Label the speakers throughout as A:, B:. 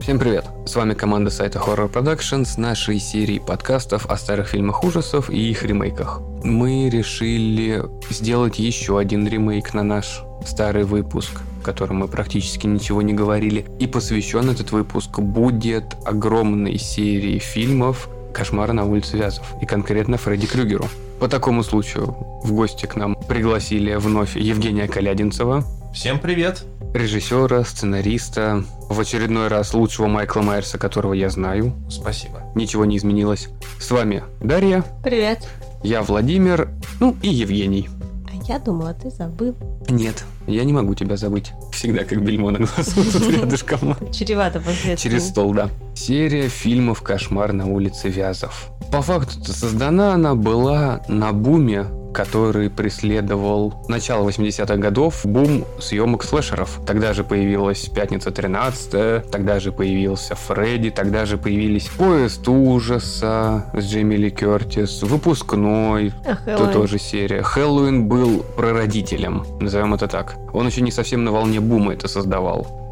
A: Всем привет! С вами команда сайта Horror Production с нашей серией подкастов о старых фильмах ужасов и их ремейках. Мы решили сделать еще один ремейк на наш старый выпуск, в котором мы практически ничего не говорили. И посвящен этот выпуск будет огромной серии фильмов «Кошмар на улице Вязов» и конкретно Фредди Крюгеру. По такому случаю в гости к нам пригласили вновь Евгения Колядинцева.
B: Всем привет!
A: Режиссера, сценариста, в очередной раз лучшего Майкла Майерса, которого я знаю.
B: Спасибо.
A: Ничего не изменилось. С вами Дарья.
C: Привет.
A: Я Владимир, и Евгений.
C: А я думала, ты забыл.
A: Нет, я не могу тебя забыть. Всегда как бельмо на глазу тут рядышком.
C: Чревато последствиями.
A: Через стол, да. Серия фильмов «Кошмар на улице Вязов». По факту создана она была на буме, который преследовал начало 80-х годов, бум съемок слэшеров. Тогда же появилась «Пятница 13», тогда же появился «Фредди», тогда же появились «Поезд ужаса» с Джейми Ли Кертис, «Выпускной», то тоже серия. «Хэллоуин» был прародителем, назовем это так. Он еще не совсем на волне бума это создавал.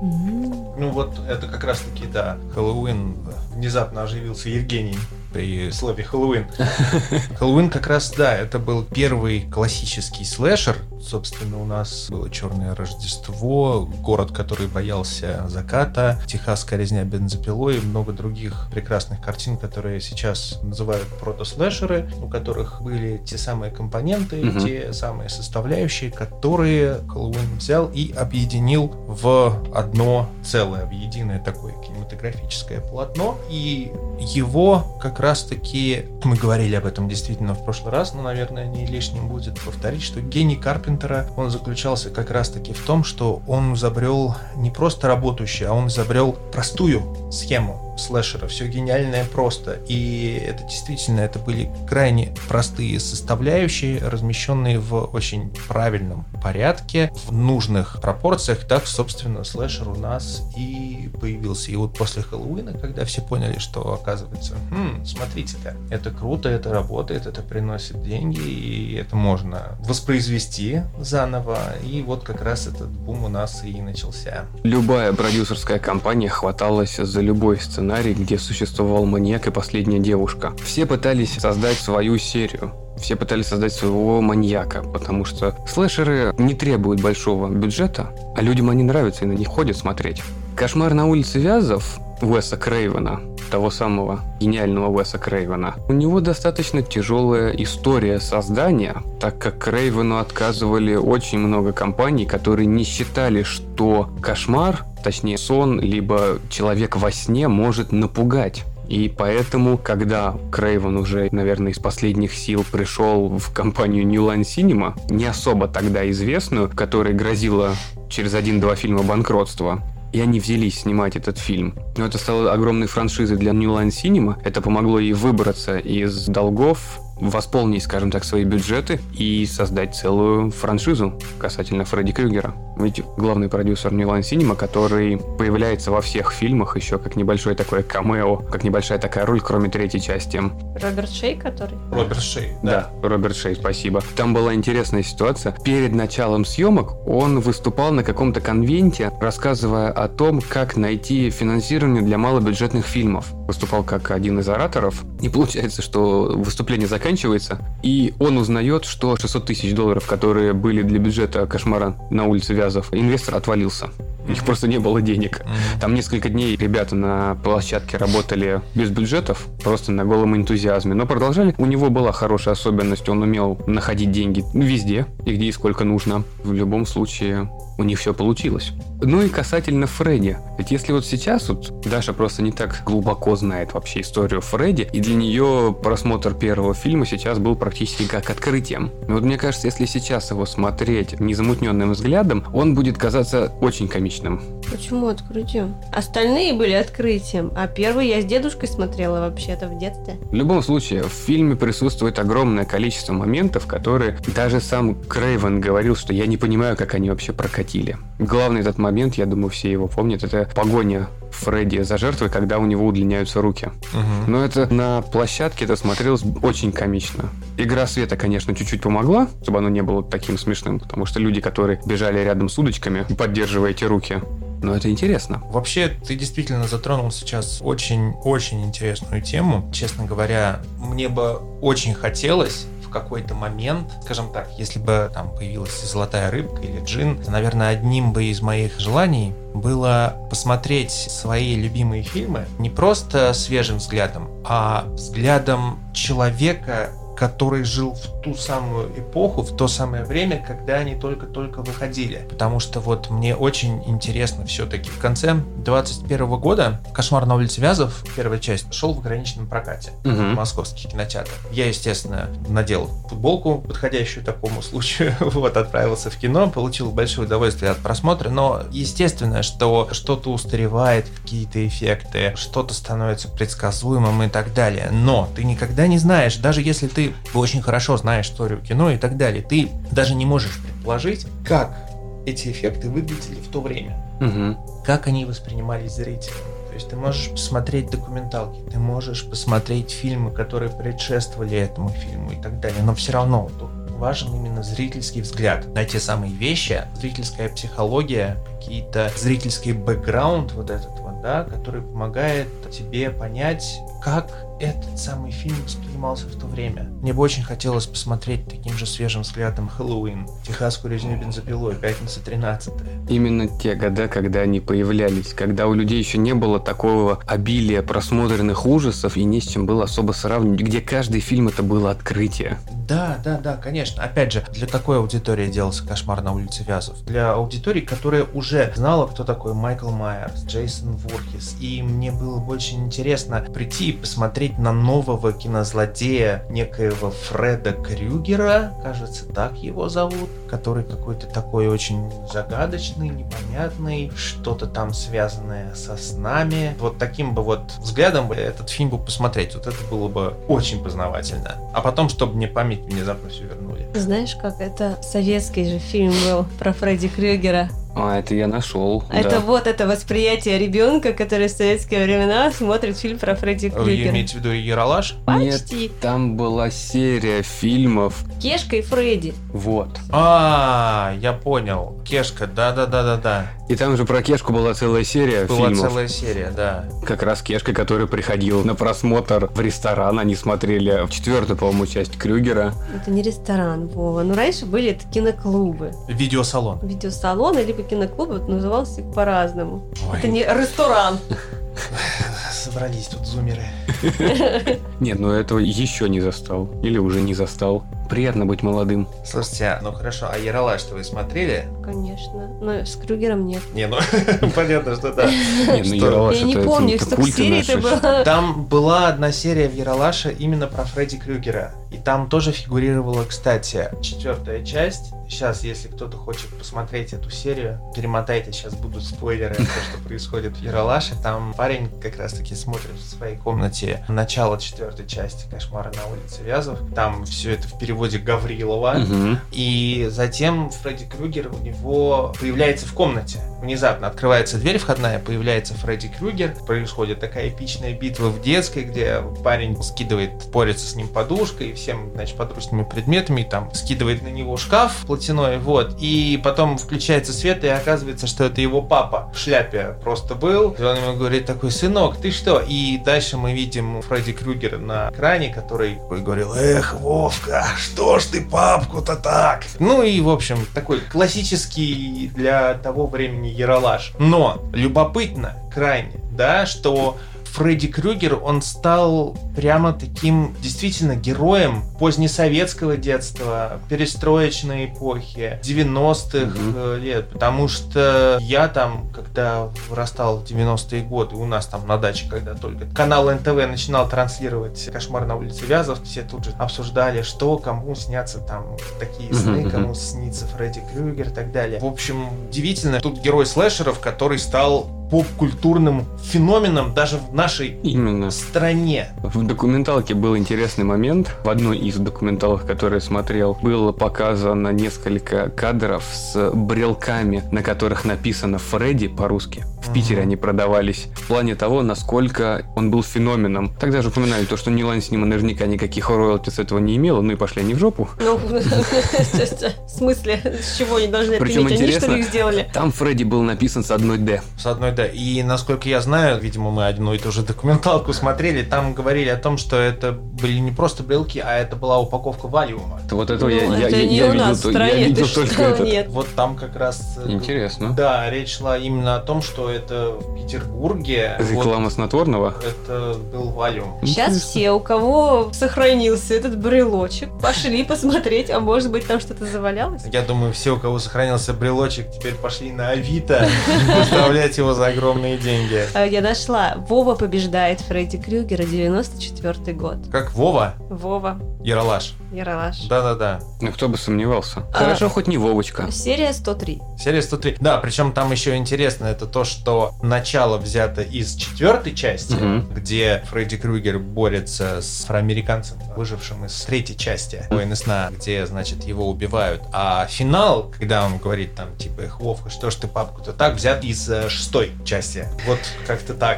B: Это как раз-таки, да, Хэллоуин внезапно оживился Евгений при слове Хэллоуин. Хэллоуин как раз, да, это был первый классический слэшер. Собственно, у нас было «Черное Рождество», «Город, который боялся заката», «Техасская резня бензопилой» и много других прекрасных картин, которые сейчас называют прото-слэшеры, у которых были те самые компоненты, те самые составляющие, которые Хэллоуин взял и объединил в одно целое, в единое такое кинематографическое полотно. И его как раз-таки, мы говорили об этом действительно в прошлый раз, но, наверное, не лишним будет повторить, что гений Карпентера, он заключался как раз-таки в том, что он изобрел не просто работающую, а он изобрел простую схему слэшера. Все гениальное просто. И это действительно, это были крайне простые составляющие, размещенные в очень правильном порядке, в нужных пропорциях. Так, собственно, слэшер у нас и появился. И вот после Хэллоуина, когда все поняли, что, оказывается, смотрите-ка, это круто, это работает, это приносит деньги, и это можно воспроизвести заново. И вот как раз этот бум у нас и начался.
A: Любая продюсерская компания хваталась за любой сценарий, где существовал маньяк и последняя девушка. Все пытались создать свою серию. Все пытались создать своего маньяка, потому что слэшеры не требуют большого бюджета, а людям они нравятся и на них ходят смотреть. «Кошмар на улице Вязов» Уэса Крейвена, того самого гениального Уэса Крейвена, у него достаточно тяжелая история создания, так как Крейвену отказывали очень много компаний, которые не считали, что кошмар, точнее сон, либо человек во сне может напугать. И поэтому, когда Крейвен уже, наверное, из последних сил пришел в компанию New Line Cinema, не особо тогда известную, которой грозило через 1-2 фильма банкротство, и они взялись снимать этот фильм. Но это стало огромной франшизой для New Line Cinema. Это помогло ей выбраться из долгов, восполнить, скажем так, свои бюджеты и создать целую франшизу касательно Фредди Крюгера. Ведь главный продюсер New Line Cinema, который появляется во всех фильмах еще как небольшое такое камео, как небольшая такая роль, кроме 3-й части.
C: Роберт Шей, который?
B: Роберт Шей,
A: да. Роберт Шей, спасибо. Там была интересная ситуация. Перед началом съемок он выступал на каком-то конвенте, рассказывая о том, как найти финансирование для малобюджетных фильмов. Выступал как один из ораторов. И получается, что выступление заканчивается, и он узнает, что $600 тысяч, которые были для бюджета «Кошмара на улице Вязов», инвестор отвалился. У них просто не было денег. Там несколько дней ребята на площадке работали без бюджетов, просто на голом энтузиазме, но продолжали. У него была хорошая особенность, он умел находить деньги везде, и где и сколько нужно. В любом случае, у них все получилось. Ну и касательно Фредди. Ведь если вот сейчас вот Даша просто не так глубоко знает вообще историю Фредди, и для нее просмотр первого фильма сейчас был практически как открытием. Но вот мне кажется, если сейчас его смотреть незамутненным взглядом, он будет казаться очень комичным.
C: Почему открытием? Остальные были открытием, а первый я с дедушкой смотрела вообще-то в детстве.
A: В любом случае, в фильме присутствует огромное количество моментов, которые даже сам Крейвен говорил, что я не понимаю, как они вообще прокатили. Главный этот момент, я думаю, все его помнят, это погоня Фредди за жертвой, когда у него удлиняются руки. Но это на площадке это смотрелось очень комично. Игра света, конечно, чуть-чуть помогла, чтобы оно не было таким смешным, потому что люди, которые бежали рядом с удочками, поддерживая эти руки, Но это интересно.
B: Вообще, ты действительно затронул сейчас очень-очень интересную тему. Честно говоря, мне бы очень хотелось в какой-то момент, скажем так, если бы там появилась золотая рыбка или джин, то, наверное, одним бы из моих желаний было посмотреть свои любимые фильмы не просто свежим взглядом, а взглядом человека, который жил в ту самую эпоху, в то самое время, когда они только-только выходили. Потому что вот мне очень интересно все-таки. В конце 2021 года «Кошмар на улице Вязов», первая часть, шел в ограниченном прокате в московских кинотеатрах. Я, естественно, надел футболку, подходящую такому случаю, отправился в кино, получил большое удовольствие от просмотра, но естественно, что что-то устаревает, какие-то эффекты, что-то становится предсказуемым и так далее. Но ты никогда не знаешь, даже если ты очень хорошо знаешь историю кино и так далее, ты даже не можешь предположить, как эти эффекты выглядели в то время, как они воспринимались зрителями. То есть ты можешь посмотреть документалки, ты можешь посмотреть фильмы, которые предшествовали этому фильму и так далее, но все равно тут важен именно зрительский взгляд на те самые вещи, зрительская психология, какие-то зрительский бэкграунд который помогает тебе понять, как этот самый фильм воспринимался в то время. Мне бы очень хотелось посмотреть таким же свежим взглядом «Хэллоуин», «Техасскую резню бензопилой», «Пятница 13-я».
A: Именно те года, когда они появлялись, когда у людей еще не было такого обилия просмотренных ужасов и не с чем было особо сравнивать, где каждый фильм это было открытие.
B: Да, конечно. Опять же, для какой аудитории делался «Кошмар на улице Вязов»? Для аудитории, которая уже знала, кто такой Майкл Майерс, Джейсон Voorhees. И мне было бы очень интересно прийти и посмотреть на нового кинозлодея, некоего Фреда Крюгера, кажется, так его зовут, который какой-то такой очень загадочный, непонятный, что-то там связанное со снами. Вот таким бы взглядом бы этот фильм бы посмотреть. Вот это было бы очень познавательно. А потом, чтобы мне память внезапно все вернули.
C: Знаешь, как это советский же фильм был про Фредди Крюгера?
A: Это я нашел.
C: Это это восприятие ребенка, который в советские времена смотрит фильм про Фредди Крюгера.
B: Вы имеете в виду «Ералаш»?
C: Почти.
A: Нет, там была серия фильмов.
C: Кешка и Фредди.
B: Я понял. Кешка, да.
A: И там же про Кешку была целая серия фильмов.
B: Была целая серия, да.
A: Как раз Кешка, который приходил на просмотр в ресторан. Они смотрели в 4-ю, по-моему, часть Крюгера.
C: Это не ресторан, Вова. Раньше были это киноклубы.
B: Видеосалон.
C: Либо киноклуб, назывался по-разному.
B: Ой.
C: Это не ресторан.
B: Собрались тут зумеры.
A: Нет, этого еще не застал. Или уже не застал. Приятно быть молодым.
B: Слушайте, хорошо, а «Ералаш»-то вы смотрели?
C: Конечно. Но с Крюгером нет.
B: Понятно, что да.
C: Я не помню, сколько серий это было.
B: Там была одна серия в «Ералаше» именно про Фредди Крюгера. И там тоже фигурировала, кстати, 4-я часть. Сейчас, если кто-то хочет посмотреть эту серию, перемотайте, сейчас будут спойлеры, то, что происходит в «Ералаше». Там парень как раз-таки смотрит в своей комнате начало 4-й части «Кошмара на улице Вязов». Там все это в переводе Гаврилова. И затем Фредди Крюгер у него появляется в комнате. Внезапно открывается дверь входная, появляется Фредди Крюгер. Происходит такая эпичная битва в детской, где парень скидывает, борется с ним подушкой и всем, подручными предметами, там скидывает на него шкаф платяной, и потом включается свет, и оказывается, что это его папа в шляпе просто был. И он ему говорит такой: «Сынок, ты что?» И дальше мы видим Фредди Крюгера на экране, который говорил: «Эх, Вовка, что ж ты папку-то так?» И, в общем, такой классический для того времени «Ералаш». Но любопытно крайне, что Фредди Крюгер, он стал прямо таким действительно героем позднесоветского детства, перестроечной эпохи, 90-х лет, потому что я там, когда вырастал в 90-е годы, у нас там на даче, когда только канал НТВ начинал транслировать «Кошмар на улице Вязов», все тут же обсуждали, что кому снятся там такие сны, кому снится Фредди Крюгер и так далее. В общем, удивительно, тут герой слэшеров, который стал поп-культурным феноменом даже в нашей
A: Именно.
B: стране.
A: В документалке был интересный момент. В одной из документалок, которые я смотрел, было показано несколько кадров с брелками, на которых написано «Фредди» по-русски. В Питере они продавались в плане того, насколько он был феноменом. Тогда же упоминали то, что Нилан с ним наверняка никаких роялти с этого не имела, ну и пошли они в жопу.
C: Ну, в смысле, с чего они должны это
A: Причем
C: иметь? Они, что
A: интересно,
C: ли, их сделали?
A: там Фредди был написан с одной «Д».
B: С одной, да. И, насколько я знаю, видимо, мы одну и ту же документалку смотрели, там говорили о том, что это были не просто брелки, а это была упаковка валиума.
A: Вот это
C: Ну,
A: я
C: это не у нас в стране,
A: видел
C: ты
A: только
C: что,
A: этот.
C: нет.
B: Вот там как раз...
A: Интересно.
B: Да, речь шла именно о том, что это в Петербурге.
A: Реклама
B: вот
A: снотворного?
B: это был валиум.
C: Сейчас все, у кого сохранился этот брелочек, пошли посмотреть, а может быть там что-то завалялось?
B: Я думаю, все, у кого сохранился брелочек, теперь пошли на Авито выставлять его за огромные деньги.
C: Я нашла. Вова побеждает Фредди Крюгера, 94 год.
B: Как Вова,
C: Вова,
B: Ералаш.
C: Яралаш.
B: Да-да-да.
A: Ну, кто бы сомневался. Хорошо, хоть не Вовочка.
C: Серия 103.
B: Серия 103. Да, причем там еще интересно, это то, что начало взято из 4-й части, где Фредди Крюгер борется с афроамериканцем, выжившим из 3-й части «Воины сна», где, значит, его убивают. А финал, когда он говорит там, типа, эх, Вовка, что ж ты папку-то так, взят из 6-й части. Вот как-то так.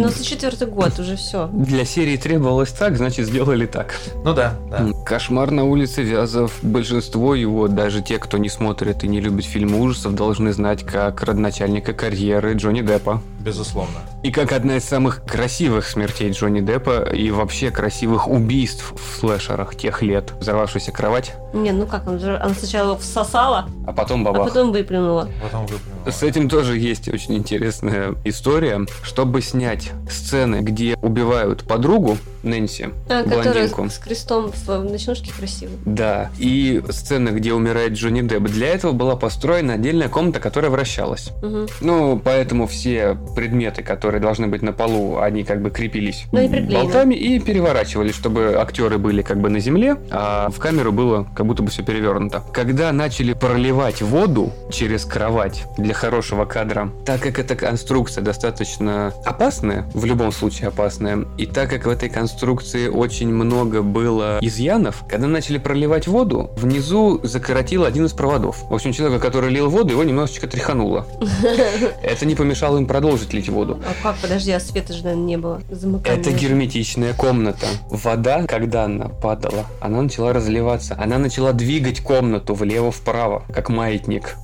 C: 94 год, уже все.
A: Для серии требовалось так, значит, сделали так.
B: Ну да, да.
A: «Кошмар на улице Вязов». Большинство его, даже те, кто не смотрит и не любит фильмы ужасов, должны знать как родоначальника карьеры Джонни Деппа.
B: Безусловно.
A: И как одна из самых красивых смертей Джонни Деппа и вообще красивых убийств в слэшерах тех лет. Взорвавшаяся кровать,
C: Не, ну как, она сначала всосала,
A: а потом
C: а
A: бабах.
C: потом выплюнула.
B: Потом выплюнула.
A: С этим тоже есть очень интересная история. Чтобы снять сцены, где убивают подругу Нэнси,
C: Которая
A: блондинку.
C: с крестом в ночнушке красивой.
A: Да, и сцены, где умирает Джонни Депп. Для этого была построена отдельная комната, которая вращалась.
C: Угу.
A: Ну, поэтому все предметы, которые должны быть на полу, они как бы крепились
C: Ну и приклеены.
A: болтами и переворачивались, чтобы актеры были как бы на земле, а в камеру было как будто бы все перевернуто. Когда начали проливать воду через кровать для хорошего кадра, так как эта конструкция достаточно опасная, в любом случае опасная, и так как в этой конструкции очень много было изъянов, когда начали проливать воду, внизу закоротил один из проводов. В общем, человека, который лил воду, его немножечко тряхануло. Это не помешало им продолжить лить воду.
C: А как, подожди, а света же, наверное, не было. Замыкания.
A: Это герметичная комната. Вода, когда она падала, она начала разливаться. Она начала двигать комнату влево-вправо, как маятник.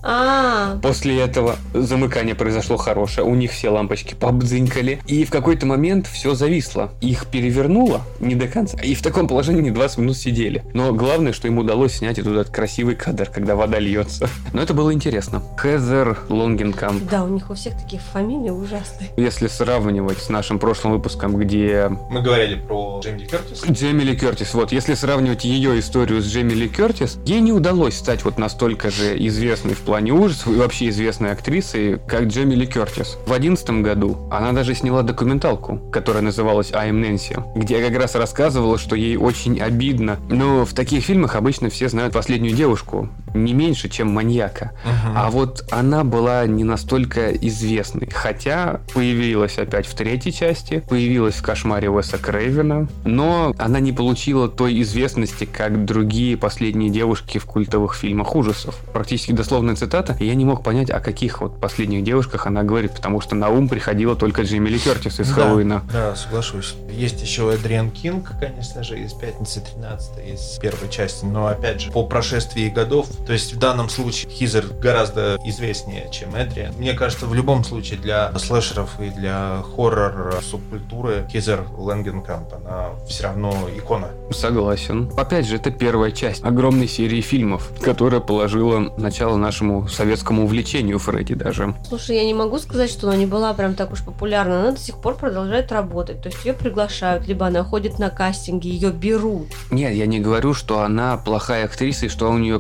A: После этого замыкание произошло хорошее. У них все лампочки побдзынькали. И в какой-то момент все зависло. Их перевернуло не до конца. И в таком положении они 20 минут сидели. Но главное, что им удалось снять этот красивый кадр, когда вода льется. Но это было интересно. Хезер Лонгенкамп.
C: Да, у них у всех такие фамилии ужасные.
A: Если сравнивать с нашим прошлым выпуском, где
B: Мы говорили про Джейми Ли Кертис.
A: Джейми Ли Кертис, вот, если сравнивать ее историю с Джейми Ли Кертис, ей не удалось стать вот настолько же известной в плане ужасов и вообще известной актрисой, как Джейми Ли Кертис. В 2011 году она даже сняла документалку, которая называлась «I am Nancy», где как раз рассказывала, что ей очень обидно. Но в таких фильмах обычно все знают последнюю девушку, не меньше, чем маньяка. А вот она была не настолько известной, хотя появилась опять в 3-й части, появилась в «Кошмаре» Уэса Крейвена, но она не получила той известности, как другие последние девушки в культовых фильмах ужасов. Практически дословная цитата, и я не мог понять, о каких вот последних девушках она говорит, потому что на ум приходила только Джейми Ли Кертис из Хэллоуина.
B: Да, соглашусь. Есть еще Эдриан Кинг, конечно же, из «Пятницы 13», из первой части, но опять же, по прошествии годов, то есть в данном случае Хизер гораздо известнее, чем Эдриан. Мне кажется, в любом случае для слэшеров и для хоррор-субкультуры Хизер Лонгенкамп, она все равно икона.
A: Согласен. Опять же, это первая часть огромной серии фильмов, которая положила начало нашему советскому увлечению Фредди даже.
C: Слушай, я не могу сказать, что она не была прям так уж популярна. Она до сих пор продолжает работать. То есть ее приглашают, либо она ходит на кастинги, ее берут.
A: Нет, я не говорю, что она плохая актриса и что у нее карьера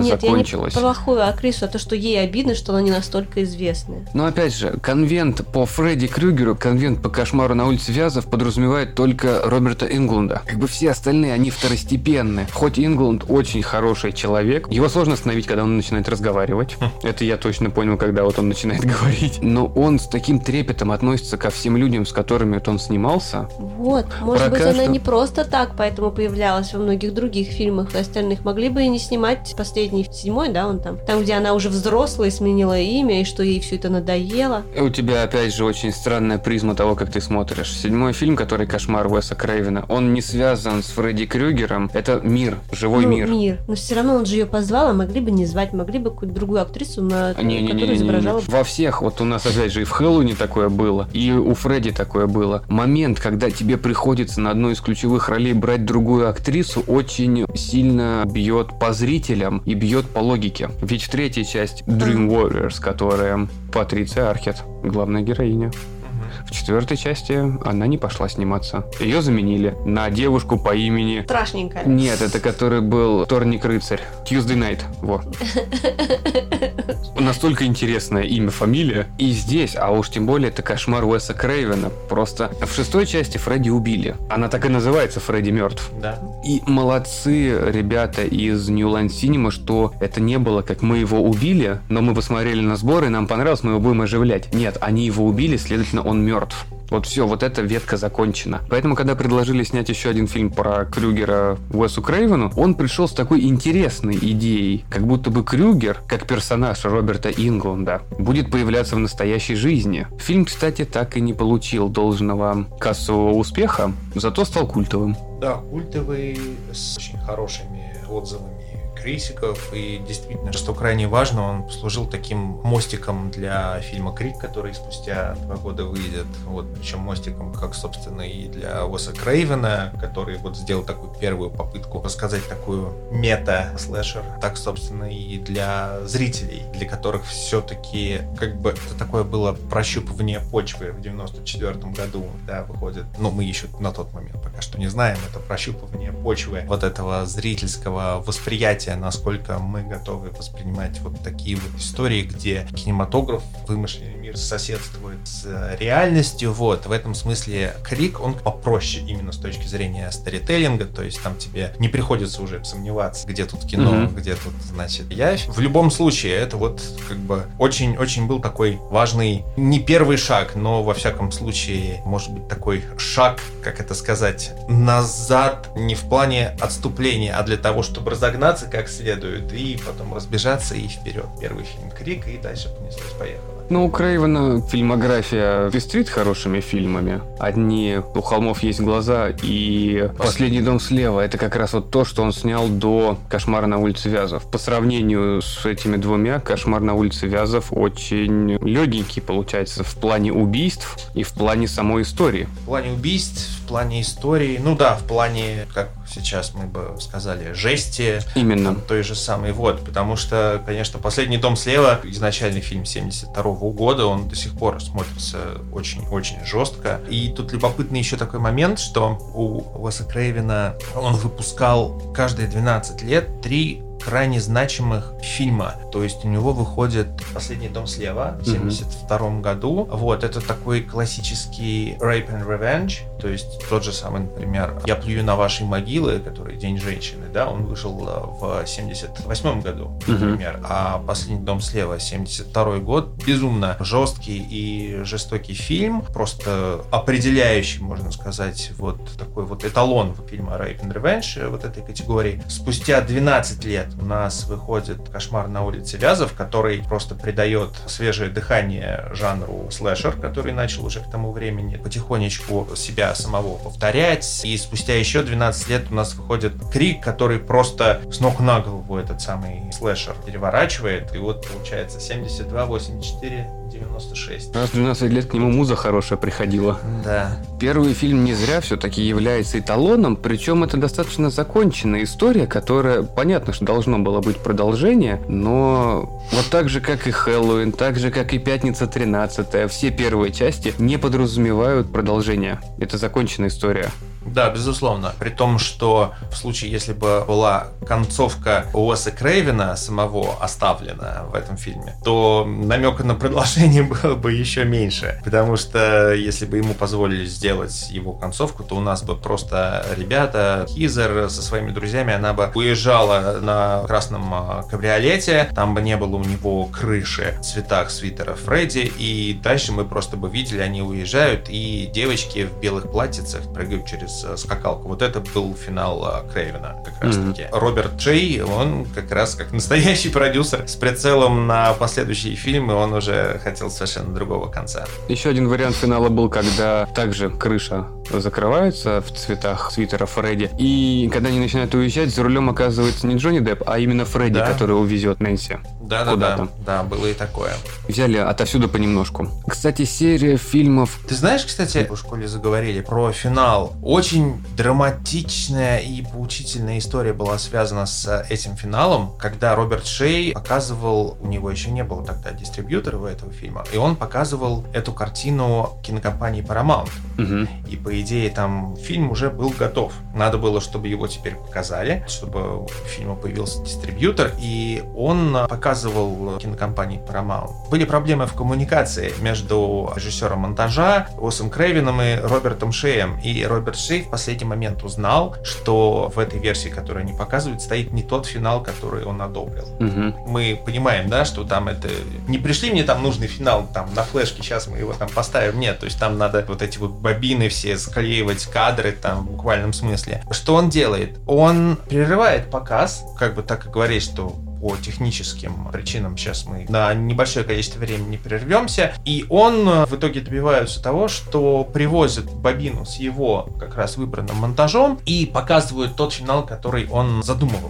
A: закончилась.
C: Я не про плохую актрису, а то, что ей обидно, что она не настолько известная.
A: Но опять же, конвент по Фредди Крюгеру, конвент по Кошмару на улице Вязов подразумевает только Роберта Инглунда. Как бы все остальные, они второстепенны. Хоть Инглунд очень хороший человек, его сложно остановить, когда он начинает разговаривать. Это я точно понял, когда вот он начинает говорить. Но он с таким трепетом относится ко всем людям, с которыми вот он снимался.
C: Вот, может быть, она не просто так, поэтому появлялась во многих других фильмах и остальных. Могли бы и не снимать последний, 7-й, да, он там, где она уже взрослая, сменила имя, и что ей все это надоело.
A: У тебя, опять же, очень странная призма того, как ты смотришь. 7-й фильм, который «Кошмар» Уэса Крейвена, он не связан с Фредди Крюгером. Это мир, живой мир.
C: Но все равно он же ее позвал, а могли бы не звать, могли бы какую-то другую актрису, которая изображала.
A: Во всех, вот у нас, опять же, и в Хэллоуине такое было, и у Фредди такое было. Момент, когда тебе приходится на одну из ключевых ролей брать другую актрису, очень сильно бьет по зрителям и бьет по логике. Ведь в 3-й части Dream Warriors, которая Патриция Аркет, главная героиня, в 4-й части она не пошла сниматься. Ее заменили на девушку по имени...
C: Страшненькая.
A: Нет, это который был Вторник-рыцарь. Tuesday Night. Во. Настолько интересное имя, фамилия. И здесь, а уж тем более, это «Кошмар» Уэса Крейвена. Просто в 6-й части Фредди убили. Она так и называется, Фредди мертв.
B: Да.
A: И молодцы ребята из New Line Cinema, что это не было как мы его убили, но мы посмотрели на сборы, и нам понравилось, мы его будем оживлять. Нет, они его убили, следовательно, он мертв. Вот все, вот эта ветка закончена. Поэтому, когда предложили снять еще один фильм про Крюгера Уэсу Крейвену, он пришел с такой интересной идеей, как будто бы Крюгер, как персонаж Роберта Инглунда, будет появляться в настоящей жизни. Фильм, кстати, так и не получил должного кассового успеха, зато стал культовым.
B: Да, культовый, с очень хорошими отзывами критиков, и действительно, что крайне важно, он послужил таким мостиком для фильма «Крик», который спустя 2 года выйдет, вот, причем мостиком, как, собственно, и для Уэса Крейвена, который вот сделал такую первую попытку рассказать такую мета-слэшер, так, собственно, и для зрителей, для которых все-таки, как бы, это такое было прощупывание почвы в 94-м году, да, выходит, ну, мы еще на тот момент пока что не знаем, это прощупывание почвы вот этого зрительского восприятия, насколько мы готовы воспринимать вот такие вот истории, где кинематограф, вымышленный мир соседствует с реальностью. Вот, в этом смысле «Крик», он попроще именно с точки зрения сторителлинга, то есть там тебе не приходится уже сомневаться, где тут кино, где тут, значит, явь. В любом случае, это вот как бы очень-очень был такой важный, не первый шаг, но во всяком случае, может быть, такой шаг, как это сказать, назад, не в плане отступления, а для того, чтобы разогнаться как следует, и потом разбежаться, и вперед. Первый фильм «Крик», и дальше понеслось-поехало.
A: Ну, у Крейвена фильмография пестрит хорошими фильмами. Одни «У холмов есть глаза» и «Последний дом слева». Это как раз вот то, что он снял до «Кошмара на улице Вязов». По сравнению с этими двумя, «Кошмар на улице Вязов» очень легенький получается в плане убийств и в плане самой истории.
B: В плане убийств, в плане истории, ну да, в плане, как сейчас мы бы сказали, жести.
A: Именно.
B: Той же самой, вот, потому что, конечно, «Последний дом слева», изначальный фильм 72 года, он до сих пор смотрится очень-очень жестко. И тут любопытный еще такой момент, что у Уэса Крейвена он выпускал каждые 12 лет 3 крайне значимых фильма. То есть у него выходит «Последний дом слева» в 1972 году. Вот, это такой классический Rape and Revenge, то есть тот же самый, например, «Я плюю на ваши могилы», который «День женщины», да, он вышел в 1978 году, например. А «Последний дом слева» 1972 год, безумно жесткий и жестокий фильм, просто определяющий, можно сказать, вот такой вот эталон фильма Rape and Revenge вот этой категории. Спустя 12 лет у нас выходит «Кошмар на улице Вязов», который просто придает свежее дыхание жанру слэшер, который начал уже к тому времени потихонечку себя самого повторять. И спустя еще 12 лет у нас выходит «Крик», который просто с ног на голову этот самый слэшер переворачивает. И вот получается 72, 84, 96.
A: Раз в 12 лет к нему муза хорошая приходила.
B: Да.
A: Первый фильм не зря все-таки является эталоном, причем это достаточно законченная история, которая, понятно, что должно было быть продолжение, но вот так же, как и «Хэллоуин», так же, как и «Пятница 13», все первые части не подразумевают продолжения. Это законченная история.
B: Да, безусловно. При том, что в случае, если бы была концовка Уэса Крейвена самого оставлена в этом фильме, то намека на продолжение было бы еще меньше. Потому что если бы ему позволили сделать его концовку, то у нас бы просто ребята, Хизер со своими друзьями, она бы уезжала на красном кабриолете, там бы не было у него крыши в цветах свитера Фредди, и дальше мы просто бы видели, они уезжают, и девочки в белых платьицах прыгают через скакалку. Вот это был финал Крейвена как раз таки. Роберт Джей, он как раз как настоящий продюсер с прицелом на последующие фильмы, он уже хотел совершенно другого конца.
A: Еще один вариант финала был, когда также крыша закрывается в цветах свитера Фредди, и когда они начинают уезжать, за рулем оказывается не Джонни Депп, а именно Фредди, который увезет Нэнси.
B: Да, было и такое.
A: Взяли отовсюду понемножку. Кстати, серия фильмов...
B: Ты знаешь, кстати, в школе заговорили про финал. Очень драматичная и поучительная история была связана с этим финалом, когда Роберт Шей показывал, у него еще не было тогда дистрибьютора этого фильма, и он показывал эту картину кинокомпании Paramount. И по идее там фильм уже был готов. Надо было, чтобы его теперь показали, чтобы у фильма появился дистрибьютор, и он показывал кинокомпании Paramount. Были проблемы в коммуникации между режиссером монтажа Уэсом Крейвеном и Робертом Шеем. И Роберт Шей в последний момент узнал, что в этой версии, которую они показывают, стоит не тот финал, который он одобрил. Мы понимаем, да, что там это... Не пришли мне там нужный финал там на флешке, сейчас мы его там поставим. Нет, то есть там надо вот эти вот бобины все склеивать, кадры там в буквальном смысле. Что он делает? Он прерывает показ, как бы так и говорит, что по техническим причинам сейчас мы на небольшое количество времени прервемся, и он в итоге добивается того, что привозят бобину с его как раз выбранным монтажом и показывают тот финал, который он задумывал.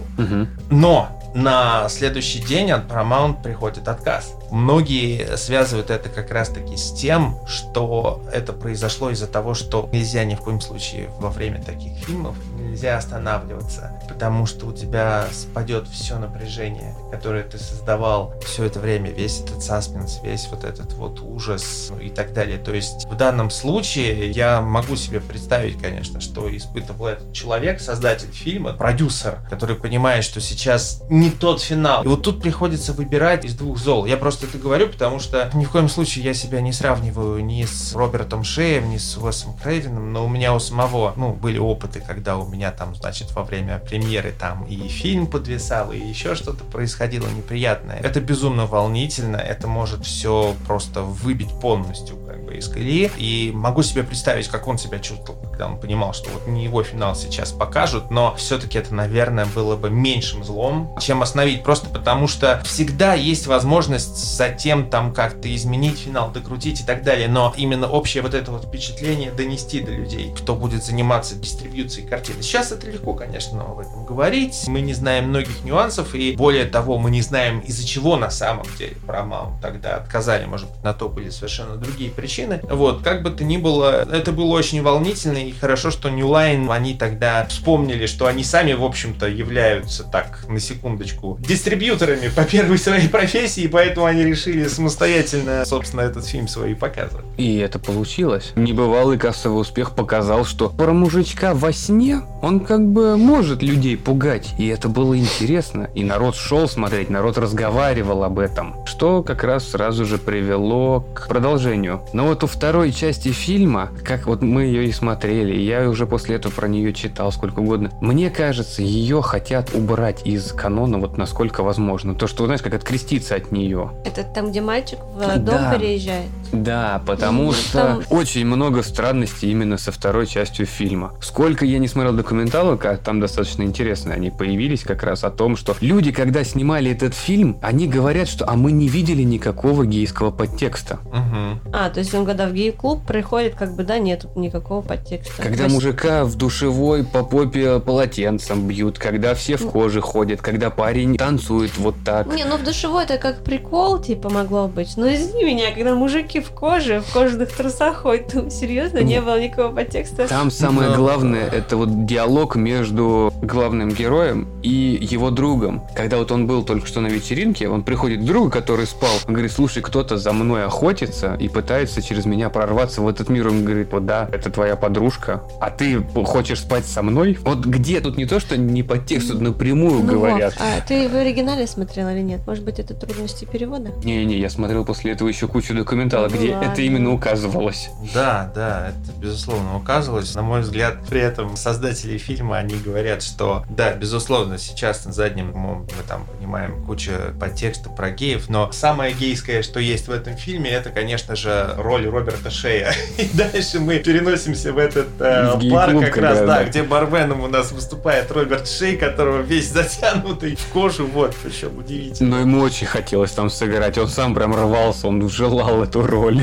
B: Но на следующий день от Paramount приходит отказ. Многие связывают это как раз-таки с тем, что это произошло из-за того, что нельзя ни в коем случае во время таких фильмов нельзя останавливаться, потому что у тебя спадет все напряжение, которое ты создавал все это время, весь этот саспенс, весь вот этот вот ужас и так далее. То есть в данном случае я могу себе представить, конечно, что испытывал этот человек, создатель фильма, продюсер, который понимает, что сейчас не тот финал. И вот тут приходится выбирать из двух зол. Я просто это говорю, потому что ни в коем случае я себя не сравниваю ни с Робертом Шеем, ни с Уэсом Крейвеном, но у меня у самого, были опыты, когда у меня там, значит, во время премьеры там и фильм подвисал, и еще что-то происходило неприятное. Это безумно волнительно, это может все просто выбить полностью как бы из колеи. И могу себе представить, как он себя чувствовал, когда он понимал, что вот не его финал сейчас покажут, но все-таки это, наверное, было бы меньшим злом, чем остановить, просто потому что всегда есть возможность затем там как-то изменить финал, докрутить и так далее, но именно общее вот это вот впечатление донести до людей, кто будет заниматься дистрибьюцией картины. Сейчас это легко, конечно, об этом говорить, мы не знаем многих нюансов, и более того, мы не знаем, из-за чего на самом деле Paramount тогда отказали, может быть, на то были совершенно другие причины. Вот, как бы то ни было, это было очень волнительно, и хорошо, что New Line, они тогда вспомнили, что они сами, в общем-то, являются, так, на секундочку, дистрибьюторами по первой своей профессии, и поэтому они решили самостоятельно, собственно, этот фильм свой показывать.
A: И это получилось. Небывалый кассовый успех показал, что про мужичка во сне он как бы может людей пугать. И это было интересно. И народ шел смотреть, народ разговаривал об этом. Что как раз сразу же привело к продолжению. Но вот у второй части фильма, как вот мы ее и смотрели, и я уже после этого про нее читал сколько угодно, мне кажется, ее хотят убрать из канона вот насколько возможно. То, что, знаешь, как откреститься от нее.
C: Это там, где мальчик в дом переезжает?
A: Да, потому что очень много странностей именно со второй частью фильма. Сколько я не смотрел документалок, а там достаточно интересно, они появились как раз о том, что люди, когда снимали этот фильм, они говорят, что мы не видели никакого гейского подтекста.
C: То есть он когда в гей-клуб приходит, как бы, да, нет никакого подтекста.
A: Когда мужика в душевой по попе полотенцем бьют, когда все в коже ходят, когда парень танцует вот так.
C: Не, ну в душевой это как прикол, типа, могло быть. Но извини меня, когда мужики в кожаных трусах ходят, там серьезно не было никакого подтекста.
A: Там самое главное, это вот диалог между главным героем и его другом. Когда вот он был только что на вечеринке, он приходит к другу, который спал, он говорит: слушай, кто-то за мной охотится и пытается через меня прорваться в этот мир. Он говорит: вот да, это твоя подружка, а ты хочешь спать со мной? Вот где тут не то, что не по тексту, напрямую говорят.
C: А ты в оригинале смотрел или нет? Может быть, это трудности перевода?
A: Не-не, я смотрел после этого еще кучу документалок, где это именно указывалось.
B: Да, это безусловно указывалось. На мой взгляд, при этом создатели фильма, они говорят, что да, безусловно, сейчас на заднем умом мы там понимаем кучу подтекста про геев, но самое гейское, что есть в этом фильме, это, конечно же, роль Роберта Шея. И дальше мы переносимся в этот бар как раз, да, где барменом у нас выступает Роберт Шей, которого весь затянутый в кожу, вот, причем удивительно.
A: Но ему очень хотелось там сыграть, он сам прям рвался, он желал эту роль.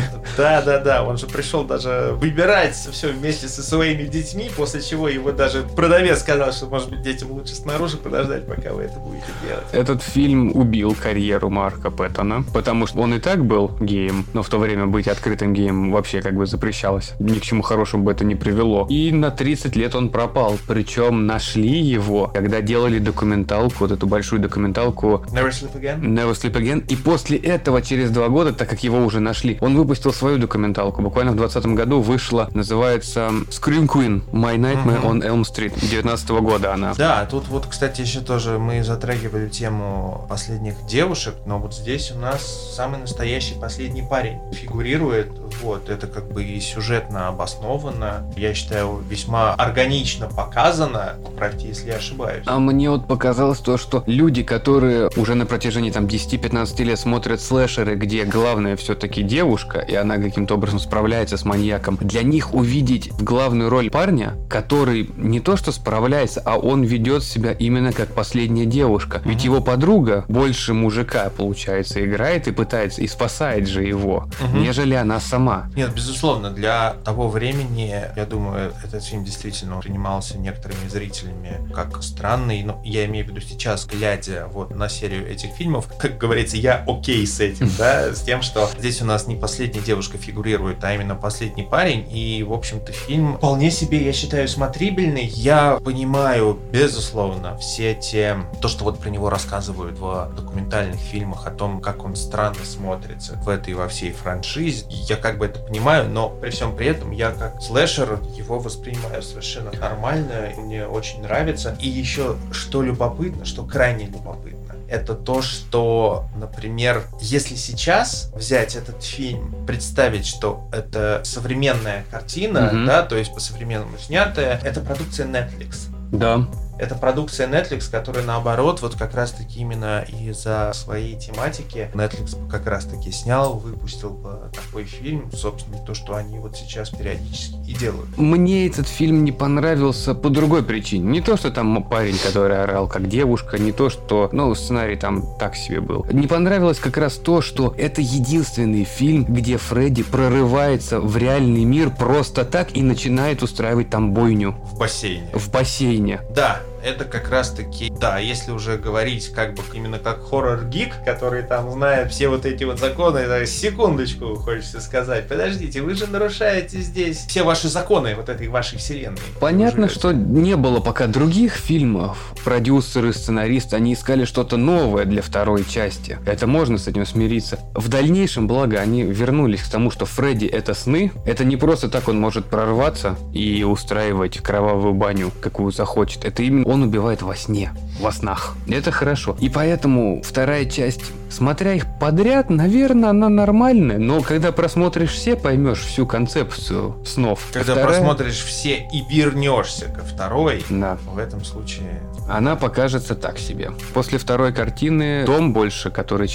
B: Да, он же пришел даже выбирать все вместе со своими детьми, после чего его даже продавец сказал, что, может быть, детям лучше снаружи подождать, пока вы это будете делать.
A: Этот фильм убил карьеру Марка Пэттона, потому что он и так был геем, но в то время быть открытым геем вообще как бы запрещалось. Ни к чему хорошему бы это не привело. И на 30 лет он пропал. Причем нашли его, когда делали документалку, вот эту большую документалку
B: Never Sleep
A: Again. И после этого, через 2 года, так как его уже нашли, он выпустил свою документалку. Буквально в 2020 году вышла, называется Scream Queen, My Nightmare on Elm Street. 19 года она.
B: Да, тут вот, кстати, еще тоже мы затрагивали тему последних девушек, но вот здесь у нас самый настоящий последний парень фигурирует. Вот, это как бы и сюжетно обосновано. Я считаю, весьма органично показано. Поправьте, если я ошибаюсь.
A: А мне вот показалось то, что люди, которые уже на протяжении там 10-15 лет смотрят слэшеры, где главное все-таки девушка, и она каким-то образом справляется с маньяком, для них увидеть в главную роль парня, который не то что справляется, а он ведет себя именно как последняя девушка. Ведь его подруга больше мужика, получается, играет и пытается, и спасает же его, нежели она сама.
B: Нет, безусловно, для того времени, я думаю, этот фильм действительно принимался некоторыми зрителями как странный, но я имею в виду сейчас, глядя вот на серию этих фильмов, как говорится, я окей с этим, да, с тем, что здесь у нас не последняя девушка фигурирует, а именно последний парень, и, в общем-то, фильм вполне себе, я считаю, смотрибельный. Я понимаю, безусловно, все те, то, что вот про него рассказывают в документальных фильмах, о том, как он странно смотрится в этой во всей франшизе, я как бы это понимаю, но при всем при этом я как слэшер его воспринимаю совершенно нормально, мне очень нравится. И еще, что любопытно, что крайне любопытно, это то, что, например, если сейчас взять этот фильм, представить, что это современная картина, да, то есть по-современному снятая, это продукция Netflix.
A: Да.
B: Это продукция Netflix, которая, наоборот, вот как раз-таки именно из-за своей тематики Netflix как раз-таки снял, выпустил такой фильм, собственно, то, что они вот сейчас периодически и делают.
A: Мне этот фильм не понравился по другой причине. Не то, что там парень, который орал как девушка, не то, что, сценарий там так себе был. Не понравилось как раз то, что это единственный фильм, где Фредди прорывается в реальный мир просто так и начинает устраивать там бойню.
B: В бассейне.
A: В бассейне.
B: Да. Это как раз-таки, да, если уже говорить как бы именно как хоррор-гик, который там знает все вот эти вот законы, да, секундочку, хочется сказать, подождите, вы же нарушаете здесь все ваши законы вот этой вашей вселенной.
A: Понятно, что не было пока других фильмов. Продюсеры, сценаристы, они искали что-то новое для второй части. Это можно с этим смириться. В дальнейшем, благо, они вернулись к тому, что Фредди — это сны. Это не просто так он может прорваться и устраивать кровавую баню, какую захочет. Это именно он убивает во сне, во снах. Это хорошо. И поэтому вторая часть, смотря их подряд, наверное, она нормальная, но когда просмотришь все, поймешь всю концепцию снов.
B: Когда просмотришь все и вернешься ко второй,
A: да,
B: в этом случае
A: она покажется так себе. После второй картины дом больше, который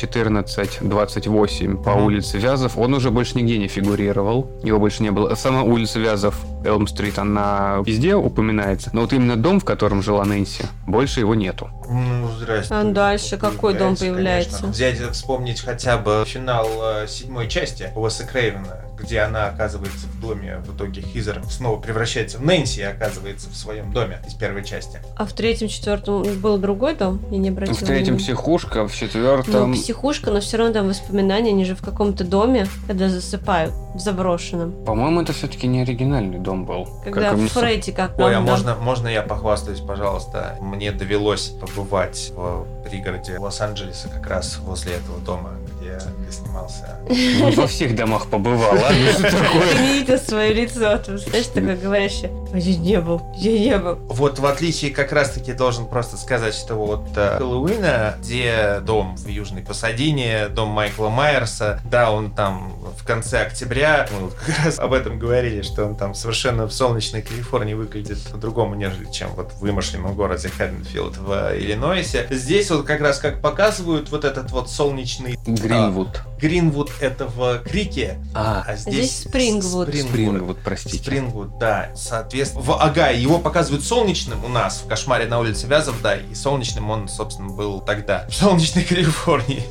A: 1428 по улице Вязов, он уже больше нигде не фигурировал. Его больше не было. Сама улица Вязов, Элм-стрит, она везде упоминается. Но вот именно дом, в котором жила Нэнси, больше его нету.
B: Здрасте.
C: А дальше какой дом появляется?
B: Конечно. Взять, вспомнить хотя бы финал 7 части Уэса Крейвена, где она оказывается в доме, в итоге Хизер снова превращается в Нэнси и оказывается в своем доме из первой части.
C: А в третьем, четвертом был другой дом? Я не обратила
A: В третьем психушка, в четвертом...
C: Ну, психушка, но все равно там воспоминания, они же в каком-то доме, когда засыпают, в заброшенном.
A: По-моему, это все-таки не оригинальный дом был.
C: Когда Фредди как
B: Ой, а можно я похвастаюсь, пожалуйста? Мне довелось побывать в пригороде Лос-Анджелеса как раз возле этого дома, где снимался.
A: Во всех домах побывал, ладно?
C: Ты не видел свое лицо, ты знаешь, такое говорящее. Я не был.
B: Вот в отличие как раз-таки должен просто сказать, что вот Хэллоуина, где дом в Южной Пасадине, дом Майкла Майерса, да, он там в конце октября, мы вот как раз об этом говорили, что он там совершенно в солнечной Калифорнии выглядит по-другому, нежели чем вот в вымышленном городе Хэдденфилд в Иллинойсе. Здесь вот как раз как показывают вот этот вот солнечный...
A: Гринвуд.
B: Гринвуд — это в Крике, а здесь
C: Спрингвуд.
A: Спрингвуд, простите.
B: Спрингвуд, да. Соответственно, его показывают солнечным у нас в «Кошмаре на улице Вязов», да, и солнечным он, собственно, был тогда в солнечной Калифорнии.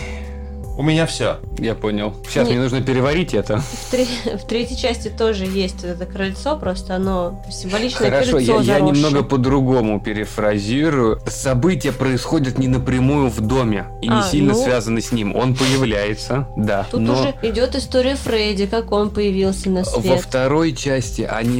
B: У меня все.
A: Я понял. Сейчас мне нужно переварить это.
C: В третьей части тоже есть это крыльцо, просто оно символичное.
A: Хорошо,
C: крыльцо
A: я
C: заросшее.
A: немного по-другому перефразирую. События происходят не напрямую в доме и не сильно связаны с ним. Он появляется, да.
C: Тут уже идет история Фредди, как он появился на свет.
A: Во второй части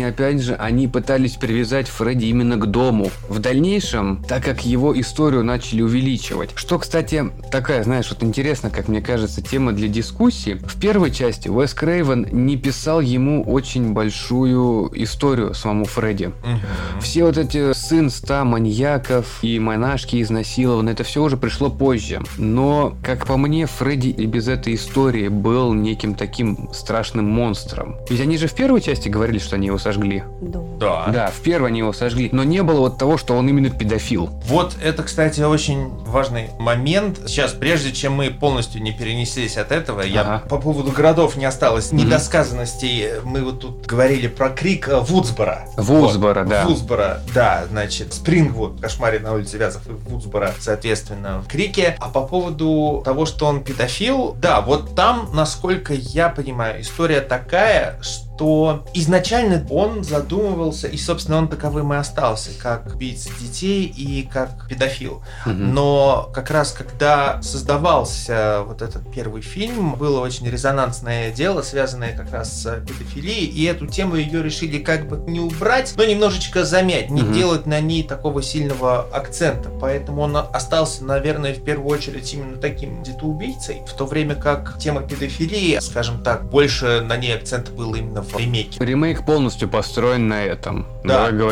A: они пытались привязать Фредди именно к дому. В дальнейшем, так как его историю начали увеличивать. Что, кстати, такая, знаешь, вот интересно, как мне кажется, тема для дискуссии. В первой части Уэс Крейвен не писал ему очень большую историю самому Фредди. Все вот эти сын 100 маньяков и монашки изнасилованы, это все уже пришло позже. Но, как по мне, Фредди и без этой истории был неким таким страшным монстром. Ведь они же в первой части говорили, что они его сожгли.
B: Да.
A: Да, в первой они его сожгли. Но не было вот того, что он именно педофил.
B: Вот это, кстати, очень важный момент. Сейчас, прежде чем мы полностью не перенеслись от этого, я по поводу городов не осталось недосказанностей. Мы вот тут говорили про Крик Вудсборо. Вудсборо, да, значит, Спрингвуд, «Кошмаре на улице Вязов», и Вудсборо, соответственно, в Крике. А по поводу того, что он педофил, да, вот там, насколько я понимаю, история такая, что изначально он задумывался, и, собственно, он таковым и остался, как убийца детей и как педофил. Но как раз, когда создавался вот этот первый фильм, было очень резонансное дело, связанное как раз с педофилией, и эту тему ее решили как бы не убрать, но немножечко замять, не делать на ней такого сильного акцента. Поэтому он остался, наверное, в первую очередь именно таким где-то убийцей, в то время как тема педофилии, скажем так, больше на ней акцент был именно в ремейке.
A: Ремейк полностью построен на этом.
B: Да,
A: он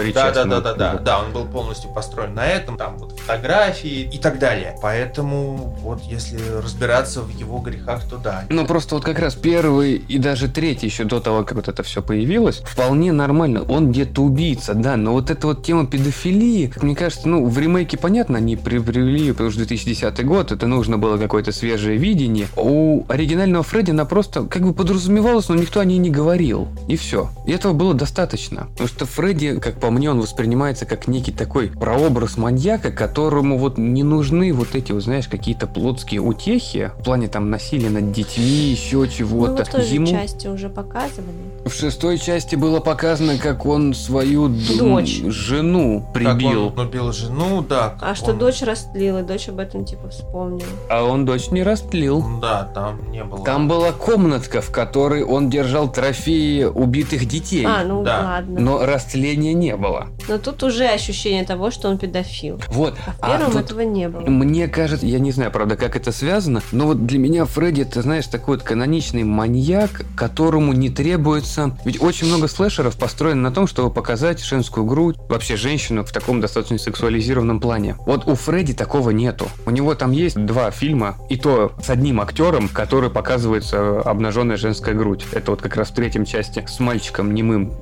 B: был полностью построен на этом, там вот фотографии и так далее. Поэтому вот если разбираться в его грехах, то да.
A: Ну просто вот как раз первый и даже третий, еще до того, как вот это все появилось, вполне нормально. Он где-то убийца, да, но вот эта вот тема педофилии, как мне кажется, ну в ремейке понятно, они приобрели, потому что 2010 год, это нужно было какое-то свежее видение. У оригинального Фредди она просто как бы подразумевалась, но никто о ней не говорил. И все. И этого было достаточно. Потому что Фредди, как по мне, он воспринимается как некий такой прообраз маньяка, которому вот не нужны вот эти, вот, знаешь, какие-то плотские утехи в плане там насилия над детьми, еще чего-то.
C: Ну, в той же части уже показывали.
A: В шестой части было показано, как он свою жену прибил.
B: Как он убил жену, да.
C: Что дочь растлила, и дочь об этом типа вспомнила.
A: А он дочь не растлил.
B: Да, там не было.
A: Там была комнатка, в которой он держал трофеи убитых детей.
C: Ладно.
A: Но растления не было.
C: Но тут уже ощущение того, что он педофил.
A: Вот.
C: А в первом этого не было.
A: Мне кажется, я не знаю, правда, как это связано, но вот для меня Фредди, ты знаешь, такой вот каноничный маньяк, которому не требуется... Ведь очень много слэшеров построено на том, чтобы показать женскую грудь, вообще женщину в таком достаточно сексуализированном плане. Вот у Фредди такого нету. У него там есть 2 фильма, и то с одним актером, который показывается обнаженная женская грудь. Это вот как раз в 3-й части части с мальчиком немым,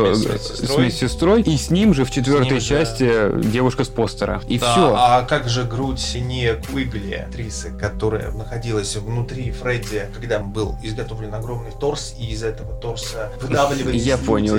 A: с медсестрой, и с ним же в 4-й части девушка с постера. И все.
B: А как же грудь не Куигли, актрисы, которая находилась внутри Фредди, когда был изготовлен огромный торс, и из этого торса выдавливались
A: Я понял.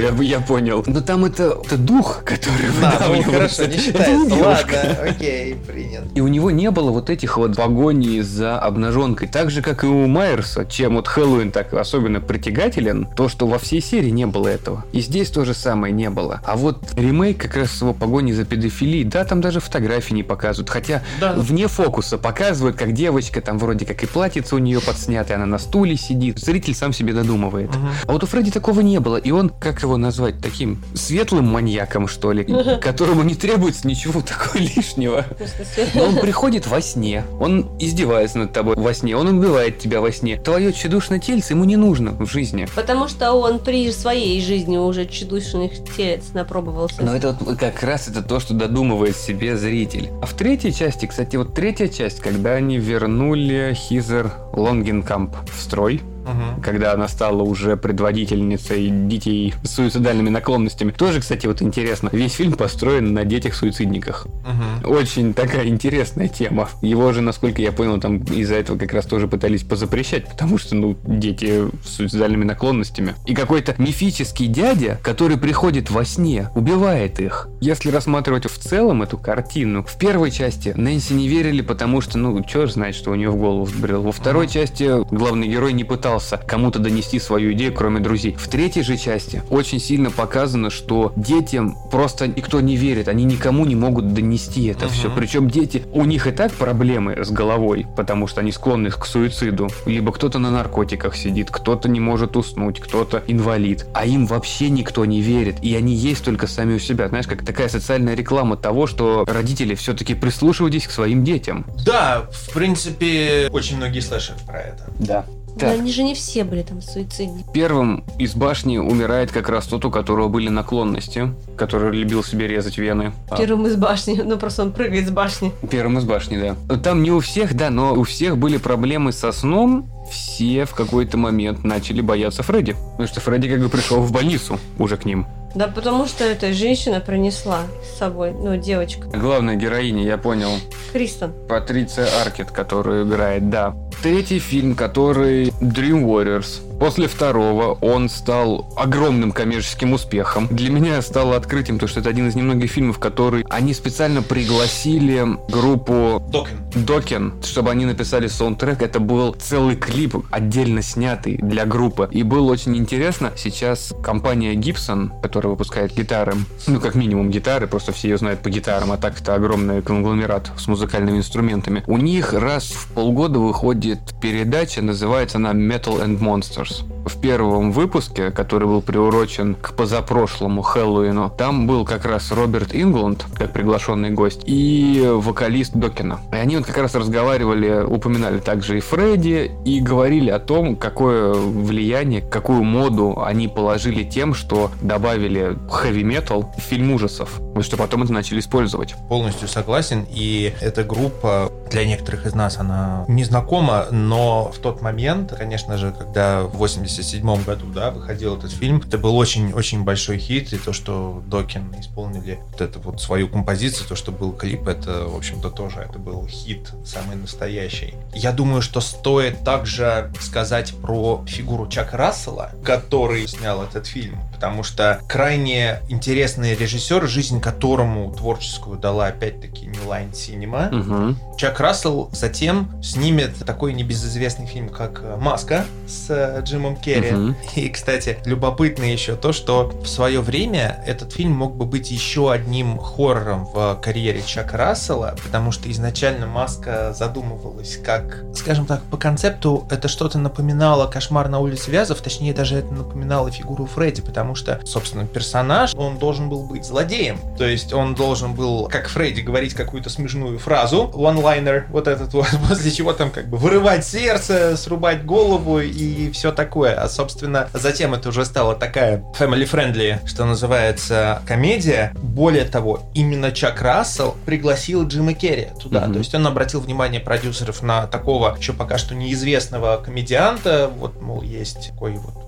A: Но там это дух, который выдавливается.
B: Хорошо, не считается. Ладно, окей, принят.
A: И у него не было вот этих вот погоней за обнаженкой. Так же, как и у Майерса, чем вот Хэллоуин так особенно притягателен, то, что во всей серии не было этого. И здесь то же самое не было. А вот ремейк как раз его погони за педофилией, да, там даже фотографии не показывают. Хотя вне фокуса показывают, как девочка там вроде как и платьице у нее подснято, и она на стуле сидит. Зритель сам себе додумывает. А вот у Фредди такого не было. И он, как его назвать, таким светлым маньяком, что ли, которому не требуется ничего такого лишнего. Но он приходит во сне, он издевается над тобой во сне, он убивает тебя во сне. Твое тщедушное тельце ему не нужно в жизни.
C: Потому что он при своей жизни уже тщедушных телец напробовался.
A: Но это вот как раз это то, что додумывает себе зритель. А в 3-й части, кстати, вот 3-я часть, когда они вернули Хизер Лонгенкамп в строй, когда она стала уже предводительницей детей с суицидальными наклонностями. Тоже, кстати, вот интересно. Весь фильм построен на детях-суицидниках. Очень такая интересная тема. Его же, насколько я понял, там из-за этого как раз тоже пытались позапрещать, потому что, дети с суицидальными наклонностями. И какой-то мифический дядя, который приходит во сне, убивает их. Если рассматривать в целом эту картину, в 1-й части Нэнси не верили, потому что, черт знает, что у нее в голову взбрело. Во 2-й части главный герой не пытался кому-то донести свою идею, кроме друзей. В 3-й же части очень сильно показано, что детям просто никто не верит, они никому не могут донести это все. Причем дети, у них и так проблемы с головой, потому что они склонны к суициду. Либо кто-то на наркотиках сидит, кто-то не может уснуть, кто-то инвалид. А им вообще никто не верит, и они есть только сами у себя. Знаешь, как такая социальная реклама того, что родители все-таки прислушивайтесь к своим детям.
B: Да, в принципе, очень многие слэшеры про это.
A: Да.
C: Но они же не все были там суицидны.
A: Первым из башни умирает как раз тот, у которого были наклонности, который любил себе резать вены.
C: Первым из башни, просто он прыгает с башни.
A: Первым из башни, да. Там не у всех, да, но у всех были проблемы со сном. Все в какой-то момент начали бояться Фредди. Потому что Фредди как бы пришел в больницу уже к ним.
C: Да, потому что эта женщина принесла с собой, девочка.
A: Главная героиня, я понял.
C: Кристен.
A: Патриция Аркет, которую играет, да. 3-й фильм, который Dream Warriors. После 2-го он стал огромным коммерческим успехом. Для меня стало открытием то, что это один из немногих фильмов, который они специально пригласили группу Докен, чтобы они написали саундтрек. Это был целый клип, отдельно снятый для группы. И было очень интересно. Сейчас компания Gibson, которая выпускает гитары, как минимум гитары, просто все ее знают по гитарам, а так это огромный конгломерат с музыкальными инструментами. У них раз в полгода выходит передача, называется она Metal and Monsters. В 1-м выпуске, который был приурочен к позапрошлому Хэллоуину, там был как раз Роберт Ингланд, как приглашенный гость, и вокалист Докена. И они вот как раз разговаривали, упоминали также и Фредди, и говорили о том, какое влияние, какую моду они положили тем, что добавили хэви-метал в фильм ужасов, и что потом это начали использовать.
B: Полностью согласен, и эта группа для некоторых из нас она не знакома, но в тот момент, конечно же, когда в 87 году, выходил этот фильм, это был очень-очень большой хит, и то, что Докен исполнили вот эту вот свою композицию, то, что был клип, это, в общем-то, тоже это был хит, самый настоящий. Я думаю, что стоит также сказать про фигуру Чака Рассела, который снял этот фильм, потому что крайне интересный режиссер, жизнь которому творческую дала, опять-таки, New Line Cinema. Чак Рассел затем снимет такой небезызвестный фильм, как «Маска» с Джимом Керри. И, кстати, любопытно еще то, что в свое время этот фильм мог бы быть еще одним хоррором в карьере Чака Рассела, потому что изначально «Маска» задумывалась как, скажем так, по концепту это что-то напоминало «Кошмар на улице Вязов», точнее даже это напоминало фигуру Фредди, потому что, собственно, персонаж, он должен был быть злодеем, то есть он должен был, как Фредди, говорить какую-то смешную фразу, one-liner, вот этот вот, после чего там как бы вырывать сердце, срубать голову и все такое. А, собственно, затем это уже стало такая family-friendly, что называется, комедия. Более того, именно Чак Рассел пригласил Джима Керри туда. То есть он обратил внимание продюсеров на такого еще пока что неизвестного комедианта. Вот, мол, есть такой вот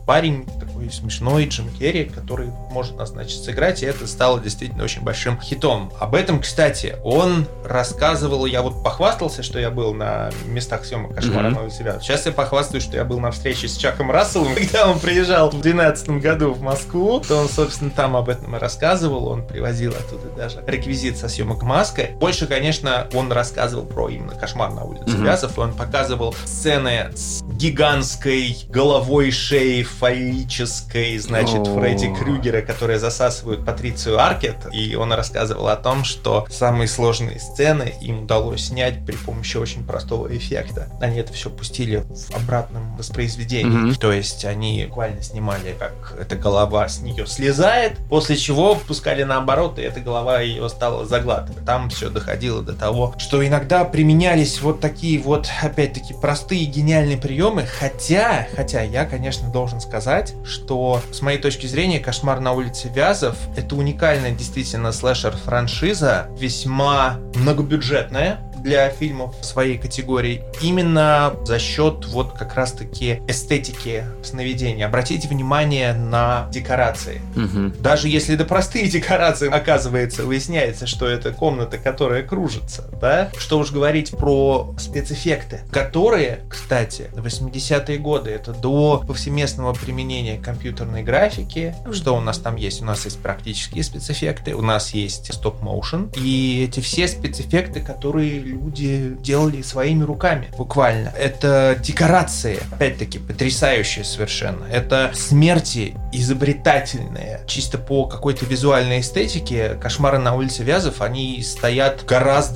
B: парень такой смешной Джим Керри, который может нас, значит, сыграть, и это стало действительно очень большим хитом. Об этом, кстати, он рассказывал, я вот похвастался, что я был на местах съемок «Кошмара на улице Вязов». Сейчас я похвастаюсь, что я был на встрече с Чаком Расселом, когда он приезжал в 2012 году в Москву, то он, собственно, там об этом и рассказывал, он привозил оттуда даже реквизит со съемок «Маска». Больше, конечно, он рассказывал про именно «Кошмар на улице Вязов», и он показывал сцены с гигантской головой, шеей фаллической, значит, Фредди Крюгера, которые засасывают Патрицию Аркет, и он рассказывал о том, что самые сложные сцены им удалось снять при помощи очень простого эффекта. Они это все пустили в обратном воспроизведении, то есть они буквально снимали, как эта голова с нее слезает, после чего пускали наоборот, и эта голова ее стала заглатывать. Там все доходило до того, что иногда применялись вот такие вот, опять-таки, простые гениальные приемы, хотя я, конечно, должен сказать, что с моей точки зрения «Кошмар на улице Вязов» — это уникальная действительно слэшер-франшиза, весьма многобюджетная для фильмов своей категории, именно за счет вот как раз-таки эстетики сновидения. Обратите внимание на декорации. Даже если это простые декорации, оказывается, выясняется, что это комната, которая кружится, да? Что уж говорить про спецэффекты, которые, кстати, в 80-е годы, это до повсеместного применения компьютерной графики. Что у нас там есть? У нас есть практические спецэффекты, у нас есть стоп-моушен, и эти все спецэффекты, которые люди делали своими руками, буквально. Это декорации, опять-таки, потрясающие совершенно. Это смерти изобретательные. Чисто по какой-то визуальной эстетике «Кошмары на улице Вязов», они стоят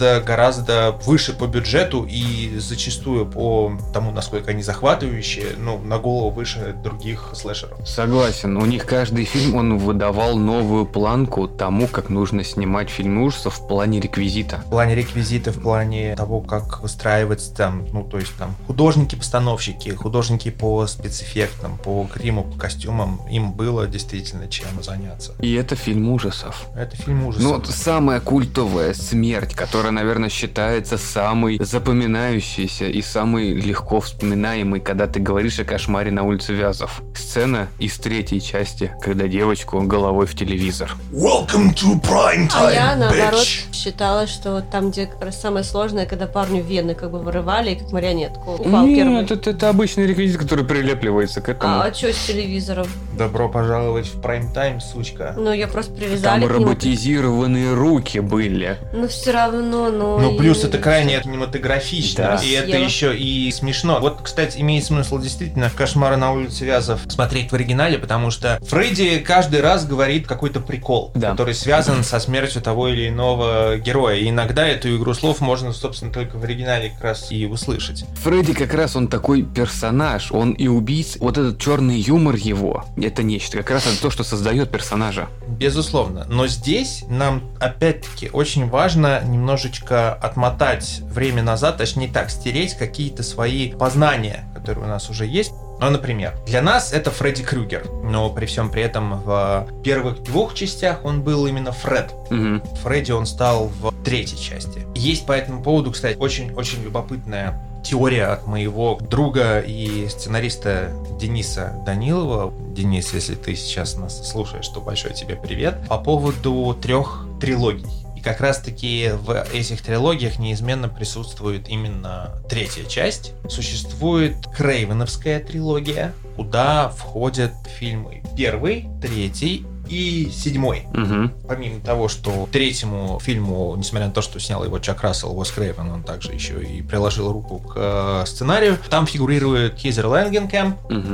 B: гораздо выше по бюджету и зачастую по тому, насколько они захватывающие, на голову выше других слэшеров.
A: Согласен. У них каждый фильм, он выдавал новую планку тому, как нужно снимать фильмы ужасов в плане реквизита.
B: В плане реквизита, в плане того, как выстраивать там, то есть там художники-постановщики, художники по спецэффектам, по гриму, по костюмам, им было действительно чем заняться.
A: И это фильм ужасов.
B: Это фильм ужасов.
A: Самая культовая смерть, которая, наверное, считается самой запоминающейся и самой легко вспоминаемой, когда ты говоришь о «Кошмаре на улице Вязов». Сцена из 3-й части, когда девочку головой в телевизор.
B: Welcome to prime time,
C: а я, наоборот,
B: bitch.
C: считала, что там, где самое сложное, когда парню вены как бы вырывали, и как марионетку упал первый.
A: Нет, это обычный реквизит, который прилепливается к этому.
C: А что с телевизором?
B: Добро пожаловать в прайм-тайм, сучка.
C: Я просто привязали
A: там
C: к нему.
A: роботизированные руки были.
C: Все равно,
B: плюс это крайне кинематографично,
A: да.
B: И это еще и смешно. Вот, кстати, имеет смысл действительно «Кошмары на улице Вязов» смотреть в оригинале, потому что Фредди каждый раз говорит какой-то прикол, который связан со смертью того или иного героя. И иногда эту игру слов можно, собственно, только в оригинале как раз и услышать.
A: Фредди как раз он такой персонаж, он и убийца. Вот этот черный юмор его, это нечто. Как раз это то, что создает персонажа.
B: Безусловно. Но здесь нам, опять-таки, очень важно немножечко отмотать время назад, точнее так, стереть какие-то свои познания, которые у нас уже есть. Например, для нас это Фредди Крюгер, но при всем при этом в первых 2 частях он был именно Фред. Фредди он стал в 3-й части. Есть по этому поводу, кстати, очень-очень любопытная теория от моего друга и сценариста Дениса Данилова. Денис, если ты сейчас нас слушаешь, то большой тебе привет. По поводу 3 трилогий. И как раз-таки в этих трилогиях неизменно присутствует именно 3-я часть. Существует Крейвеновская трилогия, куда входят фильмы 1-й, 3-й и 7-й. Помимо того, что 3-му фильму, несмотря на то, что снял его Чак Рассел, Уэс Крейвен, он также еще и приложил руку к сценарию. Там фигурирует Хизер Лэнгенкэмп.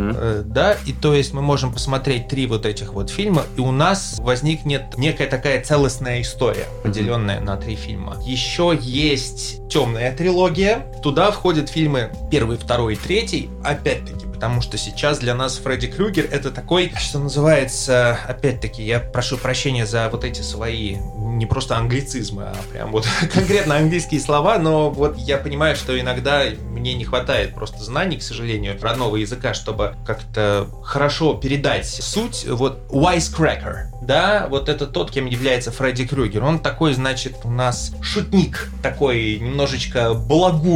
B: Да, и то есть мы можем посмотреть 3 вот этих вот фильма, и у нас возникнет некая такая целостная история, поделенная на 3 фильма. Еще есть темная трилогия. Туда входят фильмы 1, 2 и 3, опять-таки, потому что сейчас для нас Фредди Крюгер это такой, что называется, опять-таки, я прошу прощения за вот эти свои не просто англицизмы, а прям вот конкретно английские слова, но вот я понимаю, что иногда мне не хватает просто знаний, к сожалению, родного языка, чтобы как-то хорошо передать суть. Вот wisecracker, да, вот это тот, кем является Фредди Крюгер. Он такой, значит, у нас шутник, такой немножечко балагур,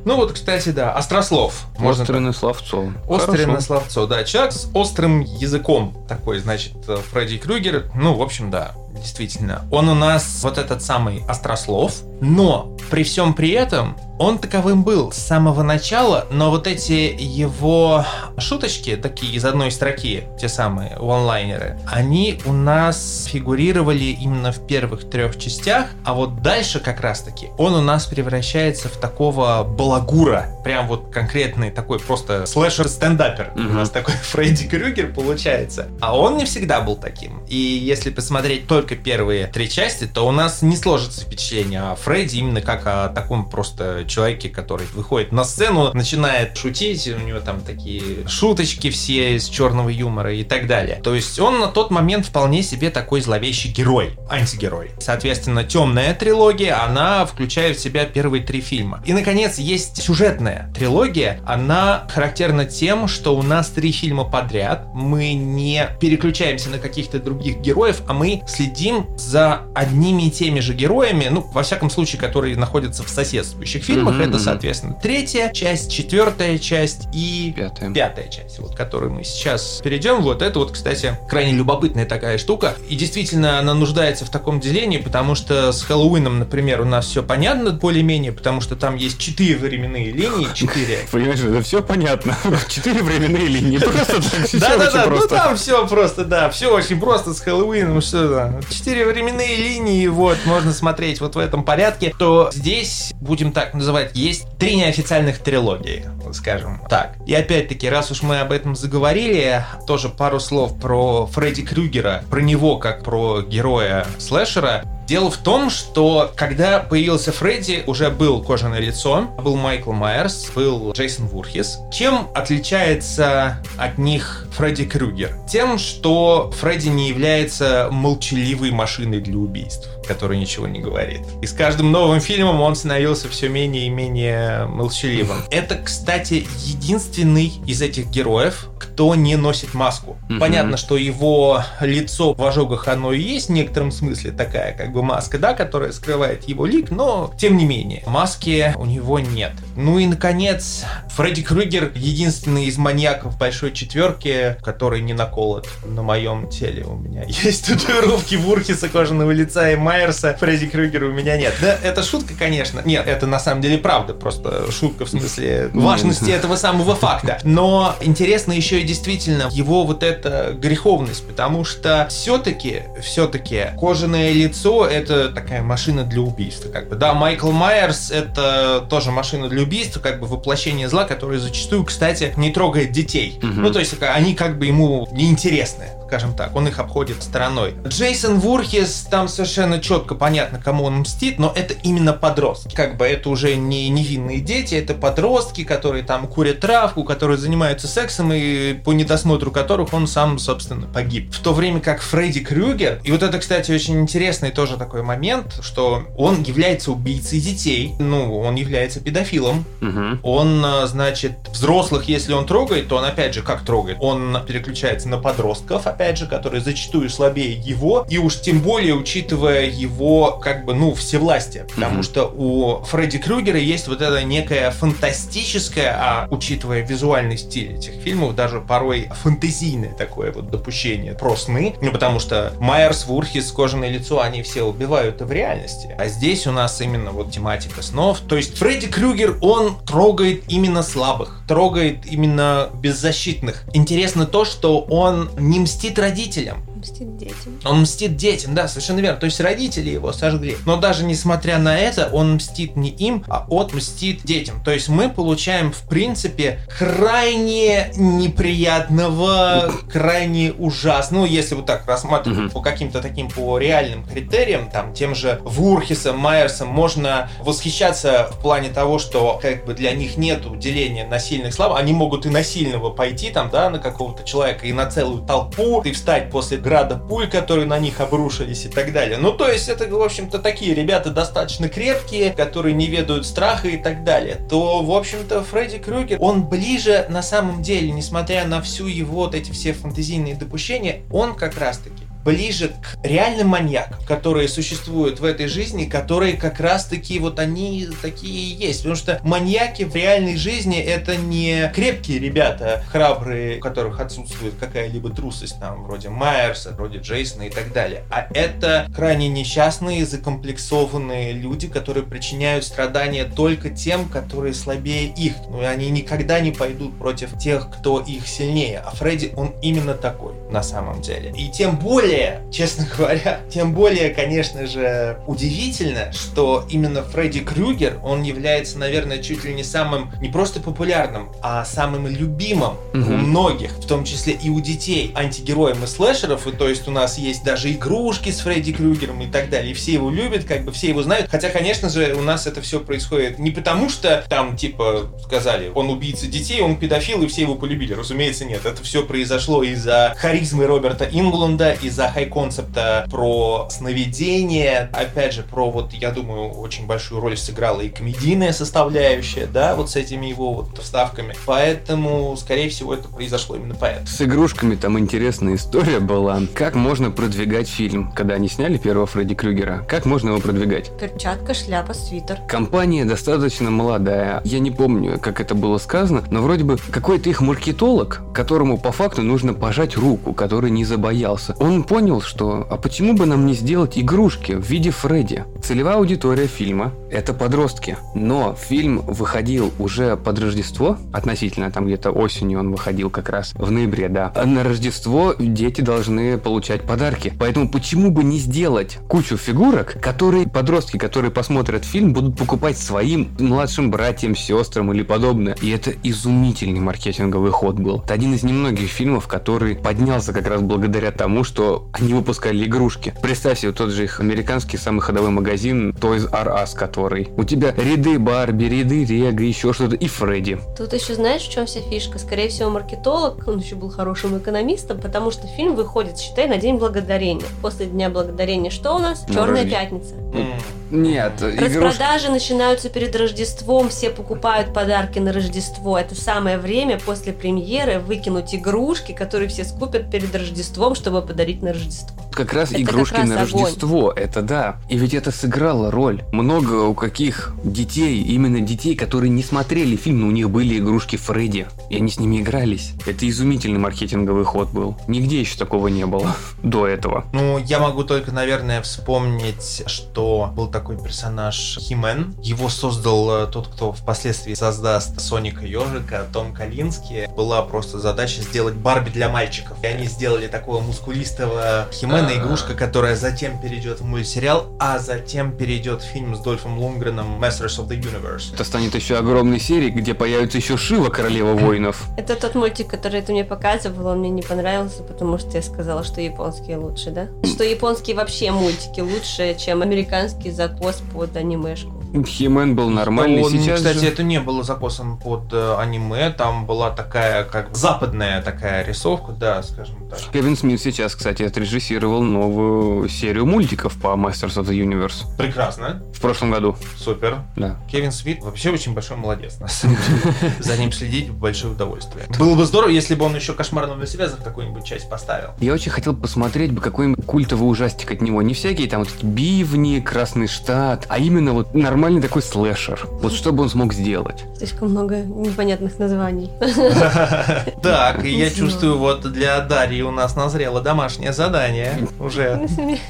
B: Ну вот, кстати, да, острослов.
A: Острый на словцо.
B: Острый на словцо, да. Человек с острым языком такой, значит, Фредди Крюгер. Ну, в общем, да, действительно. Он у нас вот этот самый острослов, но при всем при этом он таковым был с самого начала, но вот эти его шуточки, такие из одной строки, те самые онлайнеры, они у нас фигурировали именно в первых 3 частях, а вот дальше как раз-таки он у нас превращается в такого балагура, прям вот конкретный такой просто слэшер-стендапер. У нас такой Фредди Крюгер получается. А он не всегда был таким. И если посмотреть только первые 3 части, то у нас не сложится впечатление о Фредди именно как о таком просто человеке, который выходит на сцену, начинает шутить, у него там такие шуточки все из черного юмора и так далее. То есть он на тот момент вполне себе такой зловещий герой, антигерой. Соответственно, темная трилогия, она включает в себя первые 3 фильма. И, наконец, есть сюжетная трилогия. Она характерна тем, что у нас 3 фильма подряд. Мы не переключаемся на каких-то других героев, а мы следим за одними и теми же героями, ну, во всяком случае, которые находятся в соседствующих фильмах. Это, соответственно, 3-я часть, 4-я часть и 5-я часть, вот, к которой мы сейчас перейдем. Вот это вот, кстати, крайне любопытная такая штука. И действительно, она нуждается в таком делении, потому что с Хэллоуином, например, у нас все понятно более-менее, потому что там есть 4 временные линии, 4.
A: Понимаешь, это все понятно. 4 временные линии. Просто так,
B: да, ну там все просто, да, все очень просто с Хэллоуином, что да. 4 временные линии, вот, можно смотреть вот в этом порядке, то здесь, будем так называть, есть 3 неофициальных трилогии, скажем так. И опять-таки, раз уж мы об этом заговорили, тоже пару слов про Фредди Крюгера, про него как про героя слэшера. Дело в том, что когда появился Фредди, уже был Кожаное лицо, был Майкл Майерс, был Джейсон Вурхис. Чем отличается от них Фредди Крюгер? Тем, что Фредди не является молчаливой машиной для убийств, которая ничего не говорит. И с каждым новым фильмом он становился все менее и менее молчаливым. Это, кстати, единственный из этих героев, кто не носит маску. Понятно, что его лицо в ожогах, оно и есть в некотором смысле такая, как бы маска, да, которая скрывает его лик, но, тем не менее, маски у него нет. Ну и, наконец, Фредди Крюгер единственный из маньяков Большой Четверки, который не наколот на моем теле. У меня есть татуировки Вурхиса, Кожаного лица и Майерса. Фредди Крюгера у меня нет. Да, это шутка, конечно. Нет, это на самом деле правда. Просто шутка в смысле важности этого самого факта. Но интересно еще и действительно его вот эта греховность, потому что все-таки Кожаное лицо — это такая машина для убийства, как бы. Да, Майкл Майерс — это тоже машина для убийства, как бы воплощение зла, которое зачастую, кстати, не трогает детей. Ну, то есть они как бы ему неинтересны, скажем так, он их обходит стороной. Джейсон Вурхис, там совершенно четко понятно, кому он мстит, но это именно подростки. Как бы это уже не невинные дети, это подростки, которые там курят травку, которые занимаются сексом и по недосмотру которых он сам, собственно, погиб. В то время как Фредди Крюгер, и вот это, кстати, очень интересный тоже такой момент, что он является убийцей детей, ну, он является педофилом, он, значит, взрослых, если он трогает, то он, опять же, как трогает? Он переключается на подростков, опять же, которые зачастую слабее его, и уж тем более, учитывая его, как бы, ну, всевластие, потому что у Фредди Крюгера есть вот это некое фантастическое, а учитывая визуальный стиль этих фильмов, даже порой фантазийное такое вот допущение про сны, ну, потому что Майерс, Вурхис, Кожаное лицо, они все убивают и в реальности, а здесь у нас именно вот тематика снов, то есть Фредди Крюгер, он трогает именно слабых, трогает именно беззащитных. Интересно то, что он не мстит родителям.
C: Мстит детям.
B: Он мстит детям, да, совершенно верно. То есть родители его сожгли. Но даже несмотря на это, он мстит не им, а он мстит детям. То есть мы получаем, в принципе, крайне неприятного, крайне ужасного, если вот так рассматривать по каким-то таким, по реальным критериям, там, тем же Вурхисом, Майерсом, можно восхищаться в плане того, что как бы для них нету деления на сильных слабых. Они могут и на сильного пойти, там, да, на какого-то человека, и на целую толпу, и встать после града пуль, которые на них обрушились и так далее. Ну, то есть, это, в общем-то, такие ребята достаточно крепкие, которые не ведают страха и так далее. То, в общем-то, Фредди Крюгер, он ближе на самом деле, несмотря на всю его вот эти все фантазийные допущения, он как раз-таки ближе к реальным маньякам, которые существуют в этой жизни, которые как раз-таки вот они такие и есть. Потому что маньяки в реальной жизни это не крепкие ребята, храбрые, у которых отсутствует какая-либо трусость, там, вроде Майерса, вроде Джейсона и так далее. А это крайне несчастные, закомплексованные люди, которые причиняют страдания только тем, которые слабее их. Ну и они никогда не пойдут против тех, кто их сильнее. А Фредди, он именно такой на самом деле. И тем более, честно говоря, конечно же, удивительно, что именно Фредди Крюгер, он является, наверное, чуть ли не самым, не просто популярным, а самым любимым у многих, в том числе и у детей, антигероем и слэшеров. И то есть у нас есть даже игрушки с Фредди Крюгером и так далее. И все его любят, как бы все его знают. Хотя, конечно же, у нас это все происходит не потому, что там, типа, сказали, он убийца детей, он педофил, и все его полюбили. Разумеется, нет. Это все произошло из-за харизмы Роберта Инглунда, из-за хай-концепта про сновидение. Опять же, про вот, я думаю, очень большую роль сыграла и комедийная составляющая, да, вот с этими его вот вставками. Поэтому, скорее всего, это произошло именно поэтому.
A: С игрушками там интересная история была. Как можно продвигать фильм? Когда они сняли первого Фредди Крюгера, как можно его продвигать?
C: Перчатка, шляпа, свитер.
A: Компания достаточно молодая. Я не помню, как это было сказано, но вроде бы какой-то их маркетолог, которому по факту нужно пожать руку, который не забоялся. Он понял, что а почему бы нам не сделать игрушки в виде Фредди? Целевая аудитория фильма — это подростки. Но фильм выходил уже под Рождество, относительно там где-то осенью он выходил как раз, в ноябре, да. А на Рождество дети должны получать подарки. Поэтому почему бы не сделать кучу фигурок, которые подростки, которые посмотрят фильм, будут покупать своим младшим братьям, сестрам или подобное. И это изумительный маркетинговый ход был. Это один из немногих фильмов, который поднялся как раз благодаря тому, что они выпускали игрушки. Представь себе тот же их американский самый ходовой магазин Toys R Us, который. У тебя ряды Барби, ряды Рега, еще что-то, и Фредди.
C: Тут еще знаешь, в чем вся фишка? Скорее всего, маркетолог, он еще был хорошим экономистом, потому что фильм выходит, считай, на День Благодарения. После Дня Благодарения что у нас? Черная пятница.
A: Нет,
C: распродажи начинаются перед Рождеством, все покупают подарки на Рождество. Это самое время после премьеры выкинуть игрушки, которые все скупят перед Рождеством, чтобы подарить на Рождество.
A: Как раз это игрушки как раз на Рождество, это да. И ведь это сыграло роль. Много у каких детей, именно детей, которые не смотрели фильм, но у них были игрушки Фредди, и они с ними игрались. Это изумительный маркетинговый ход был. Нигде еще такого не было до этого.
B: Ну, я могу только, наверное, вспомнить, что был такой персонаж Хи-Мен. Его создал тот, кто впоследствии создаст Соника Ёжика, Том Калински. Была просто задача сделать Барби для мальчиков. И они сделали такого мускулистого Хи-Мена, игрушка, которая затем перейдет в мультсериал, а затем перейдет в фильм с Дольфом Лундгреном Masters of the Universe.
A: Это станет еще огромной серией, где появится еще Шива, королева воинов.
C: Это тот мультик, который ты мне показывал, он мне не понравился, потому что я сказала, что японские лучше, да? Что японские вообще мультики лучше, чем американский закос под анимешку.
A: Хи-Мен был нормальный.
B: Сейчас кстати, это не было закосом под аниме, там была такая, как западная такая рисовка, да, скажем так.
A: Кевин Смит сейчас, кстати, отрежиссировал новую серию мультиков по Masters of the Universe.
B: Прекрасно.
A: В прошлом году.
B: Супер.
A: Да.
B: Кевин Смит вообще очень большой молодец, на самом деле. За ним следить большое удовольствие. Было бы здорово, если бы он еще «Кошмар на Новосибирск» какую-нибудь часть поставил.
A: Я очень хотел посмотреть бы какой-нибудь культовый ужастик от него. Не всякие там вот эти бивни, Красный штат, а именно вот нормальный такой слэшер. Вот что бы он смог сделать.
C: Слишком много непонятных названий.
B: Так, и я чувствую, вот для Дарьи у нас назрело домашнее задание уже.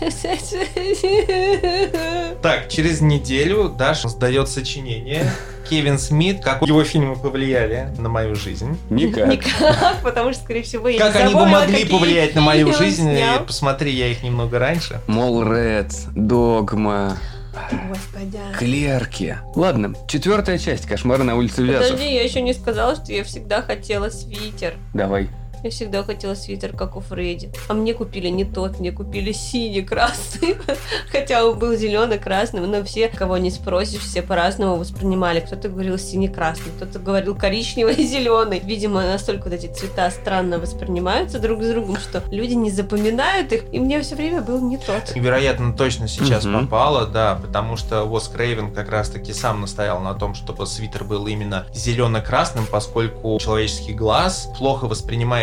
B: Так, через неделю Даша сдает сочинение. Кевин Смит, как его фильмы повлияли на мою жизнь?
A: Никак.
C: Никак, потому что, скорее всего, я
B: как они бы могли повлиять на мою жизнь? Посмотри, я их немного раньше.
A: Моллред, Догма.
C: Господи.
A: Клерки. Ладно, 4-я часть. Кошмар на улице Вязов.
C: Подожди, я еще не сказала, что я всегда хотела свитер.
A: Давай.
C: Я всегда хотела свитер, как у Фредди. А мне купили не тот, мне купили синий, красный. Хотя он был зеленый, красным, но все, кого не спросишь, все по-разному воспринимали. Кто-то говорил синий-красный, кто-то говорил коричневый и зеленый. Видимо, настолько вот эти цвета странно воспринимаются друг с другом, что люди не запоминают их, и мне все время был не тот.
B: Вероятно, точно сейчас попало, да, потому что Уэс Крейвен как раз-таки сам настоял на том, чтобы свитер был именно зелено-красным, поскольку человеческий глаз плохо воспринимает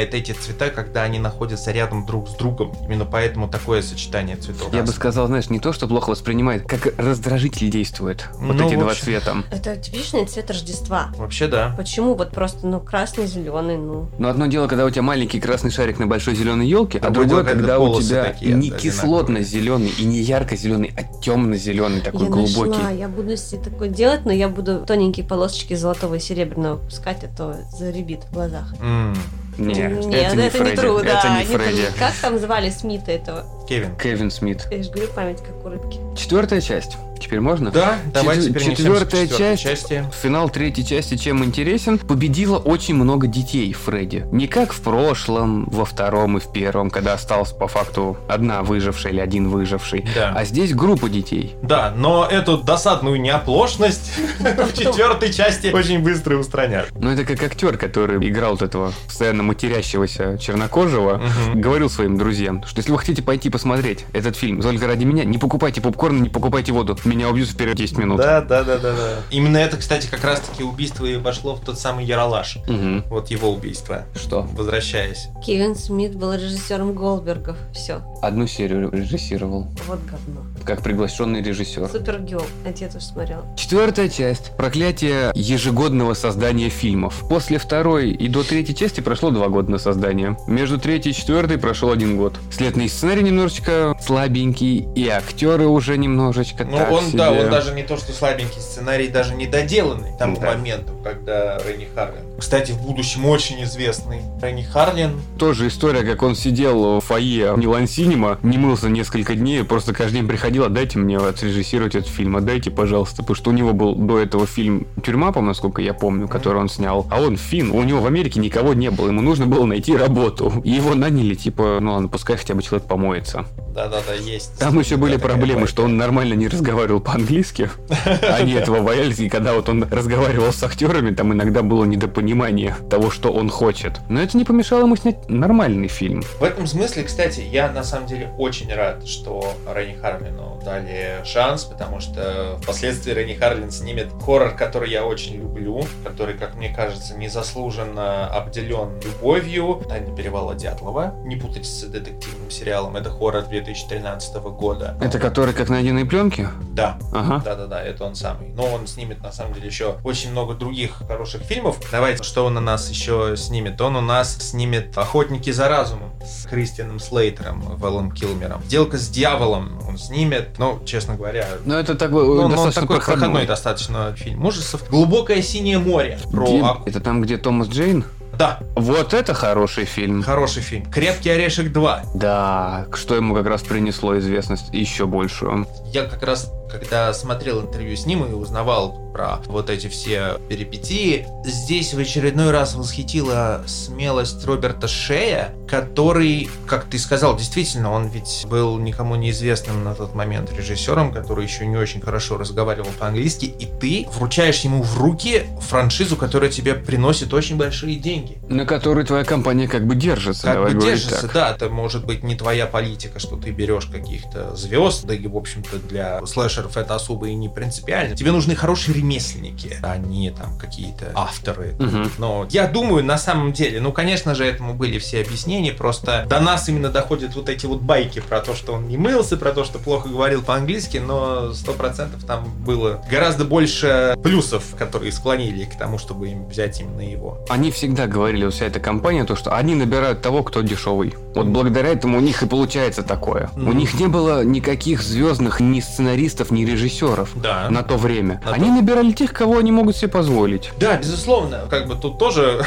B: выделяет эти цвета, когда они находятся рядом друг с другом. Именно поэтому такое сочетание цветов.
A: Я бы сказал, знаешь, не то, что плохо воспринимает, как раздражитель действует. Вот эти два цвета.
C: Это типичный цвет Рождества.
B: Вообще, да.
C: Почему? Вот просто, красный, зеленый,
A: Но одно дело, когда у тебя маленький красный шарик на большой зеленой елке, а другое, когда у тебя не кислотно-зеленый и не ярко-зеленый, а темно-зеленый, такой глубокий.
C: Я буду себе такое делать, но я буду тоненькие полосочки золотого и серебряного пускать, а то заребит в глазах.
A: Нет, это не Фредди. Это не Фредди.
C: Как там звали Смита этого?
A: Кевин Смит.
C: Я же говорю, память как у рыбки.
A: 4-я часть. Теперь можно?
B: Да, давайте перенесемся к
A: 4-я
B: части.
A: Финал 3-й части, чем интересен, победило очень много детей Фредди. Не как в прошлом, во 2-м и в 1-м, когда осталась по факту одна выжившая или один выживший.
B: Да.
A: А здесь группа детей.
B: Да, но эту досадную неоплошность в 4-й части очень быстро устранят.
A: Ну, это как актер, который играл вот этого постоянно матерящегося чернокожего, говорил своим друзьям, что если вы хотите пойти посмотреть этот фильм только ради меня, не покупайте попкорн, не покупайте воду. Меня убьют в первые 10 минут.
B: Да. Именно это, кстати, как раз-таки убийство и вошло в тот самый Яралаш. Вот его убийство.
A: Что?
B: Возвращаясь.
C: Кевин Смит был режиссером Голдбергов. Все.
A: Одну серию режиссировал.
C: Вот говно.
A: Как приглашенный режиссер.
C: Супергерл. А я тоже смотрела.
A: 4-я часть. Проклятие ежегодного создания фильмов. После 2-й и до 3-й части прошло 2 года на создание. Между 3-й и 4-й прошел 1 год. Следный сценарий немножечко слабенький, и актеры уже немножечко так
B: он
A: себе.
B: Да, он даже не то, что слабенький, сценарий даже не доделанный к тому моменту, когда Ренни Харлин. Кстати, в будущем очень известный Ренни Харлин.
A: Тоже история, как он сидел в фойе Милан Синема, не мылся несколько дней, просто каждый день приходил: отдайте мне отрежиссировать этот фильм, отдайте, пожалуйста. Потому что у него был до этого фильм «Тюрьма», по-моему, насколько я помню, который он снял. А он финн, у него в Америке никого не было, ему нужно было найти работу. И его наняли, типа, ну ладно, пускай хотя бы человек помоется.
B: Да, есть.
A: Там еще были проблемы, что он нормально не разговаривал по-английски. Они этого боялись, и когда вот он разговаривал с актерами, там иногда было недопонимание того, что он хочет. Но это не помешало ему снять нормальный фильм.
B: В этом смысле, кстати, я на самом деле очень рад, что Ренни Харлину дали шанс, потому что впоследствии Ренни Харлин снимет хоррор, который я очень люблю, который, как мне кажется, незаслуженно обделен любовью. «Тайна перевала Дятлова». Не путать с детективным сериалом. Это хоррор 2013 года.
A: Это который как найденные пленки?
B: Да.
A: Ага.
B: Да, это он самый. Но он снимет, на самом деле, еще очень много других хороших фильмов. Давайте, что он у нас еще снимет? Он у нас снимет «Охотники за разумом» с Кристианом Слейтером, Вэлом Килмером. «Сделка с дьяволом» он снимет. Ну, честно говоря...
A: Ну, это такой достаточно
B: проходной достаточно фильм ужасов. «Глубокое синее море».
A: Это там, где Томас Джейн?
B: Да.
A: Вот это хороший фильм.
B: Хороший фильм. «Крепкий орешек 2».
A: Да, что ему как раз принесло известность еще большую.
B: Я как раз, когда смотрел интервью с ним и узнавал про вот эти все перипетии, здесь в очередной раз восхитила смелость Роберта Шея, который, как ты сказал, действительно, он ведь был никому неизвестным на тот момент режиссером, который еще не очень хорошо разговаривал по-английски, и ты вручаешь ему в руки франшизу, которая тебе приносит очень большие деньги.
A: На которой твоя компания как бы держится.
B: Как бы держится, да. Это может быть не твоя политика, что ты берешь каких-то звезд, да и, в общем-то, для слэшеров это особо и не принципиально. Тебе нужны хорошие ремесленники, а не там какие-то авторы. Но я думаю, на самом деле, ну, конечно же, этому были все объяснения, просто до нас именно доходят вот эти вот байки про то, что он не мылся, про то, что плохо говорил по-английски, но 100% там было гораздо больше плюсов, которые склонили к тому, чтобы им взять именно его.
A: Они всегда говорили, вся эта компания, то, что они набирают того, кто дешевый. Вот благодаря этому у них и получается такое. У них не было никаких звездных ни сценаристов, ни режиссеров на то время. Они набирали тех, кого они могут себе позволить.
B: Да, безусловно. Как бы тут тоже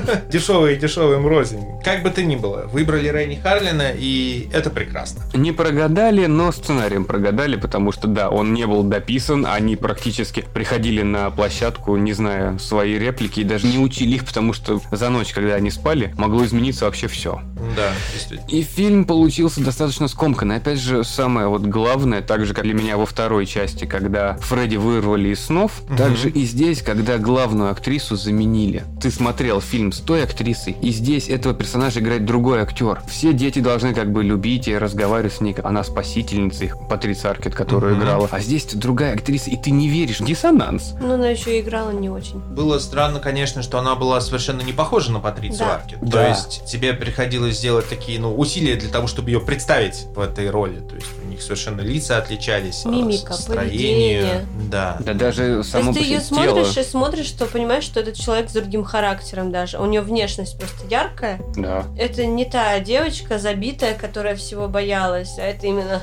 B: дешевым рознь. Как бы то ни было, выбрали Ренни Харлина, и это прекрасно.
A: Не прогадали, но сценарием прогадали, потому что, да, он не был дописан, они практически приходили на площадку, не зная свои реплики, и даже не учили их, потому что за ночь, когда они спали, могло измениться вообще все.
B: Да, действительно.
A: И фильм получился достаточно скомканный. Опять же, самое вот главное, так же, как для меня во второй части, когда Фредди вырвали из снов, так же и здесь, когда главную актрису заменили. Ты смотрел фильм с той актрисой, и здесь этого персонажа играет другой актер. Все дети должны как бы любить и разговаривать с ней. Она спасительница их, Патриция Аркет, которую играла. А здесь другая актриса, и ты не веришь. Диссонанс.
C: Но она еще и играла не очень.
B: Было странно, конечно, что она была совершенно не похожа на Патрицию Аркет.
A: Да.
B: То есть тебе приходилось сделать такие, усилия для того, чтобы ее представить в этой роли. То есть у них совершенно лица отличались,
C: мимика,
B: строение.
C: поведение.
B: Да.
A: Да даже само
C: То
A: по
C: есть ты
A: себе
C: ее
A: тело.
C: смотришь и смотришь, что понимаешь, что этот человек с другим характером даже. У нее внешность просто яркая.
A: Да.
C: Это не та девочка забитая, которая всего боялась, а это именно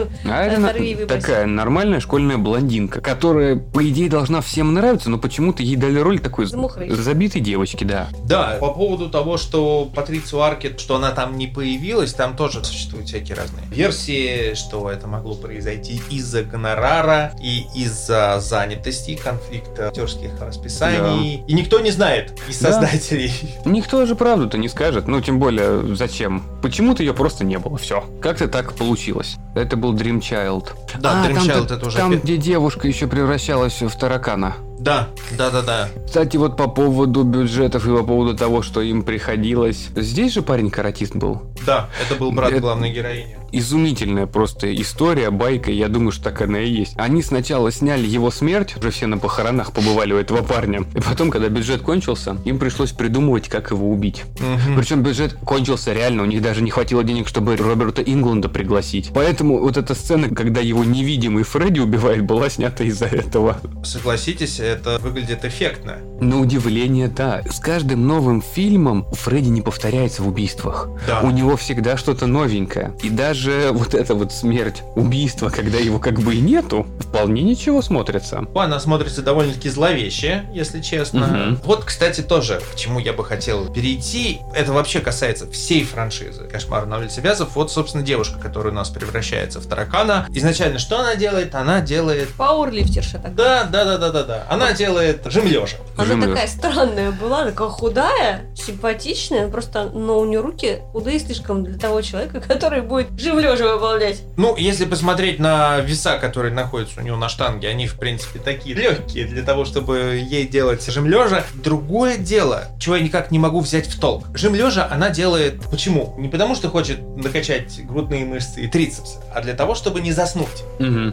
A: А это
C: оторви и выброси.
A: такая нормальная школьная блондинка, которая, по идее, должна всем нравиться, но почему-то ей дали роль такой
C: Замухрой.
A: забитой девочки, да.
B: Да, по поводу того, что Патрицию Аркет, что она там не появилась, там тоже существуют всякие разные версии, что это могло произойти из-за гонорара и из-за занятости, конфликта актерских расписаний. И никто не знает из создателей.
A: Никто же правду-то не скажет, тем более, зачем? Почему-то ее просто не было, все. Как-то так получилось. Это был Dream Child.
B: Да, Dream Child это уже...
A: Там, где девушка еще превращалась в таракана.
B: Да.
A: Кстати, вот по поводу бюджетов и по поводу того, что им приходилось... Здесь же парень-каратист был.
B: Да, это был брат главной героини.
A: Изумительная просто история, байка, я думаю, что так она и есть. Они сначала сняли его смерть, уже все на похоронах побывали у этого парня. И потом, когда бюджет кончился, им пришлось придумывать, как его убить. Причем бюджет кончился реально, у них даже не хватило денег, чтобы Роберта Ингланда пригласить. Поэтому вот эта сцена, когда его невидимый Фредди убивает, была снята из-за этого.
B: Согласитесь, это выглядит эффектно.
A: На удивление, да. С каждым новым фильмом Фредди не повторяется в убийствах.
B: Да.
A: У него всегда что-то новенькое. И даже вот эта вот смерть, убийство, когда его как бы и нету, вполне ничего смотрится.
B: Она смотрится довольно-таки зловеще, если честно. Вот, кстати, тоже, к чему я бы хотел перейти. Это вообще касается всей франшизы «Кошмар на улице Вязов». Вот, собственно, девушка, которая у нас превращается в таракана. Изначально что она делает? Она делает...
C: Пауэрлифтерша такая.
B: Да. Она делает жим-лежа.
C: Она такая странная была, такая худая, симпатичная, просто, но у нее руки худые слишком для того человека, который будет жим-лежа выполнять.
B: Если посмотреть на веса, которые находятся у него на штанге, они, в принципе, такие легкие для того, чтобы ей делать жим-лежа. Другое дело, чего я никак не могу взять в толк. Жим-лежа она делает... Почему? Не потому, что хочет накачать грудные мышцы и трицепсы, а для того, чтобы не заснуть.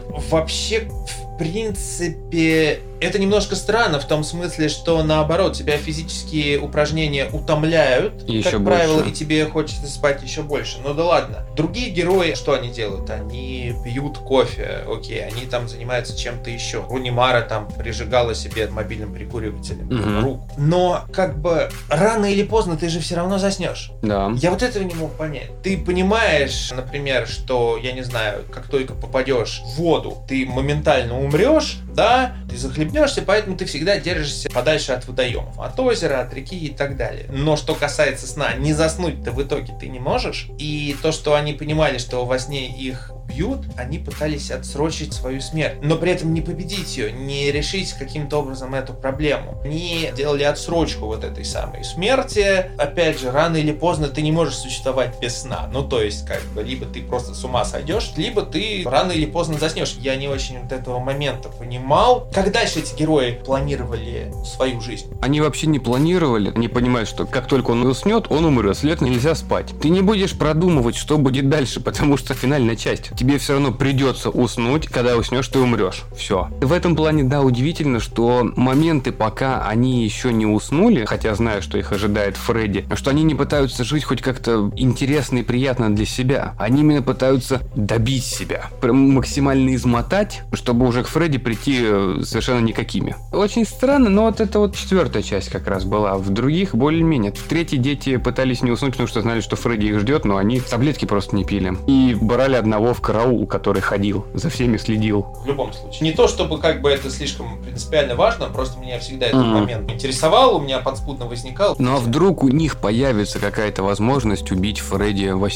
B: Вообще, в принципе, это немножко странно в том смысле, что наоборот, тебя физические упражнения утомляют,
A: еще
B: как
A: больше.
B: правило, и тебе хочется спать еще больше. Ну да ладно. Другие герои, что они делают? Они пьют кофе, окей, они там занимаются чем-то еще. Руни Мара там прижигала себе мобильным прикуривателем руку. Но как бы рано или поздно ты же все равно заснешь.
A: Да.
B: Я вот этого не мог понять. Ты понимаешь, например, что, я не знаю, как только попадешь в воду, ты моментально умрешь, да, ты захлебнешься, поэтому ты всегда держишься подальше от водоемов, от озера, от реки и так далее. Но что касается сна, не заснуть-то в итоге ты не можешь. И то, что они понимали, что во сне их бьют, они пытались отсрочить свою смерть, но при этом не победить ее, не решить каким-то образом эту проблему. Они делали отсрочку вот этой самой смерти. Опять же, рано или поздно ты не можешь существовать без сна. То есть, как бы, либо ты просто с ума сойдешь, либо ты рано или поздно заснешь. Я не очень вот этого момента понимал. Как дальше эти герои планировали свою жизнь?
A: Они вообще не планировали. Они понимают, что как только он уснет, он умрет. Следовательно, нельзя спать. Ты не будешь продумывать, что будет дальше, потому что финальная часть. Тебе все равно придется уснуть, когда уснешь, ты умрешь. Все. В этом плане, да, удивительно, что моменты, пока они еще не уснули, хотя знаю, что их ожидает Фредди, что они не пытаются жить хоть как-то интересно и приятно для себя. Они именно пытаются добить себя. Прям максимально измотать, чтобы уже к Фредди прийти совершенно никакими. Очень странно, но вот это вот четвертая часть как раз была. В других более-менее. В третьей дети пытались не уснуть, потому что знали, что Фредди их ждет, но они таблетки просто не пили. И брали одного в караул, который ходил, за всеми следил.
B: В любом случае. Не то, чтобы как бы это слишком принципиально важно, просто меня всегда этот момент интересовал, у меня подспудно возникал.
A: Ну а вдруг у них появится какая-то возможность убить Фредди во сне?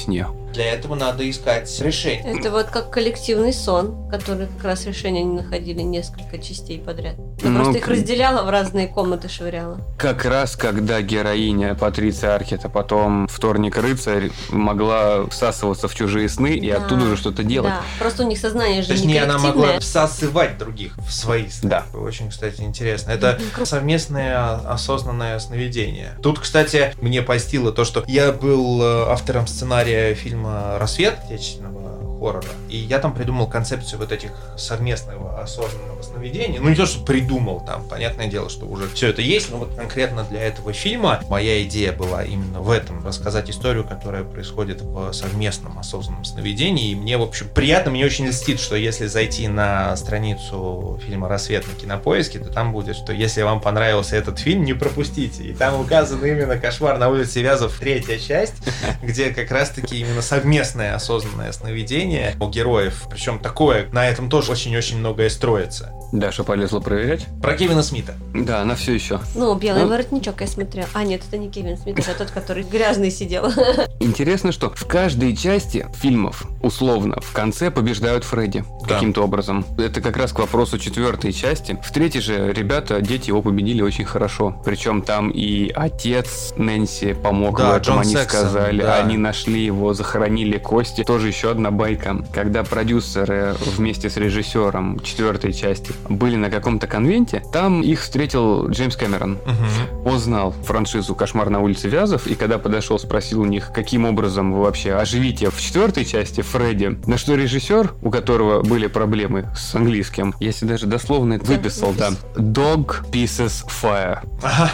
B: Для этого надо искать решение.
C: Это вот как коллективный сон, который как раз решения не находили несколько частей подряд. Просто их разделяла в разные комнаты, швыряла.
A: Как раз когда героиня Патриция Аркет, а потом Вторник-рыцарь могла всасываться в чужие сны и оттуда уже что-то делать.
C: Да, просто у них сознание же
B: Точнее,
C: не коллективное.
B: она могла всасывать других в свои сны.
A: Да.
B: Очень, кстати, интересно. Это совместное осознанное сновидение. Тут, кстати, мне польстило то, что я был автором сценария фильма «Рассвет» отечественного хоррора, и я там придумал концепцию вот этих совместного осознанного сновидения. Ну, не то, что придумал, там, понятное дело, что уже все это есть, но вот конкретно для этого фильма моя идея была именно в этом, рассказать историю, которая происходит в совместном осознанном сновидении, и мне, в общем, приятно, мне очень льстит, что если зайти на страницу фильма «Рассвет» на Кинопоиске, то там будет, что если вам понравился этот фильм, не пропустите, и там указан именно «Кошмар на улице Вязов», 3-я часть, где как раз-таки именно совместное осознанное сновидение у героев, причем такое, на этом тоже очень-очень многое строится.
A: Даша полезла проверять.
B: Про Кевина Смита.
A: Да, она все еще.
C: Ну, «Белый воротничок» я смотрела. А, нет, это не Кевин Смит, это тот, который грязный сидел.
A: Интересно, что в каждой части фильмов, условно, в конце побеждают Фредди каким-то образом. Это как раз к вопросу 4-й части. В 3-й же ребята, дети его победили очень хорошо. Причем там и отец Нэнси помог в этом,
B: Джон
A: они
B: Сексон,
A: сказали.
B: да.
A: Они нашли его, захоронили кости. Тоже еще одна байка. Когда продюсеры вместе с режиссером 4-й части были на каком-то конвенте, там их встретил Джеймс Кэмерон. Он знал франшизу «Кошмар на улице Вязов», и когда подошел, спросил у них, каким образом вы вообще оживите в 4-й части Фредди, на что режиссер, у которого были проблемы с английским, я себе даже дословно это выписал, да. Dog pieces fire.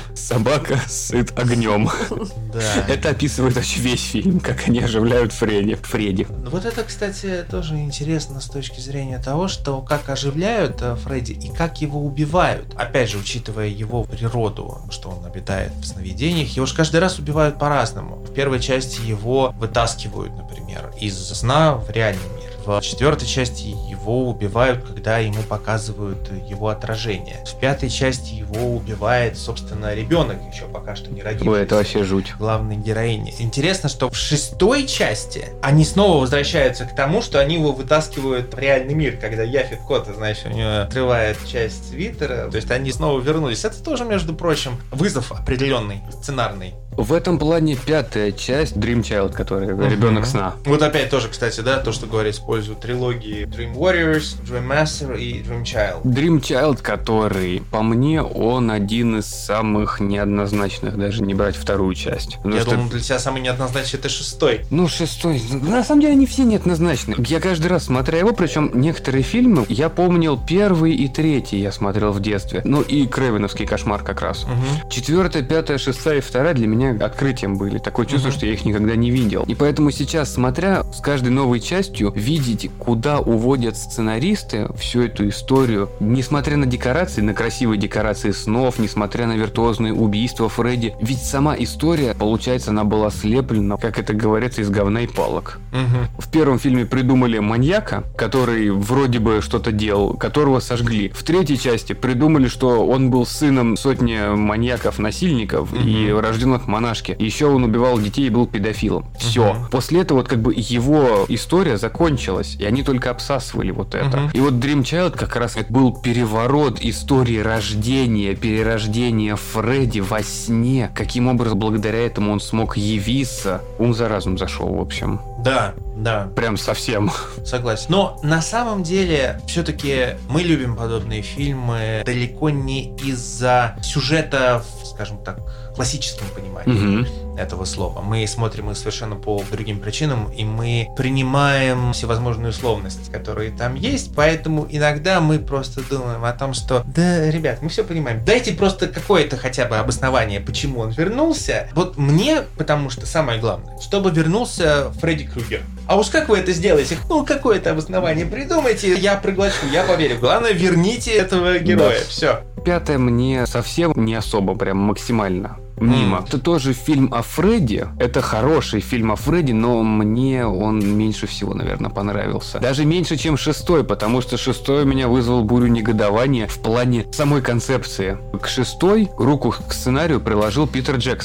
A: Собака сыт огнем.
B: Да.
A: Это описывает вообще весь фильм, как они оживляют Фредди.
B: Вот это, кстати, тоже интересно с точки зрения того, что как оживляют Фредди и как его убивают. Опять же, учитывая его природу, что он обитает в сновидениях, его же каждый раз убивают по-разному. В первой части его вытаскивают, например, из сна в реальный мир. В 4-й части его убивают, когда ему показывают его отражение. В 5-й части его убивает, собственно, ребенок, еще пока что не родившийся.
A: Ой, это вообще жуть.
B: Главной героини. Интересно, что в 6-й части они снова возвращаются к тому, что они его вытаскивают в реальный мир, когда Яфет Кота, знаешь, у него отрывает часть свитера. То есть они снова вернулись. Это тоже, между прочим, вызов определенный, сценарный.
A: В этом плане 5-я часть Dream Child, который ребенок сна.
B: Вот опять тоже, кстати, да, то, что говорят, используют трилогии Dream Warriors, Dream Master и Dream Child.
A: Dream Child, который, по мне, он один из самых неоднозначных, даже не брать 2-ю часть.
B: Я думал, для тебя самый неоднозначный это 6-й.
A: Ну, 6-й. На самом деле, они все неоднозначны. Я каждый раз, смотря его, причем некоторые фильмы, я помнил 1-й и 3-й я смотрел в детстве. Ну, и Крэвеновский кошмар как раз. 4-я, 5-я, 6-я и 2-я для меня открытием были. Такое чувство, что я их никогда не видел. И поэтому сейчас, смотря с каждой новой частью, видеть, куда уводят сценаристы всю эту историю, несмотря на декорации, на красивые декорации снов, несмотря на виртуозные убийства Фредди, ведь сама история, получается, она была слеплена, как это говорится, из говна и палок. В первом фильме придумали маньяка, который вроде бы что-то делал, которого сожгли. В 3-й части придумали, что он был сыном сотни маньяков-насильников и рожден от монашки. Еще он убивал детей и был педофилом. Все. После этого вот как бы его история закончилась, и они только обсасывали вот это. И вот Dream Child как раз это был переворот истории рождения, перерождения Фредди во сне. Каким образом благодаря этому он смог явиться. Ум за разум зашел, в общем.
B: Да, да.
A: Прям совсем.
B: Согласен. Но на самом деле, все-таки мы любим подобные фильмы далеко не из-за сюжета, скажем так, классическом понимании этого слова. Мы смотрим их совершенно по другим причинам, и мы принимаем всевозможную условность, которые там есть, поэтому иногда мы просто думаем о том, что да, ребят, мы все понимаем, дайте просто какое-то хотя бы обоснование, почему он вернулся. Вот мне, потому что самое главное, чтобы вернулся Фредди Крюгер. А уж как вы это сделаете? Ну, какое-то обоснование придумайте, я проглочу, я поверю. Главное, верните этого героя. Все.
A: 5-я мне совсем не особо, прям максимально мимо. Это тоже фильм о Фредди. Это хороший фильм о Фредди, но мне он меньше всего, наверное, понравился. Даже меньше, чем 6-й, потому что 6-й у меня вызвал бурю негодования в плане самой концепции. К 6-й руку к сценарию приложил Питер Джексон.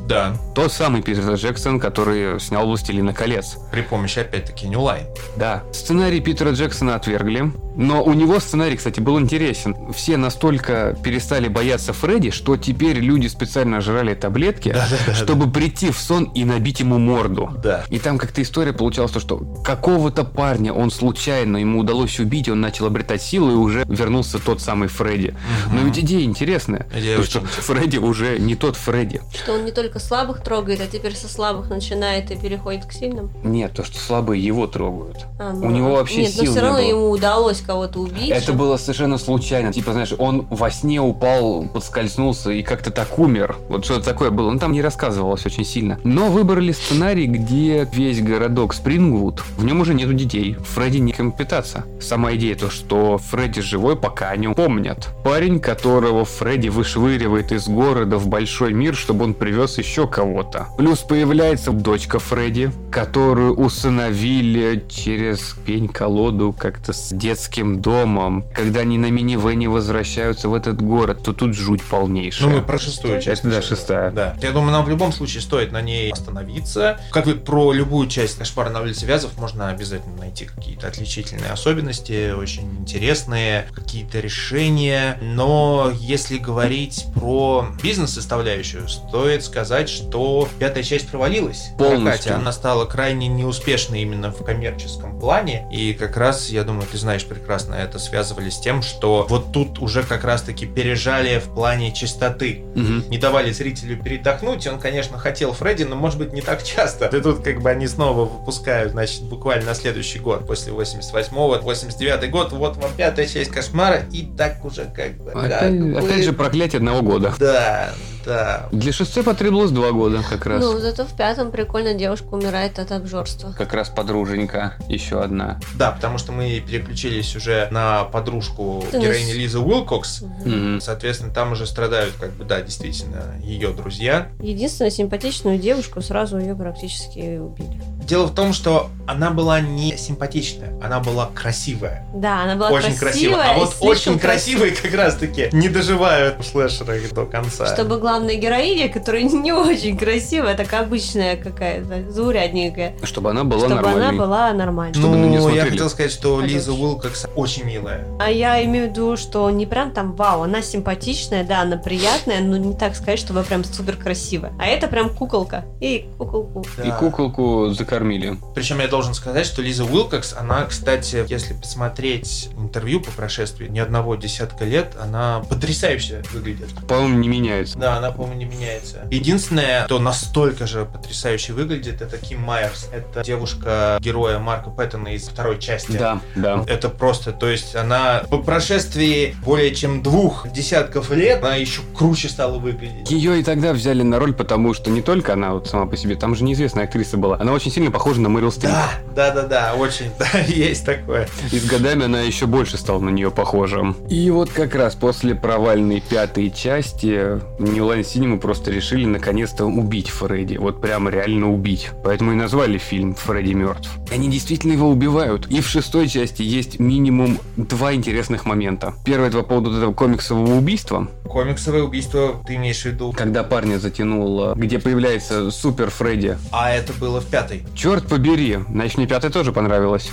B: Да.
A: Тот самый Питер Джексон, который снял «Властелина колец».
B: При помощи, опять-таки, New Line.
A: Да. Сценарий Питера Джексона отвергли, но у него сценарий, кстати, был интересен. Все настолько перестали бояться Фредди, что теперь люди специально жрали таблетки, чтобы прийти в сон и набить ему морду.
B: Да.
A: И там как-то история получалась, что какого-то парня он случайно, ему удалось убить, он начал обретать силы, и уже вернулся тот самый Фредди. Но ведь идея интересная.
B: Идея
A: что Фредди уже не тот Фредди.
C: Что он не только слабых трогает, а теперь со слабых начинает и переходит к сильным?
A: Нет, то, что слабые его трогают.
C: Ну,
A: у него вообще
C: нет,
A: сил
C: но все равно
A: не было.
C: ему удалось кого-то убить.
A: Это было совершенно случайно. Типа, знаешь, он во сне упал, подскользнулся и как-то так умер. Вот что-то такое было. Ну, там не рассказывалось очень сильно. Но выбрали сценарий, где весь городок Спрингвуд, в нем уже нету детей. Фредди некому питаться. Сама идея то, что Фредди живой, пока о нем помнят. Парень, которого Фредди вышвыривает из города в большой мир, чтобы он привез еще кого-то. Плюс появляется дочка Фредди, которую усыновили через пень-колоду как-то с детским домом. Когда они на минивэне возвращаются в этот город, то тут жуть полнейшая.
B: Ну, мы про шестую часть.
A: Это, да, шестая.
B: Да. Я думаю, нам в любом случае стоит на ней остановиться. Как бы про любую часть «Кошмара на улице Вязов» можно обязательно найти какие-то отличительные особенности, очень интересные какие-то решения. Но если говорить про бизнес-составляющую, стоит сказать, что пятая часть провалилась.
A: Полностью.
B: Она стала крайне неуспешной именно в коммерческом плане. И как раз, я думаю, ты знаешь прекрасно, это связывали с тем, что вот тут уже как раз-таки пережали в плане частоты. Не давали зрителю передохнуть. И он, конечно, хотел Фредди, но, может быть, не так часто. И тут как бы они снова выпускают, значит, буквально на следующий год, после 88-го, 89-й год, вот вам пятая часть «Кошмара», и так уже как бы...
A: Опять же, проклятие одного года.
B: Да, да.
A: Для шестой потребовалось 2 года как раз.
C: Ну, зато в пятом прикольно девушка умирает от обжорства.
A: Как раз подруженька, еще одна.
B: Да, потому что мы переключились уже на подружку героини Лизы Уилкокс. Соответственно, там уже страдают, как бы, да, действительно, ее друзья.
C: Единственную симпатичную девушку сразу ее практически убили.
B: Дело в том, что она была не симпатичная, она была красивая.
C: Да, она была
B: очень красивая. А вот очень красивые как раз-таки не доживают в слэшерах до конца.
C: Чтобы главная героиня, которая не очень красивая, такая обычная какая-то, заурядненькая.
A: Чтобы она была
C: чтобы
A: нормальной.
C: она была нормальной.
A: Чтобы на неё
B: Ну, я
A: смотрели.
B: хотел сказать, что Лиза Уилкокс очень милая.
C: А я имею в виду, что не прям там вау, она симпатичная, да, она приятная, но не так сказать, чтобы прям супер красивая. А это прям куколка. И куколку.
B: Да.
A: И куколку закормили.
B: Причем я должен сказать, что Лиза Уилкокс, она, кстати, если посмотреть интервью по прошествии ни одного десятка лет, она потрясающе выглядит.
A: По-моему, не меняется.
B: Да, она, по-моему, не меняется. Единственное, кто настолько же потрясающе выглядит, это Ким Майерс. Это девушка героя Марка Пэттона из второй части.
A: Да, да.
B: Это просто, то есть она по прошествии более чем 2 десятков лет, она еще круче стала выглядеть.
A: Ее и тогда взяли на роль, потому что не только она вот сама по себе, там же неизвестная актриса была. Она очень сильно похожа на Мэрил Стрип.
B: Да, очень, да, есть такое.
A: И с годами она еще больше стала на нее похожа. И вот как раз после провальной 5-й части New Line Cinema просто решили наконец-то убить Фредди. Вот прямо реально убить. Поэтому и назвали фильм «Фредди мертв». И они действительно его убивают. И в 6-й части есть минимум 2 интересных момента. Первое — это по поводу этого комиксового убийства.
B: Комиксовое убийство ты имеешь в виду?
A: Когда парня затянуло, где появляется Супер Фредди.
B: А это было в 5-й.
A: Черт побери, значит, мне 5-я тоже понравилась.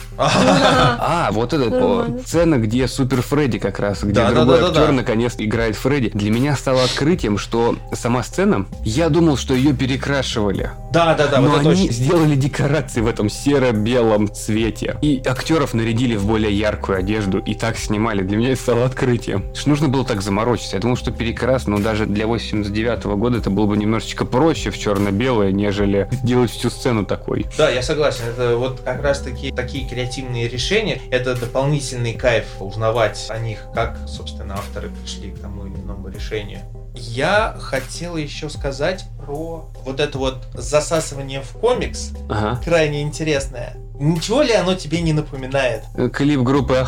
A: Вот эта
C: Нормально.
A: сцена, где Супер Фредди как раз, где
B: Да,
A: другой
B: да,
A: актер
B: да.
A: наконец играет Фредди. Для меня стало открытием, что сама сцена, я думал, что ее перекрашивали.
B: Да,
A: Но
B: вот это
A: они
B: точно.
A: сделали декорации в этом серо-белом цвете. И актеров нарядили в более яркую одежду и так снимали. Для меня это стало открытием. Что нужно было так заморочиться. Я думал, что перекрас, но даже для 89-го года это было бы немножечко проще в черно-белое, нежели делать всю сцену такой.
B: Да, я согласен. Это вот как раз такие креативные решения. Это дополнительный кайф узнавать о них, как, собственно, авторы пришли к тому или иному решению. Я хотел еще сказать про вот это вот засасывание в комикс.
A: Ага.
B: Крайне интересное. Ничего ли оно тебе не напоминает?
A: Клип группы Аха?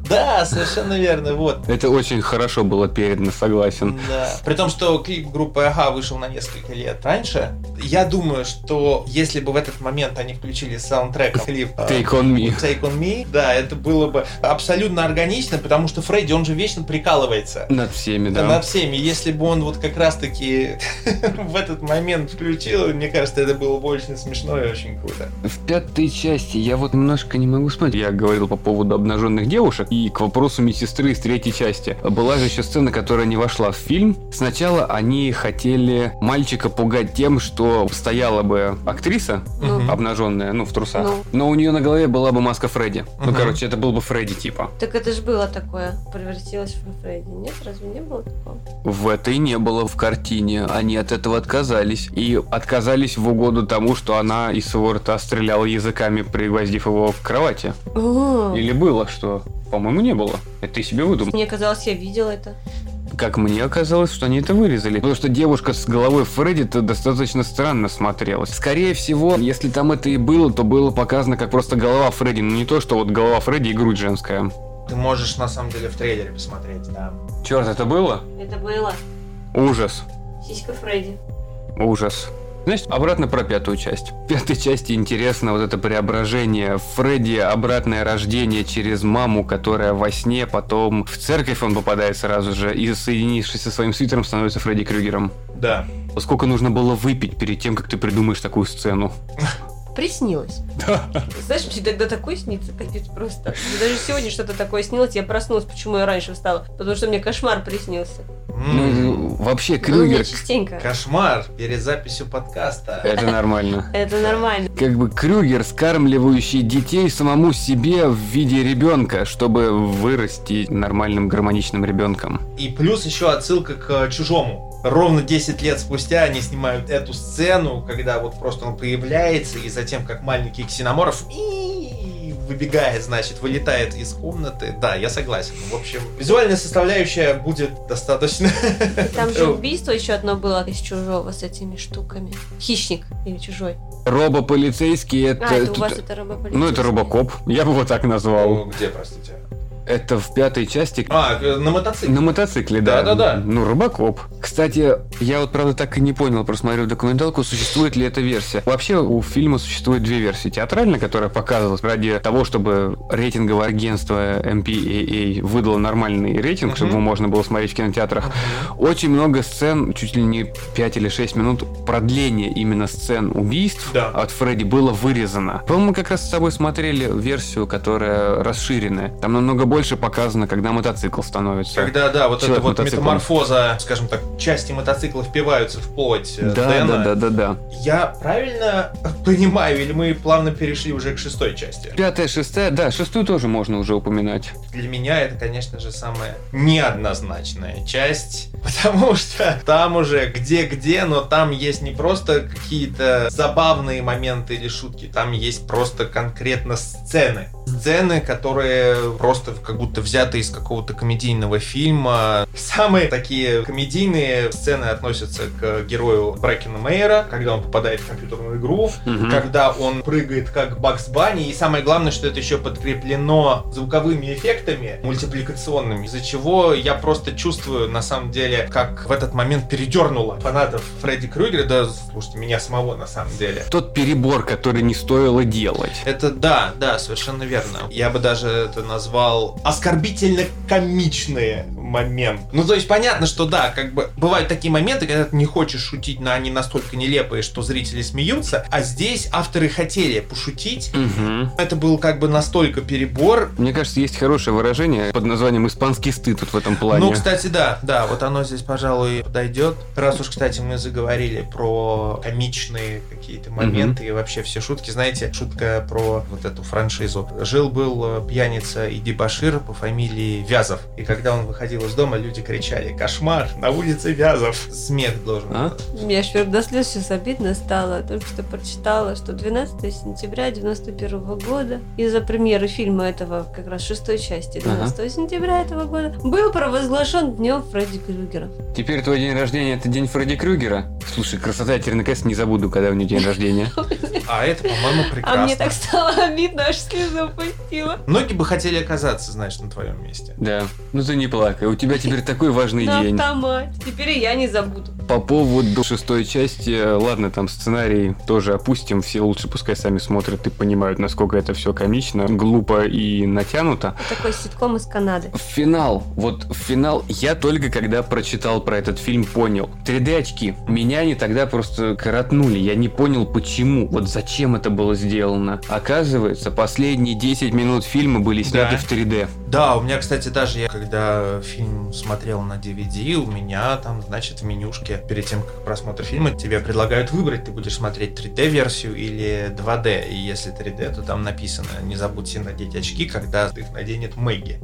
B: Да, совершенно верно, вот.
A: Это очень хорошо было передано, согласен.
B: Да. При том, что клип группы Ага вышел на несколько лет раньше, я думаю, что если бы в этот момент они включили саундтрек клип
A: Take on Me.
B: Take on Me, да, это было бы абсолютно органично, потому что Фредди, он же вечно прикалывается.
A: Над всеми, да.
B: Над всеми. Если бы он вот как раз-таки в этот момент включил, мне кажется, это было бы очень смешно и очень круто.
A: В 5-й части я вот немножко не могу вспомнить. Я говорил по поводу обнаженных девушек, и к вопросу медсестры из 3-й части. Была же еще сцена, которая не вошла в фильм. Сначала они хотели мальчика пугать тем, что стояла бы актриса обнаженная, в трусах, но у нее на голове была бы маска Фредди. Короче, это был бы Фредди типа.
C: Так это же было такое, превратилось в Фредди. Нет, разве не было такого?
A: В этой не было в картине. Они от этого отказались. И отказались в угоду тому, что она из своего рта стреляла языками, пригвоздив его к кровати. Или было, что? По-моему, не было. Это ты себе выдумал.
C: Мне казалось, я видела это.
A: Как мне оказалось, что они это вырезали. Потому что девушка с головой Фредди-то достаточно странно смотрелась. Скорее всего, если там это и было, то было показано как просто голова Фредди. Но не то, что вот голова Фредди и грудь женская.
B: Ты можешь, на самом деле, в трейлере посмотреть, да.
A: Черт, это было?
C: Это было.
A: Ужас.
C: Сиська Фредди.
A: Ужас. Значит, обратно про 5-ю часть. В 5-й части интересно вот это преображение Фредди, обратное рождение через маму, которая во сне, потом в церковь он попадает сразу же, и, соединившись со своим свитером, становится Фредди Крюгером.
B: Да.
A: Сколько нужно было выпить перед тем, как ты придумаешь такую сцену?
C: Приснилось.
A: Да.
C: Знаешь, мне тогда такое снится, капец просто. Мне даже сегодня что-то такое снилось, я проснулась, почему я раньше встала. Потому что мне кошмар приснился.
A: Вообще, Крюгер...
C: частенько.
B: Кошмар перед записью подкаста.
A: Это нормально.
C: Это нормально.
A: Как бы Крюгер, скармливающий детей самому себе в виде ребенка, чтобы вырасти нормальным гармоничным ребенком.
B: И плюс еще отсылка к Чужому. Ровно 10 лет спустя они снимают эту сцену, когда вот просто он появляется, и затем, как маленький ксеноморф, выбегает, значит, вылетает из комнаты. Да, я согласен. В общем, визуальная составляющая будет достаточно...
C: Там же убийство еще одно было из Чужого с этими штуками. Хищник или Чужой.
A: Робополицейский это...
C: это у вас это робополицейский.
A: Ну, это робокоп. Я бы его так назвал.
B: Где, простите?
A: Это в 5-й части.
B: На мотоцикле.
A: На мотоцикле, да.
B: Да-да-да.
A: Ну, робокоп. Кстати, я вот, правда, так и не понял, просмотрев документалку, существует ли эта версия. Вообще, у фильма существует две версии. Театральная, которая показывалась ради того, чтобы рейтинговое агентство MPAA выдало нормальный рейтинг, чтобы его можно было смотреть в кинотеатрах. Очень много сцен, чуть ли не 5 или 6 минут продления именно сцен убийств от Фредди было вырезано. По-моему, мы как раз с тобой смотрели версию, которая расширенная. Там намного больше показано, когда мотоцикл становится.
B: Когда, да, вот эта вот
A: мотоциклом.
B: метаморфоза, скажем так, части мотоцикла впиваются в плоть Дэна.
A: Да.
B: Я правильно понимаю, или мы плавно перешли уже к 6-й части?
A: 5-я, 6-я, да, 6-ю тоже можно уже упоминать.
B: Для меня это, конечно же, самая неоднозначная часть, потому что там уже где-где, но там есть не просто какие-то забавные моменты или шутки, там есть просто конкретно сцены. Сцены, которые просто как будто взяты из какого-то комедийного фильма. Самые такие комедийные сцены относятся к герою Брэкена Мейера, когда он попадает в компьютерную игру, когда он прыгает как Бакс Банни, и самое главное, что это еще подкреплено звуковыми эффектами мультипликационными, из-за чего я просто чувствую, на самом деле, как в этот момент передернуло фанатов Фредди Крюгера, да, слушайте, меня самого, на самом деле.
A: Тот перебор, который не стоило делать.
B: Это да, совершенно верно. Я бы даже это назвал оскорбительно комичные моменты. Ну, то есть понятно, что да, как бы бывают такие моменты, когда ты не хочешь шутить, но они настолько нелепые, что зрители смеются, а здесь авторы хотели пошутить. Это был как бы настолько перебор.
A: Мне кажется, есть хорошее выражение под названием «испанский стыд» вот в этом плане.
B: Ну, кстати, да, вот оно здесь, пожалуй, подойдет. Раз уж, кстати, мы заговорили про комичные какие-то моменты и вообще все шутки. Знаете, шутка про вот эту франшизу. Жил-был пьяница и дебошир по фамилии Вязов. И когда он выходил из дома, люди кричали: «Кошмар! На улице Вязов!» Смех должен был.
C: Мне аж до слез сейчас обидно стало. Только что прочитала, что 12 сентября 91 года из-за премьеры фильма этого, как раз 6-й части, 12 сентября этого года, был провозглашен Днем Фредди Крюгера.
A: Теперь твой день рождения — это день Фредди Крюгера? Слушай, красота Етерины Кэс не забуду, когда у нее день рождения.
B: А это, по-моему, прекрасно.
C: А мне так стало обидно, аж слезу пустила.
B: Многие бы хотели оказаться, знаешь, на твоем месте.
A: Да. Ну ты не плакай, у тебя теперь такой важный
C: На
A: день.
C: автомате. Теперь и я не забуду.
A: По поводу 6-й части, ладно, там сценарий тоже опустим, все лучше пускай сами смотрят и понимают, насколько это все комично, глупо и натянуто.
C: Такой ситком из Канады.
A: Финал, я только когда прочитал про этот фильм, понял. 3D-очки. Меня они тогда просто коротнули, я не понял почему, вот зачем это было сделано. Оказывается, последние 10 минут фильма были сняты в 3D.
B: Да, у меня, кстати, даже я, когда фильм смотрел на DVD, у меня там, значит, в менюшке, перед тем, как просмотр фильма, тебе предлагают выбрать, ты будешь смотреть 3D-версию или 2D. И если 3D, то там написано: не забудьте надеть очки, когда их наденет Мэгги.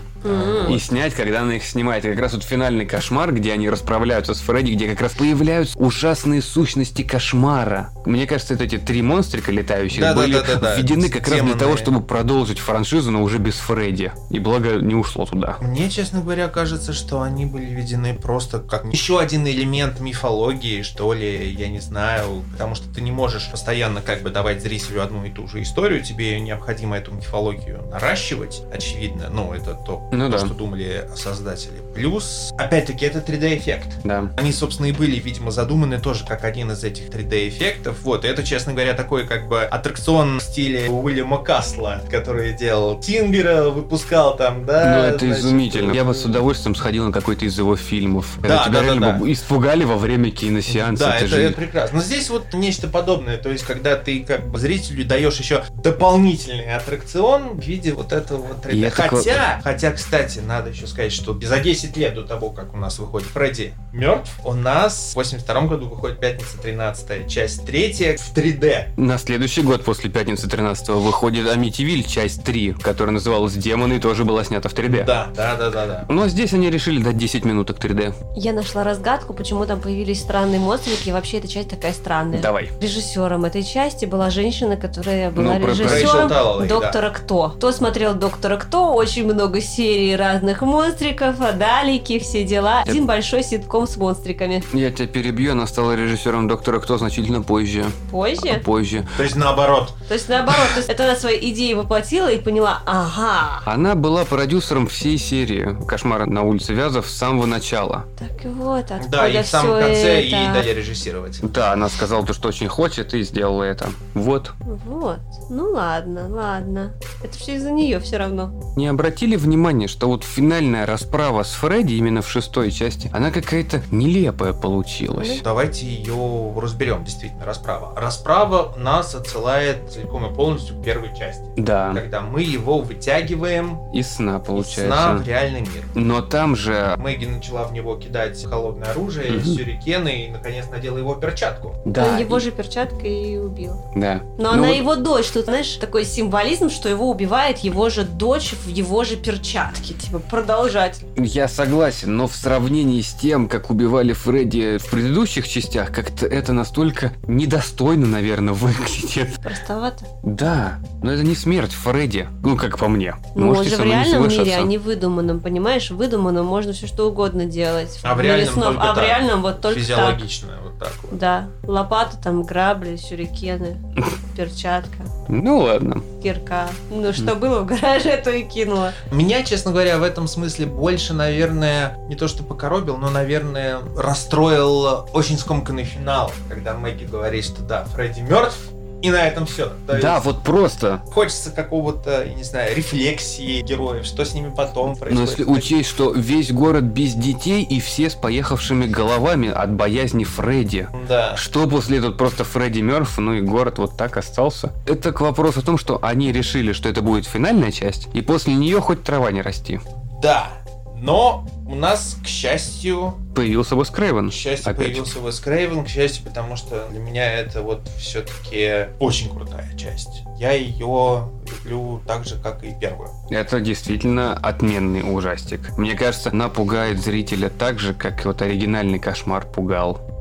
A: И снять, когда она их снимает. И как раз вот финальный кошмар, где они расправляются с Фредди, где как раз появляются ужасные сущности кошмара. Мне кажется, эти 3 монстрика летающих были введены как раз для того, чтобы продолжить франшизу, но уже без Фредди. И благо не ушло туда.
B: Мне, честно говоря, кажется, что они были введены просто как еще один элемент мифологии, что ли, я не знаю, потому что ты не можешь постоянно как бы давать зрителю одну и ту же историю, тебе необходимо эту мифологию наращивать, очевидно, это то, что думали создатели. Плюс, опять-таки, это 3D-эффект.
A: Да.
B: Они, собственно, и были, видимо, задуманы тоже как один из этих 3D-эффектов. Вот, и это, честно говоря, такой как бы аттракцион в стиле Уильяма Касла, который делал Тингера, выпускал там, да.
A: Это изумительно. Я бы с удовольствием сходил на какой-то из его фильмов. Тебя реально испугали во время киносеанса.
B: Да, это прекрасно. Но здесь вот нечто подобное. То есть, когда ты как бы зрителю даешь еще дополнительный аттракцион в виде вот этого вот 3D. Хотя, кстати, надо еще сказать, что за 10 лет до того, как у нас выходит Фредди мертв, у нас в 82 году выходит «Пятница 13», часть 3 в 3D.
A: На следующий год после «Пятницы 13» выходит «Амитивиль», часть 3, которая называлась «Демоны», и тоже была снята в 3D.
B: Да.
A: Но здесь они решили дать 10 минуток 3D.
C: Я нашла разгадку, почему там появились странные монстрики, и вообще эта часть такая странная.
A: Давай.
C: Режиссером этой части была женщина, которая была режиссером «Доктора Кто». Кто смотрел «Доктора Кто», очень много серий разных монстриков, Далеки, все дела. Один большой ситком с монстриками.
A: Я тебя перебью, она стала режиссером «Доктора Кто» значительно позже.
C: Позже?
A: Позже.
B: То есть наоборот.
C: То есть это она свои идеи воплотила и поняла, ага.
A: Она была продюсером всей серии «Кошмара на улице Вязов» с самого начала.
C: Так вот, откуда
B: да, и в самом конце
C: это.
B: ей дали режиссировать.
A: Да, она сказала то, что очень хочет, и сделала это. Вот.
C: Ну ладно. Это все из-за нее все равно.
A: Не обратили внимания, что вот финальная расправа с Фредди именно в 6-й части, она какая-то нелепая получилась.
B: Давайте ее разберем, действительно, расправа. Расправа нас отсылает целиком и полностью к первой части.
A: Да.
B: Когда мы его вытягиваем
A: из сна, получается.
B: Из сна в реальный мир.
A: Но там же...
B: Мэгги начала в него кидать холодное оружие, сюрикены, и, наконец, надела его перчатку.
C: Да. Его же перчаткой и убила.
A: Да.
C: Но она его дочь. Тут, знаешь, такой символизм, что его убивает его же дочь в его же перчатке. Типа, продолжатель.
A: Я согласен, но в сравнении с тем, как убивали Фредди в предыдущих частях, как-то это настолько недостойно, наверное, выглядит.
C: Простовато.
A: Да, но это не смерть Фредди. Как по мне.
C: Ну, он же в реальном мире, а не выдуманном, понимаешь? В выдуманном можно все что угодно делать.
B: А в реальном
C: вот только
B: физиологично, вот так вот.
C: Да. Лопата, там, грабли, сюрикены, перчатка.
A: Ну ладно.
C: Кирка. Ну, что было в гараже, то и кинула.
B: Меня, честно говоря, в этом смысле больше, наверное, не то что покоробил, но, наверное, расстроил очень скомканный финал, когда Мэгги говорит, что да, Фредди мертв, и на этом все.
A: Да, вот просто.
B: Хочется какого-то, я не знаю, рефлексии героев, что с ними потом происходит.
A: Но если учесть, что весь город без детей и все с поехавшими головами от боязни Фредди.
B: Да.
A: Что после этого просто Фредди мертв, и город вот так остался. Это к вопросу о том, что они решили, что это будет финальная часть, и после нее хоть трава не расти.
B: Да. Но у нас, к счастью...
A: Появился Уэс Крейвен.
B: К счастью, появился Уэс Крейвен. К счастью, потому что для меня это вот все-таки очень крутая часть. Я ее люблю так же, как и первую.
A: Это действительно отменный ужастик. Мне кажется, она пугает зрителя так же, как вот оригинальный «Кошмар» пугал.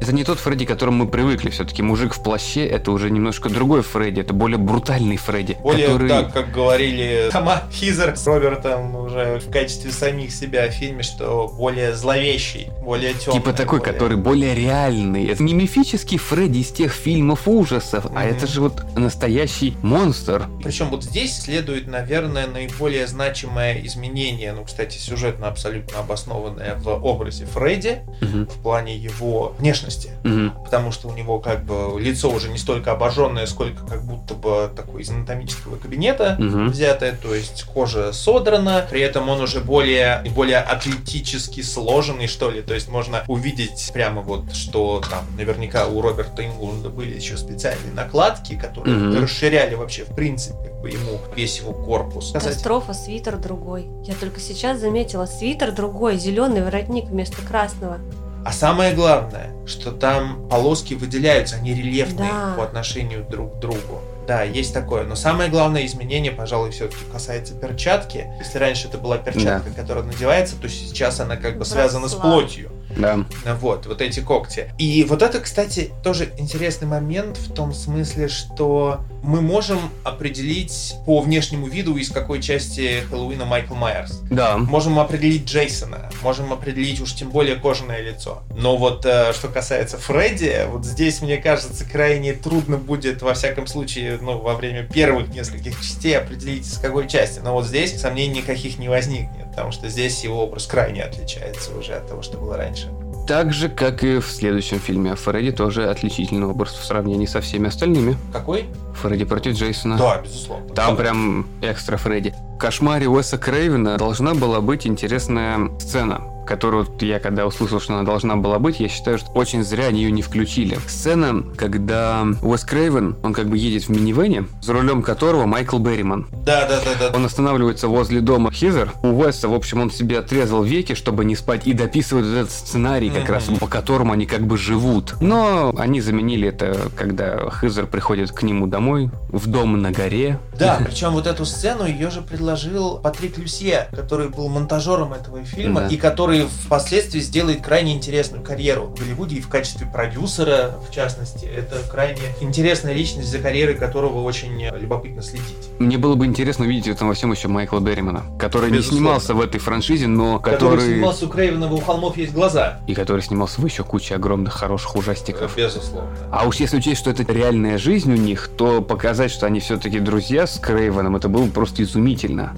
A: Это не тот Фредди, к которому мы привыкли. Все-таки мужик в плаще — это уже немножко другой Фредди. Это более брутальный Фредди.
B: Более,
A: который...
B: так, как говорили сама Хизер с Робертом уже в качестве самих себя в фильме, что более зловещий, более темный.
A: Типа такой, более... который более реальный. Это не мифический Фредди из тех фильмов ужасов, а это же вот настоящий монстр.
B: Причем вот здесь следует, наверное, наиболее значимое изменение, ну, кстати, сюжетно абсолютно обоснованное в образе Фредди, в плане его внешности. Потому что у него как бы лицо уже не столько обожженное, сколько как будто бы такое из анатомического кабинета взятое, то есть кожа содрана, при этом он уже более атлетически сложенный, что ли, то есть можно увидеть прямо вот, что там наверняка у Роберта Инглунда были еще специальные накладки, которые расширяли вообще в принципе как бы ему весь его корпус.
C: Катастрофа, свитер другой. Я только сейчас заметила, свитер другой, зеленый воротник вместо красного.
B: А самое главное, что там полоски выделяются, они рельефные по отношению друг к другу. Да, есть такое. Но самое главное изменение, пожалуй, все-таки касается перчатки. Если раньше это была перчатка, которая надевается, то сейчас она как бы связана с плотью.
A: Да.
B: Вот эти когти. И вот это, кстати, тоже интересный момент в том смысле, что мы можем определить по внешнему виду, из какой части Хэллоуина Майкл Майерс.
A: Да.
B: Можем определить Джейсона, можем определить уж тем более кожаное лицо. Но вот что касается Фредди, вот здесь, мне кажется, крайне трудно будет, во всяком случае, во время первых нескольких частей определить, из какой части. Но вот здесь сомнений никаких не возникнет, потому что здесь его образ крайне отличается уже от того, что было раньше.
A: Так же, как и в следующем фильме. Фредди тоже отличительный образ в сравнении со всеми остальными.
B: Какой?
A: Фредди против Джейсона.
B: Да, безусловно.
A: Там прям экстра Фредди. В «Кошмаре» Уэса Крейвена должна была быть интересная сцена, которую я, когда услышал, что она должна была быть, я считаю, что очень зря они ее не включили. Сцена, когда Уэс Крейвен, он как бы едет в минивэне, за рулем которого Майкл Берриман.
B: Да.
A: Он останавливается возле дома Хизер. У Уэса, в общем, он себе отрезал веки, чтобы не спать, и дописывает этот сценарий, как раз по которому они как бы живут. Но они заменили это, когда Хизер приходит к нему домой, в дом на горе.
B: Да, причем вот эту сцену ее же предложил Патрик Люсье, который был монтажером этого фильма, и который впоследствии сделает крайне интересную карьеру в Голливуде и в качестве продюсера, в частности. Это крайне интересная личность, за карьерой которого очень любопытно следить.
A: Мне было бы интересно увидеть в этом во всем еще Майкла Берримана, который не снимался в этой франшизе, но который
B: снимался у Крейвена «У холмов есть глаза».
A: И который снимался в еще куче огромных хороших ужастиков.
B: Безусловно.
A: А уж если учесть, что это реальная жизнь у них, то показать, что они все-таки друзья с Крейвеном, это было просто изумительно.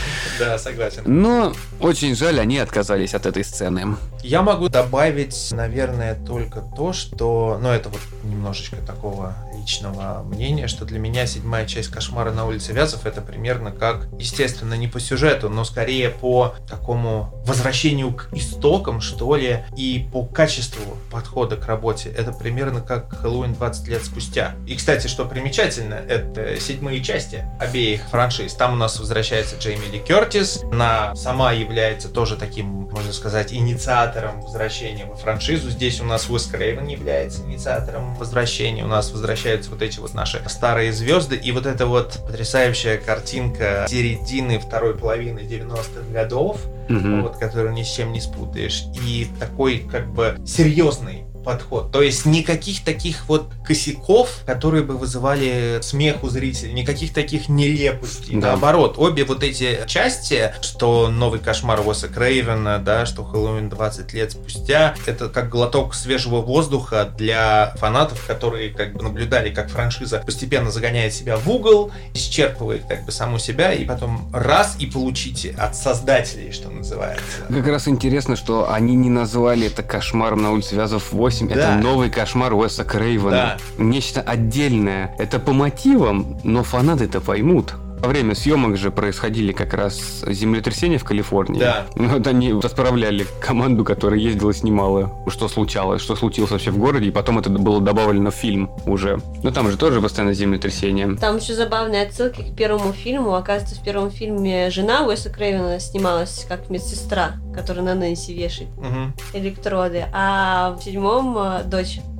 B: Да, согласен.
A: Но очень жаль, они отказались от этой сцены.
B: Я могу добавить, наверное, только то, что... это вот немножечко такого личного мнения, что для меня 7-я часть «Кошмара на улице Вязов» это примерно как, естественно, не по сюжету, но скорее по такому возвращению к истокам, что ли, и по качеству подхода к работе. Это примерно как «Хэллоуин 20 лет спустя». И, кстати, что примечательно, это 7-е части обеих франшиз. Там у нас возвращается Джейми Ли Кертис. Она сама является тоже таким, можно сказать, инициатором возвращения во франшизу. Здесь у нас Уэс Крейвен является инициатором возвращения. У нас возвращаются вот эти вот наши старые звезды. И вот эта вот потрясающая картинка середины второй половины 90-х годов, которую ни с чем не спутаешь. И такой как бы серьезный подход. То есть никаких таких вот косяков, которые бы вызывали смех у зрителей, никаких таких нелепостей. Да. Наоборот, обе вот эти части, что «Новый кошмар» Уэса Крейвена, да, что «Хэллоуин 20 лет спустя», это как глоток свежего воздуха для фанатов, которые как бы наблюдали, как франшиза постепенно загоняет себя в угол, исчерпывает как бы саму себя, и потом раз и получите от создателей, что называется.
A: Как раз интересно, что они не назвали это «Кошмаром на улице Вязов 8», это «Новый кошмар» Уэса Крейвена. Да. Нечто отдельное. Это по мотивам, но фанаты-то поймут. Во время съемок же происходили как раз землетрясения в Калифорнии.
B: Да.
A: Вот они расправляли команду, которая ездила, снимала, что случилось вообще в городе, и потом это было добавлено в фильм уже. Но там же тоже постоянно землетрясения.
C: Там еще забавные отсылки к первому фильму. Оказывается, в первом фильме жена Уэса Крейвена снималась как медсестра, которая на Нэнси вешает электроды, а в 7-м дочь.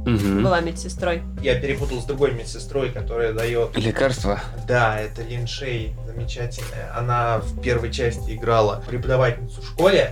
C: была медсестрой.
B: Я перепутал с другой медсестрой, которая дает...
A: Лекарства?
B: Да, это Лин Шей, замечательная. Она в первой части играла преподавательницу в школе,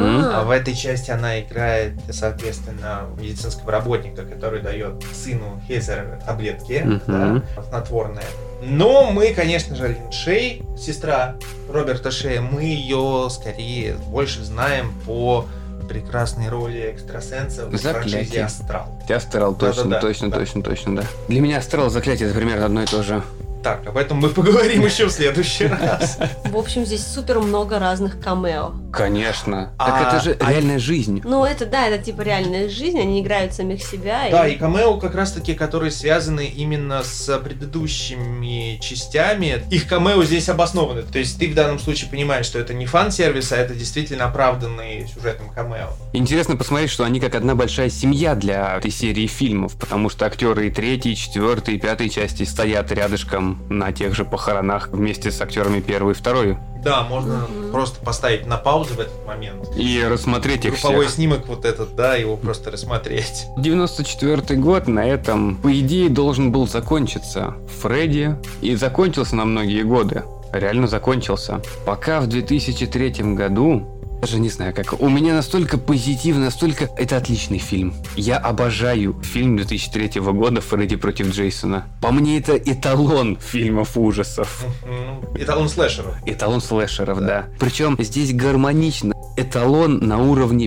B: а в этой части она играет, соответственно, медицинского работника, который дает сыну Хейзер таблетки, снотворные. Но мы, конечно же, Лин Шей, сестра Роберта Шея, мы ее скорее больше знаем по прекрасной роли экстрасенса в франшизе «Астрал».
A: «Астрал», точно. Да. Для меня «Астрал» и «Заклятие» — это примерно одно и то же.
B: Так, об этом мы поговорим еще в следующий раз.
C: В общем, здесь супер много разных камео.
A: Конечно. Так это же реальная жизнь.
C: Ну, это типа реальная жизнь, они играют самих себя.
B: Да, и камео как раз-таки, которые связаны именно с предыдущими частями. Их камео здесь обоснованы. То есть ты в данном случае понимаешь, что это не фан-сервис, а это действительно оправданный сюжетом камео.
A: Интересно посмотреть, что они как одна большая семья для этой серии фильмов, потому что актеры и 3-й, 4-й, и 5-й части стоят рядышком на тех же похоронах вместе с актерами 1-й и 2-й.
B: Да, можно просто поставить на паузу в этот момент.
A: И рассмотреть их
B: групповой
A: всех.
B: Снимок вот этот, да, его просто рассмотреть.
A: 94-й год на этом, по идее, должен был закончиться Фредди. И закончился на многие годы. Реально закончился. Пока в 2003 году... Даже не знаю, как. У меня настолько позитивно, настолько... Это отличный фильм. Я обожаю фильм 2003 года «Фредди против Джейсона». По мне, это эталон фильмов ужасов.
B: Эталон слэшеров.
A: Эталон слэшеров, да. Причем здесь гармонично. Эталон на уровне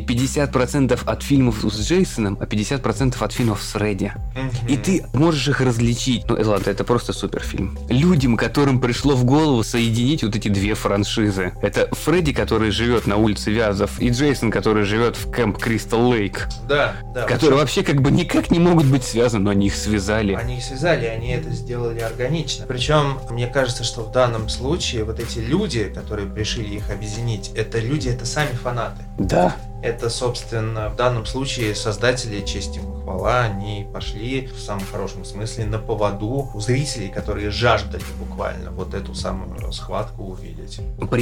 A: 50% от фильмов с Джейсоном, а 50% от фильмов с Фредди. И ты можешь их различить. Ну, ладно, это просто суперфильм. Людям, которым пришло в голову соединить вот эти две франшизы. Это Фредди, который живет на улице Вязов, и Джейсон, который живет в Кэмп Кристал Лейк.
B: Да.
A: Которые вообще как бы никак не могут быть связаны, но они их связали.
B: Они их связали, они это сделали органично. Причем, мне кажется, что в данном случае вот эти люди, которые решили их объединить, это люди, это сами фанаты.
A: Да.
B: Это, собственно, в данном случае создатели, честь им и хвала, они пошли в самом хорошем смысле на поводу у зрителей, которые жаждали буквально вот эту самую схватку увидеть.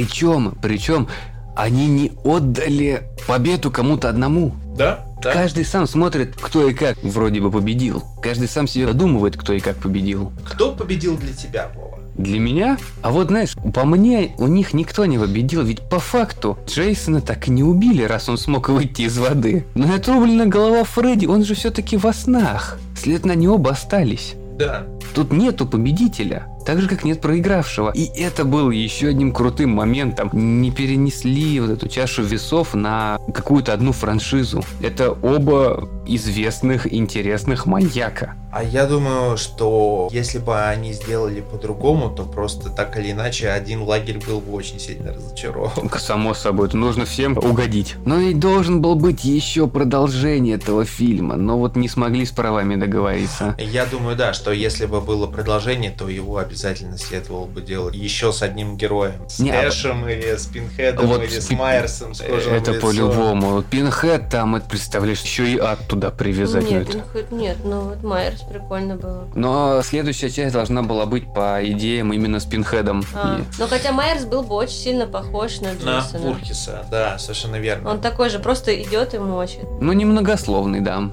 A: Причем они не отдали победу кому-то одному.
B: Да.
A: Каждый сам смотрит, кто и как вроде бы победил. Каждый сам себе додумывает, кто и как победил.
B: Кто победил для тебя, Вова?
A: Для меня? А вот знаешь, по мне, у них никто не победил, ведь по факту Джейсона так и не убили, раз он смог выйти из воды. Но отрубленная голова Фредди, он же все-таки во снах. След на не оба остались.
B: Да.
A: Тут нету победителя, так же как нет проигравшего. И это было еще одним крутым моментом. Не перенесли вот эту чашу весов на какую-то одну франшизу. Это оба известных, интересных маньяка.
B: А я думаю, что если бы они сделали по-другому, то просто так или иначе один лагерь был бы очень сильно разочарован.
A: Само собой, это нужно всем угодить. Но ведь должен был быть еще продолжение этого фильма, но вот не смогли с правами договориться.
B: Я думаю, да, что если бы было продолжение, то его обязательно следовало бы делать еще с одним героем. С Эшем или с Пинхедом, вот или с Майерсом, с кожаным
A: это
B: лицом.
A: По-любому. Пинхед там, это представляешь, еще и ад туда привязать.
C: Нет, Пинхед нет, но вот Майерс прикольно было.
A: Но следующая часть должна была быть по идеям именно с Пинхедом.
C: Но хотя Майерс был бы очень сильно похож на Джейсона.
B: На Фуркиса, да, совершенно верно.
C: Он такой же, просто идет и мочит.
A: Ну, немногословный, да.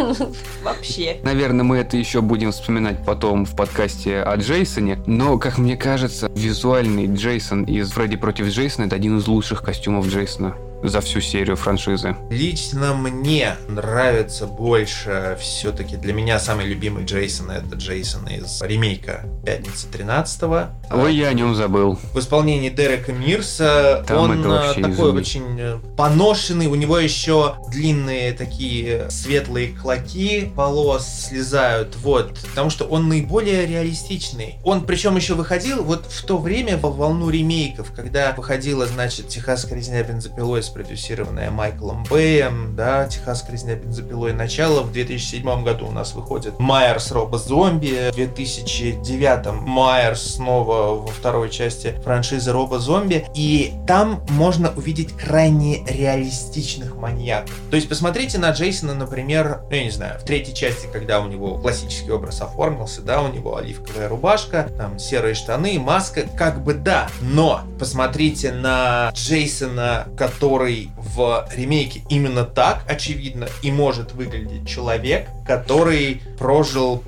C: Вообще.
A: Наверное, мы это еще будем вспоминать потом в подкасте о Джейсоне. Но, как мне кажется, визуальный Джейсон из «Фредди против Джейсона» — это один из лучших костюмов Джейсона за всю серию франшизы.
B: Лично мне нравится больше все-таки, для меня самый любимый Джейсон — это Джейсон из ремейка «Пятницы 13-го».
A: Ой, я о нем забыл.
B: В исполнении Дерека Мирса.
A: Там
B: он такой очень поношенный, у него еще длинные такие светлые клоки волос слезают, вот, потому что он наиболее реалистичный. Он причем еще выходил вот в то время во волну ремейков, когда выходила, значит, «Техасская резня бензопилой», спродюсированная Майклом Бэем, да, «Техасская резня бензопилой» начало. В 2007 году у нас выходит Майерс Робо-зомби, в 2009 Майерс снова во второй части франшизы Робо-зомби, и там можно увидеть крайне реалистичных маньяков. То есть посмотрите на Джейсона, например, я не знаю, в третьей части, когда у него классический образ оформился, да, у него оливковая рубашка, там серые штаны, маска, как бы да, но посмотрите на Джейсона, который который в ремейке именно так, очевидно, и может выглядеть человек, который прожил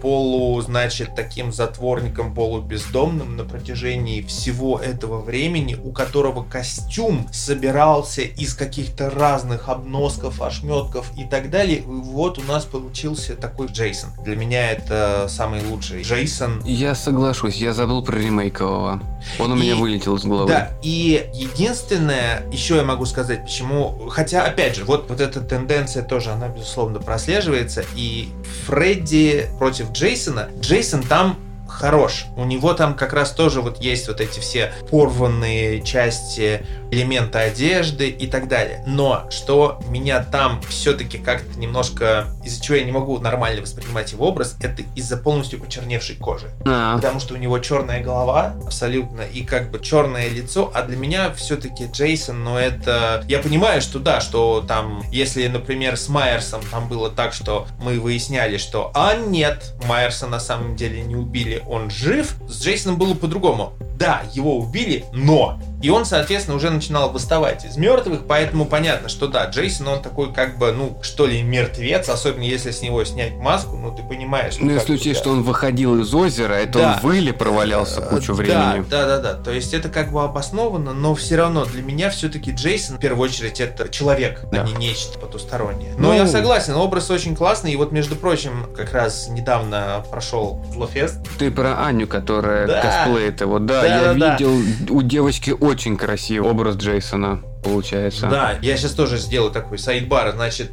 B: таким затворником, полубездомным на протяжении всего этого времени, у которого костюм собирался из каких-то разных обносков, ошметков и так далее. И вот у нас получился такой Джейсон. Для меня это самый лучший Джейсон.
A: Я соглашусь, я забыл про ремейкового. Он у меня вылетел из головы.
B: Да, и единственное, еще я могу сказать, почему... Хотя, опять же, вот эта тенденция тоже, она, безусловно, прослеживается. И Фредди против Джейсона. Джейсон там хорош. У него там как раз тоже вот есть вот эти все порванные части, элементы одежды и так далее. Но что меня там все-таки как-то немножко, из-за чего я не могу нормально воспринимать его образ, это из-за полностью почерневшей кожи. Потому что у него черная голова абсолютно и как бы черное лицо, а для меня все-таки Джейсон, но это... Я понимаю, что да, что там, если, например, с Майерсом там было так, что мы выясняли, что нет, Майерса на самом деле не убили, он жив, с Джейсоном было по-другому. Да, его убили, но... И он, соответственно, уже начинал восставать из мертвых, поэтому понятно, что да, Джейсон, он такой как бы, что ли, мертвец, особенно если с него снять маску, ты понимаешь.
A: Ну, если учесть, что он выходил из озера, это он в выле провалялся кучу времени.
B: Да. То есть это как бы обосновано, но все равно для меня все-таки Джейсон, в первую очередь, это человек, а не нечто потустороннее. Но я согласен, образ очень классный, и вот, между прочим, как раз недавно прошел Злофест.
A: Ты про Аню, которая косплеит его, я видел у девочки очень красивый образ Джейсона. Получается.
B: Да, я сейчас тоже сделаю такой сайдбар. Значит,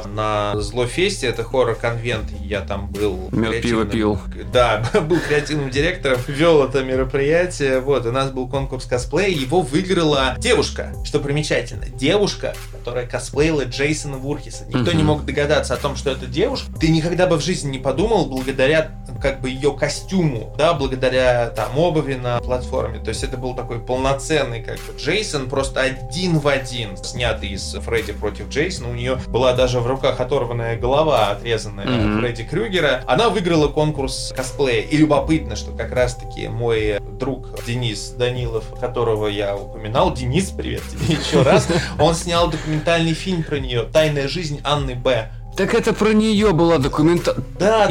B: на Злофесте, это хоррор-конвент, я там был...
A: Мед пиво пил.
B: Да, был креативным директором, вел это мероприятие. Вот, у нас был конкурс косплея, его выиграла девушка, что примечательно. Девушка, которая косплеила Джейсона Вурхиса. Никто не мог догадаться о том, что это девушка. Ты никогда бы в жизни не подумал, благодаря как бы ее костюму, да, благодаря там обуви на платформе. То есть это был такой полноценный как бы Джейсон, просто один в один, снятый из Фредди против Джейсона. У нее была даже в руках оторванная голова, отрезанная Фредди Крюгера. Она выиграла конкурс косплея. И любопытно, что как раз-таки мой друг Денис Данилов, которого я упоминал, Денис, привет тебе еще раз, он снял документальный фильм про нее «Тайная жизнь Анны Б».
A: Так это про нее была документалка.
B: Да,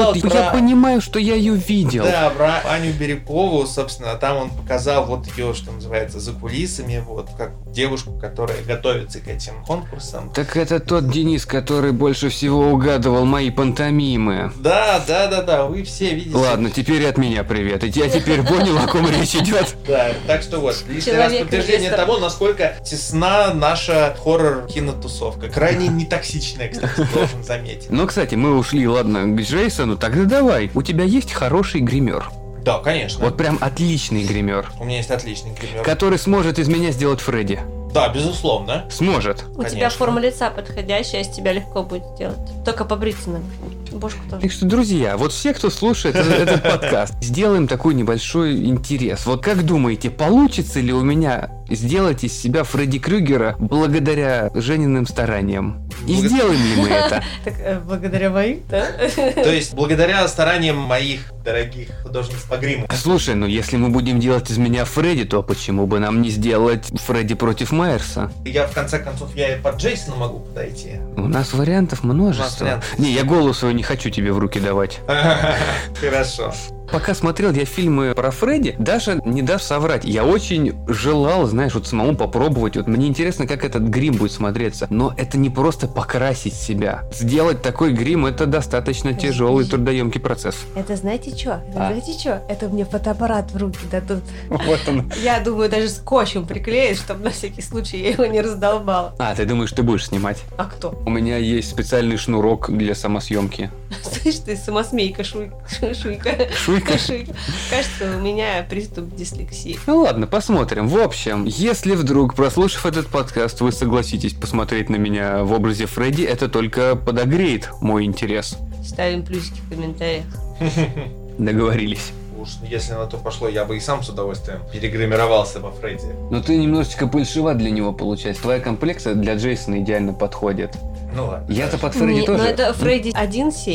A: Я понимаю, что я ее видел.
B: Да, про Аню Бирюкову, собственно, там он показал вот ее, что называется, за кулисами, вот, как девушку, которая готовится к этим конкурсам.
A: Так это тот Денис, который больше всего угадывал мои пантомимы.
B: Да, вы все видите.
A: Ладно, теперь от меня привет. Я теперь понял, о ком речь идет.
B: Да, так что вот, лишний раз подтверждение того, насколько тесна наша хоррор-кинотусовка. Крайне нетоксичная, кстати. Должен заметить.
A: Ну, кстати, мы ушли, ладно, к Джейсону, тогда давай. У тебя есть хороший гример?
B: Да, конечно.
A: Вот прям отличный гример.
B: У меня есть отличный гример.
A: Который сможет из меня сделать Фредди.
B: Да, безусловно.
A: Сможет.
C: У тебя форма лица подходящая, из тебя легко будет сделать. Только побриться надо. Бошку тоже.
A: Так что, друзья, вот все, кто слушает этот подкаст, сделаем такой небольшой интерес. Вот как думаете, получится ли у меня сделать из себя Фредди Крюгера благодаря Жениным стараниям? И сделаем ли мы это?
C: Так, благодаря моим, да?
B: То есть, благодаря стараниям моих дорогих художников по гриму.
A: Слушай, ну если мы будем делать из меня Фредди, то почему бы нам не сделать Фредди против Майерса?
B: Я, в конце концов, я и под Джейсона могу подойти.
A: У нас вариантов множество. Не, я голос свой не хочу тебе в руки давать.
B: Хорошо.
A: Пока смотрел я фильмы про Фредди, даже не дашь соврать, я очень желал, знаешь, вот самому попробовать. Вот мне интересно, как этот грим будет смотреться. Но это не просто покрасить себя. Сделать такой грим — это достаточно тяжелый, трудоемкий процесс.
C: Это знаете что? Это мне фотоаппарат в руки дадут.
A: Вот он.
C: Я думаю, даже скотчем приклеить, чтобы на всякий случай я его не раздолбала.
A: А, ты думаешь, ты будешь снимать?
C: А кто?
A: У меня есть специальный шнурок для самосъемки.
C: Слышь, ты самосмейка, шуйка. Кажется, у меня приступ дислексии.
A: Ну ладно, посмотрим. В общем, если вдруг, прослушав этот подкаст, вы согласитесь посмотреть на меня в образе Фредди, это только подогреет мой интерес.
C: Ставим плюсики в комментариях.
A: Договорились.
B: Уж если на то пошло, я бы и сам с удовольствием перегримировался во Фредди.
A: Но ты немножечко пыльшива для него получается. Твоя комплекция для Джейсона идеально подходит.
B: Ну ладно.
A: Я-то под Фредди тоже.
C: Но это Фредди 1.7.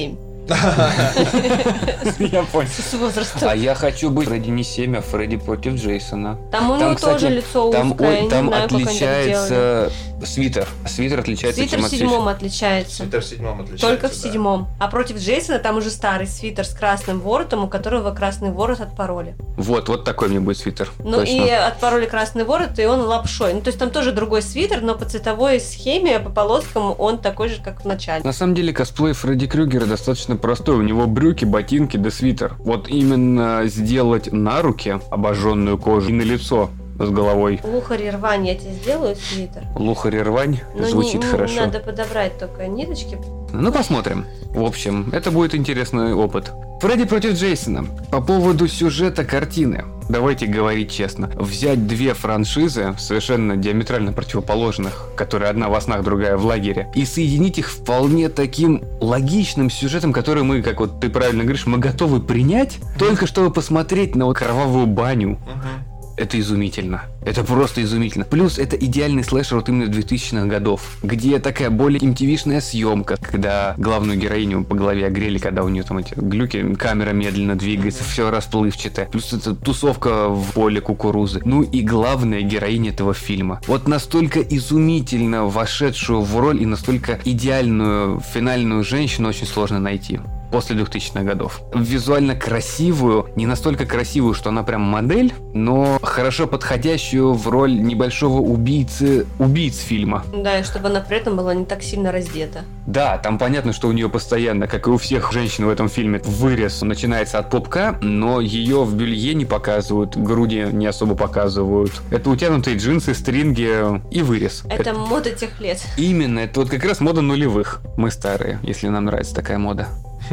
A: Я понял.
C: С возрастом.
A: А я хочу быть Фредди не 7, а Фредди против Джейсона.
C: Там у него
A: кстати,
C: тоже лицо узкое,
A: там отличается свитер. Свитер отличается,
C: свитер
A: чем
C: в 7 отличается.
B: Свитер в 7 отличается.
C: Только в 7. А против Джейсона там уже старый свитер с красным воротом, у которого красный ворот отпороли.
A: Вот такой мне будет свитер.
C: Ну
A: точно.
C: и отпороли красный ворот, и он лапшой. Ну то есть там тоже другой свитер, но по цветовой схеме, по полоскам он такой же, как в начале.
A: На самом деле косплей Фредди Крюгера достаточно простой. У него брюки, ботинки да свитер. Вот именно сделать на руки обожженную кожу и на лицо с головой.
C: Лухарь и рвань я тебе сделаю свитер.
A: Лухарь и рвань
C: Но
A: звучит хорошо.
C: Надо подобрать только ниточки.
A: Ну, посмотрим. В общем, это будет интересный опыт. Фредди против Джейсона. По поводу сюжета картины. Давайте говорить честно. Взять две франшизы, совершенно диаметрально противоположных, которые одна во снах, другая в лагере, и соединить их вполне таким логичным сюжетом, который мы, как вот ты правильно говоришь, мы готовы принять, только чтобы посмотреть на вот кровавую баню. Это изумительно. Это просто изумительно. Плюс это идеальный слэшер вот именно 2000-х годов, где такая более MTV-шная съемка, когда главную героиню по голове огрели, когда у нее там эти глюки, камера медленно двигается, все расплывчатое. Плюс это тусовка в поле кукурузы. Ну и главная героиня этого фильма. Вот настолько изумительно вошедшую в роль и настолько идеальную финальную женщину очень сложно найти. После 2000-х годов. Визуально красивую, не настолько красивую, что она прям модель, но хорошо подходящую в роль небольшого убийц фильма.
C: Да, и чтобы она при этом была не так сильно раздета.
A: Да, там понятно, что у нее постоянно, как и у всех женщин в этом фильме, вырез начинается от пупка, но ее в белье не показывают, груди не особо показывают. Это утянутые джинсы, стринги и вырез.
C: Это мода тех лет.
A: Именно, это вот как раз мода нулевых. Мы старые, если нам нравится такая мода.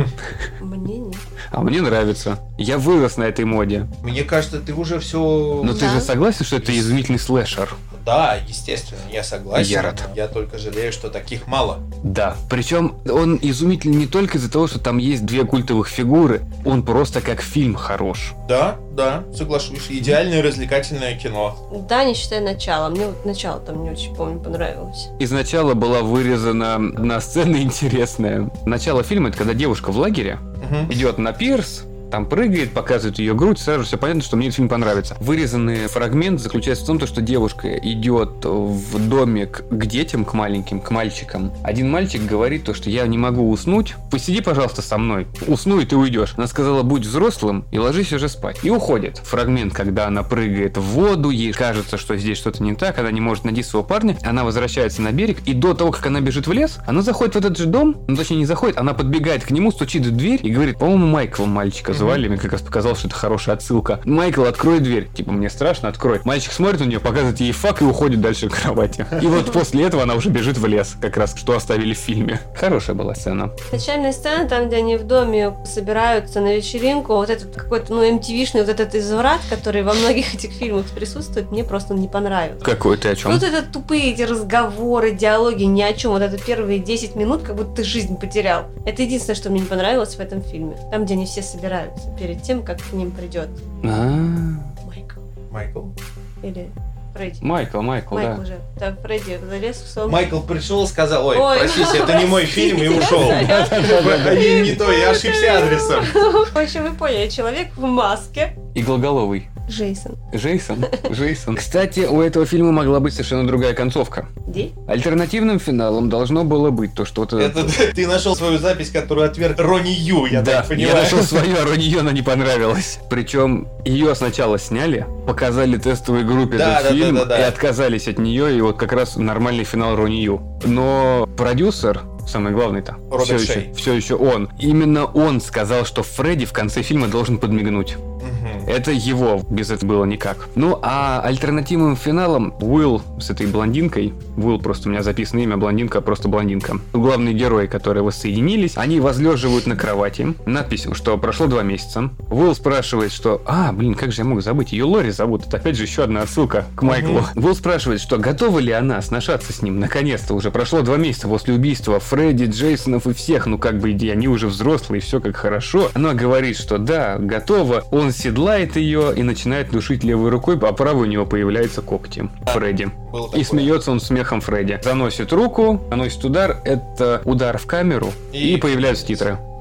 C: Мне нет.
A: А мне нравится. Я вырос на этой моде.
B: Мне кажется, ты уже все...
A: Но ты же согласен, что это изумительный слэшер?
B: Да, естественно, я согласен.
A: Я рад.
B: Я только жалею, что таких мало.
A: Да. Причем он изумительный не только из-за того, что там есть две культовых фигуры, он просто как фильм хорош.
B: Да, соглашусь. Идеальное развлекательное кино.
C: Да, не считая начала. Мне вот начало там не очень, помню, понравилось.
A: Изначально была вырезана одна сцена интересная. Начало фильма — это когда девушка в лагере идет на пирс, там прыгает, показывает ее грудь, сразу все понятно, что мне этот фильм понравится. Вырезанный фрагмент заключается в том, что девушка идет в домик к детям, к маленьким, к мальчикам. Один мальчик говорит то, что я не могу уснуть, посиди, пожалуйста, со мной. Усну, и ты уйдешь. Она сказала, будь взрослым и ложись уже спать. И уходит. Фрагмент, когда она прыгает в воду, ей кажется, что здесь что-то не так, она не может найти своего парня, она возвращается на берег, и до того, как она бежит в лес, она заходит в этот же дом, ну точнее не заходит, она подбегает к нему, стучит в дверь и говорит, по-моему, Майкла мальчика звали, мне как раз показалось, что это хорошая отсылка. Майкл, открой дверь. Типа, мне страшно, открой. Мальчик смотрит на нее, показывает ей фак и уходит дальше к кровати. И вот после этого она уже бежит в лес, как раз, что оставили в фильме. Хорошая была сцена.
C: Начальная сцена, там, где они в доме собираются на вечеринку, вот этот какой-то, MTV-шный вот этот изврат, который во многих этих фильмах присутствует, мне просто не понравился.
A: Какой ты, о чем?
C: Вот это тупые эти разговоры, диалоги, ни о чем. Вот это первые 10 минут, как будто ты жизнь потерял. Это единственное, что мне не понравилось в этом фильме. Там, где они все собираются перед тем, как к ним придет Майкл. Или Фредди.
A: Майкл, да.
C: Уже. Да, Фредди залез в сон.
B: Майкл пришел, сказал, ой, простите, это не мой фильм, и ушел. Не то, я ошибся адресом.
C: В общем, вы поняли, человек в маске.
A: Иглоголовый.
C: Джейсон.
A: Кстати, у этого фильма могла быть совершенно другая концовка.
C: Где?
A: Альтернативным финалом должно было быть то, что вот
B: это... Ты нашел свою запись, которую отверг Ронни Ю, я так понимаю.
A: Я нашел свою, а Ронни Ю она не понравилась. Причем ее сначала сняли, показали тестовой группе этот фильм, и отказались от нее, и вот как раз нормальный финал Ронни Ю. Но продюсер, самый главный-то, все еще он. Именно он сказал, что Фредди в конце фильма должен подмигнуть. Это его, без этого было никак. Ну, а альтернативным финалом Уилл с этой блондинкой, Уилл просто у меня записано имя, блондинка, просто блондинка. Главные герои, которые воссоединились, они возлеживают на кровати. Надпись, что прошло 2 месяца. Уилл спрашивает, что... как же я мог забыть? Ее Лори зовут. Это опять же еще одна отсылка к Майклу. Уилл спрашивает, что готова ли она сношаться с ним. Наконец-то уже прошло 2 месяца после убийства Фредди, Джейсонов и всех. Ну, как бы, они уже взрослые, все как хорошо. Она говорит, что да, готова. Он седлает ее и начинает душить левой рукой, а правой у него появляются когти Фредди. И смеется он смехом Фредди. Заносит руку, наносит удар, это удар в камеру, и появляются титры.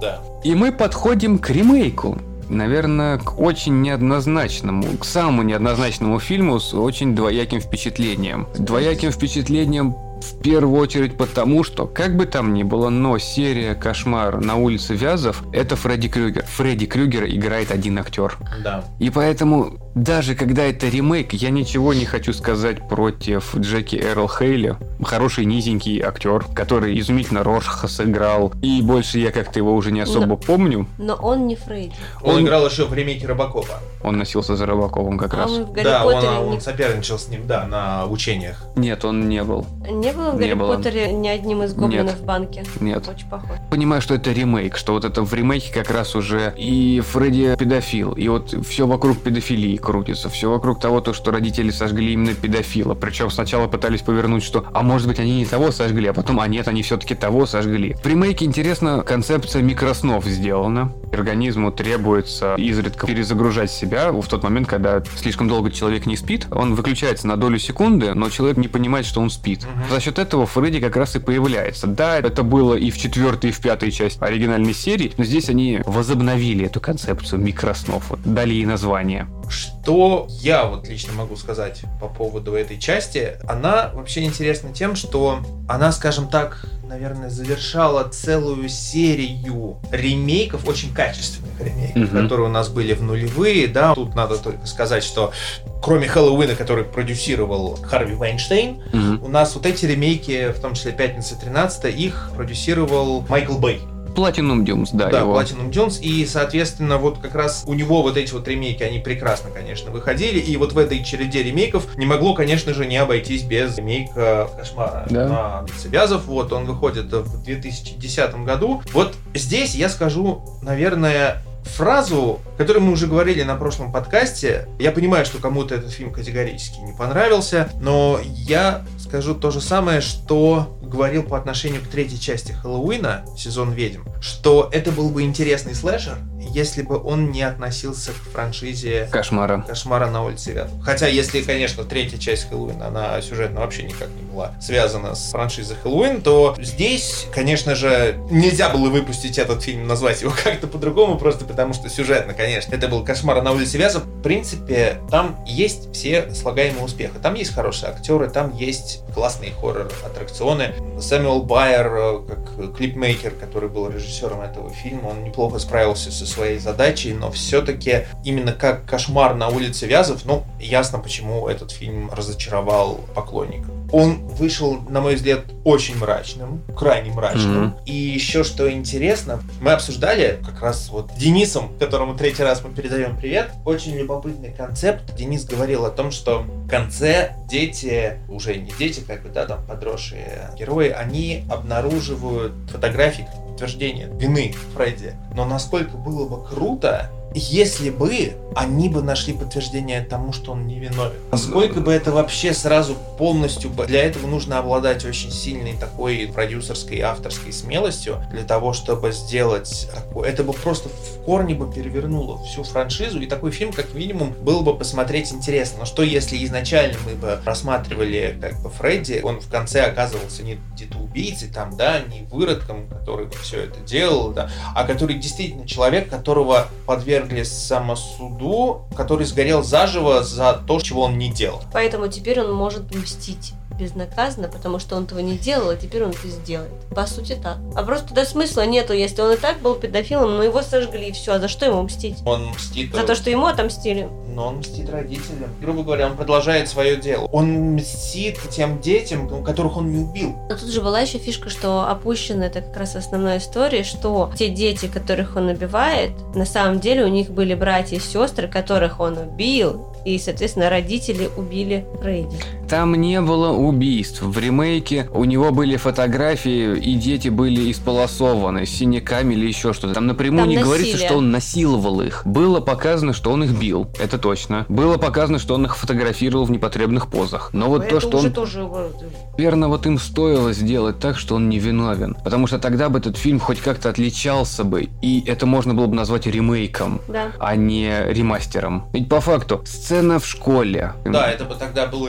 B: Да.
A: И мы подходим к ремейку. Наверное, к очень неоднозначному, к самому неоднозначному фильму с очень двояким впечатлением. Двояким впечатлением в первую очередь потому, что, как бы там ни было, но серия «Кошмар на улице Вязов» — это Фредди Крюгер. Фредди Крюгера играет один актер.
B: Да.
A: И поэтому, даже когда это ремейк, я ничего не хочу сказать против Джеки Эрл Хейли. Хороший низенький актер, который изумительно Роршаха сыграл. И больше я как-то его уже не особо помню.
C: Но он не Фредди.
B: Он играл еще в ремейке Робокопа.
A: Он носился за Робоковым как раз.
C: Он в Гарри Поттере
B: он соперничал с ним, да, на учениях.
A: Нет, он не был.
C: Не было в Гарри Поттере ни одним из гоблинов
A: Нет.
C: в банке?
A: Нет.
C: Очень похож.
A: Понимаю, что это ремейк, что вот это в ремейке как раз уже и Фредди педофил, и вот все вокруг педофилии крутится, все вокруг того, то, что родители сожгли именно педофила. Причем сначала пытались повернуть, что, а может быть, они не того сожгли, а потом, а нет, они все-таки того сожгли. В ремейке, интересно, концепция микроснов сделана. Организму требуется изредка перезагружать себя в тот момент, когда слишком долго человек не спит. Он выключается на долю секунды, но человек не понимает, что он спит. За счет этого Фредди как раз и появляется. Да, это было и в 4-й, и в 5-й части оригинальной серии, но здесь они возобновили эту концепцию микроснов, вот, дали ей название.
B: Что я вот лично могу сказать по поводу этой части, она вообще интересна тем, что она, скажем так, наверное, завершала целую серию ремейков, очень качественных ремейков, которые у нас были в нулевые, да. Тут надо только сказать, что кроме Хэллоуина, который продюсировал Харви Вайнштейн, у нас вот эти ремейки, в том числе «Пятница 13», их продюсировал Майкл Бэй.
A: Platinum Dunes, да, его.
B: Platinum Dunes, и, соответственно, вот как раз у него вот эти вот ремейки, они прекрасно, конечно, выходили, и вот в этой череде ремейков не могло, конечно же, не обойтись без ремейка «Кошмара на улице Вязов». Вот, он выходит в 2010 году. Вот здесь я скажу, наверное, фразу, которую мы уже говорили на прошлом подкасте. Я понимаю, что кому-то этот фильм категорически не понравился, но я скажу то же самое, что говорил по отношению к третьей части Хэллоуина, «Сезон ведьм», что это был бы интересный слэшер, если бы он не относился к франшизе «Кошмара на улице Вязов». Хотя, если, конечно, третья часть Хэллоуина, она сюжетно вообще никак не была связана с франшизой Хэллоуин, то здесь, конечно же, нельзя было выпустить этот фильм, назвать его как-то по-другому, просто потому что сюжетно, конечно, это был «Кошмар на улице Вязов». В принципе, там есть все слагаемые успеха. Там есть хорошие актеры, там есть классные хоррор-аттракционы. Сэмюэл Байер, как клипмейкер, который был режиссером этого фильма, он неплохо справился со своей задачей, но все-таки именно как «Кошмар на улице Вязов», ясно, почему этот фильм разочаровал поклонников. Он вышел, на мой взгляд, очень мрачным, крайне мрачным. И еще что интересно, мы обсуждали как раз вот с Денисом, которому третий раз мы передаем привет, очень любопытный концепт. Денис говорил о том, что в конце дети, уже не дети, там подросшие герои, они обнаруживают фотографии подтверждения вины Фредди. Но насколько было бы круто, если бы они бы нашли подтверждение тому, что он невиновен. Насколько бы это вообще сразу полностью... Для этого нужно обладать очень сильной такой продюсерской и авторской смелостью для того, чтобы сделать такое. Это бы просто в корне бы перевернуло всю франшизу, и такой фильм, как минимум, было бы посмотреть интересно. Но что если изначально мы бы рассматривали Фредди, он в конце оказывался не где-то убийцей, не выродком, который все это делал, а который действительно человек, которого подвергли самосуду, который сгорел заживо за то, чего он не делал.
C: Поэтому теперь он может мстить безнаказанно, потому что он этого не делал, а теперь он это сделает. По сути так. А просто тогда смысла нету, если он и так был педофилом, но его сожгли, и все. А за что ему мстить?
B: Он мстит...
C: За то, что ему отомстили.
B: Но он мстит родителям. Грубо говоря, он продолжает свое дело. Он мстит тем детям, которых он не убил.
C: Но тут же была еще фишка, что опущена, это как раз основная история, что те дети, которых он убивает, на самом деле у них были братья и сестры, которых он убил, и, соответственно, родители убили Фредди.
A: Там не было убийств. В ремейке у него были фотографии, и дети были исполосованы с синяками или еще что-то. Там напрямую не говорится, что он насиловал их. Было показано, что он их бил. Это точно. Было показано, что он их фотографировал в непотребных позах. Но вот
C: это
A: то, что он...
C: Тоже...
A: Верно, вот им стоило сделать так, что он невиновен. Потому что тогда бы этот фильм хоть как-то отличался бы. И это можно было бы назвать ремейком, а не ремастером. Ведь по факту, сцена в школе.
B: Да, это бы тогда был ребут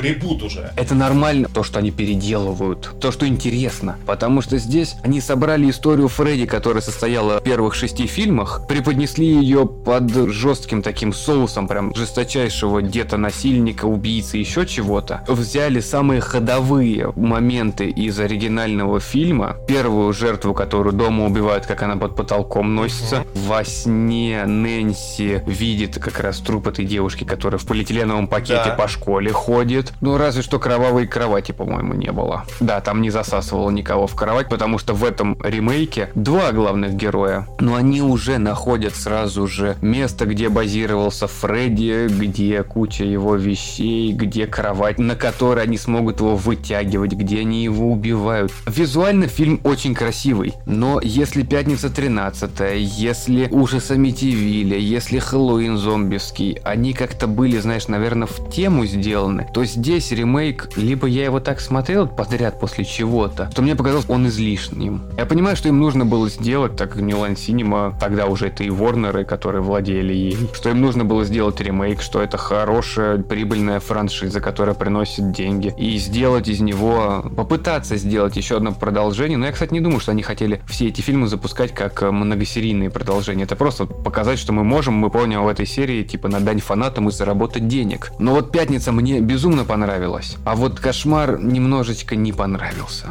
B: уже.
A: Это нормально, то, что они переделывают, то, что интересно. Потому что здесь они собрали историю Фредди, которая состояла в первых 6 фильмах, преподнесли ее под жестким таким соусом, прям жесточайшего насильника, убийцы, еще чего-то. Взяли самые ходовые моменты из оригинального фильма. Первую жертву, которую дома убивают, как она под потолком носится. Во сне Нэнси видит как раз труп этой девушки, которая в полиэтиленовом пакете по школе ходит. Ну, разве что кровавой кровати, по-моему, не было. Да, там не засасывало никого в кровать, потому что в этом ремейке 2 главных героя. Но они уже находят сразу же место, где базировался Фредди, где куча его вещей, где кровать, на которой они смогут его вытягивать, где они его убивают. Визуально фильм очень красивый, но если «Пятница 13», если «Ужас Амитивилля», если «Хэллоуин зомбиский», они как-то были, знаешь, наверное, в тему сделаны, то здесь ремейк, либо я его так смотрел подряд после чего-то, что мне показалось он излишним. Я понимаю, что им нужно было сделать, так как New Line Cinema, тогда уже это и Warner, которые владели ей, что им нужно было сделать ремейк, что это хорошая, прибыльная франшиза, которая приносит деньги, и сделать из него, попытаться сделать еще одно продолжение. Но я, кстати, не думаю, что они хотели все эти фильмы запускать как многосерийные продолжения. Это просто показать, что мы можем, мы помним в этой серии, типа, на дань фанатам и заработать денег. Но вот «Пятница» мне безумно понравилась, а вот «Кошмар» немножечко не понравился.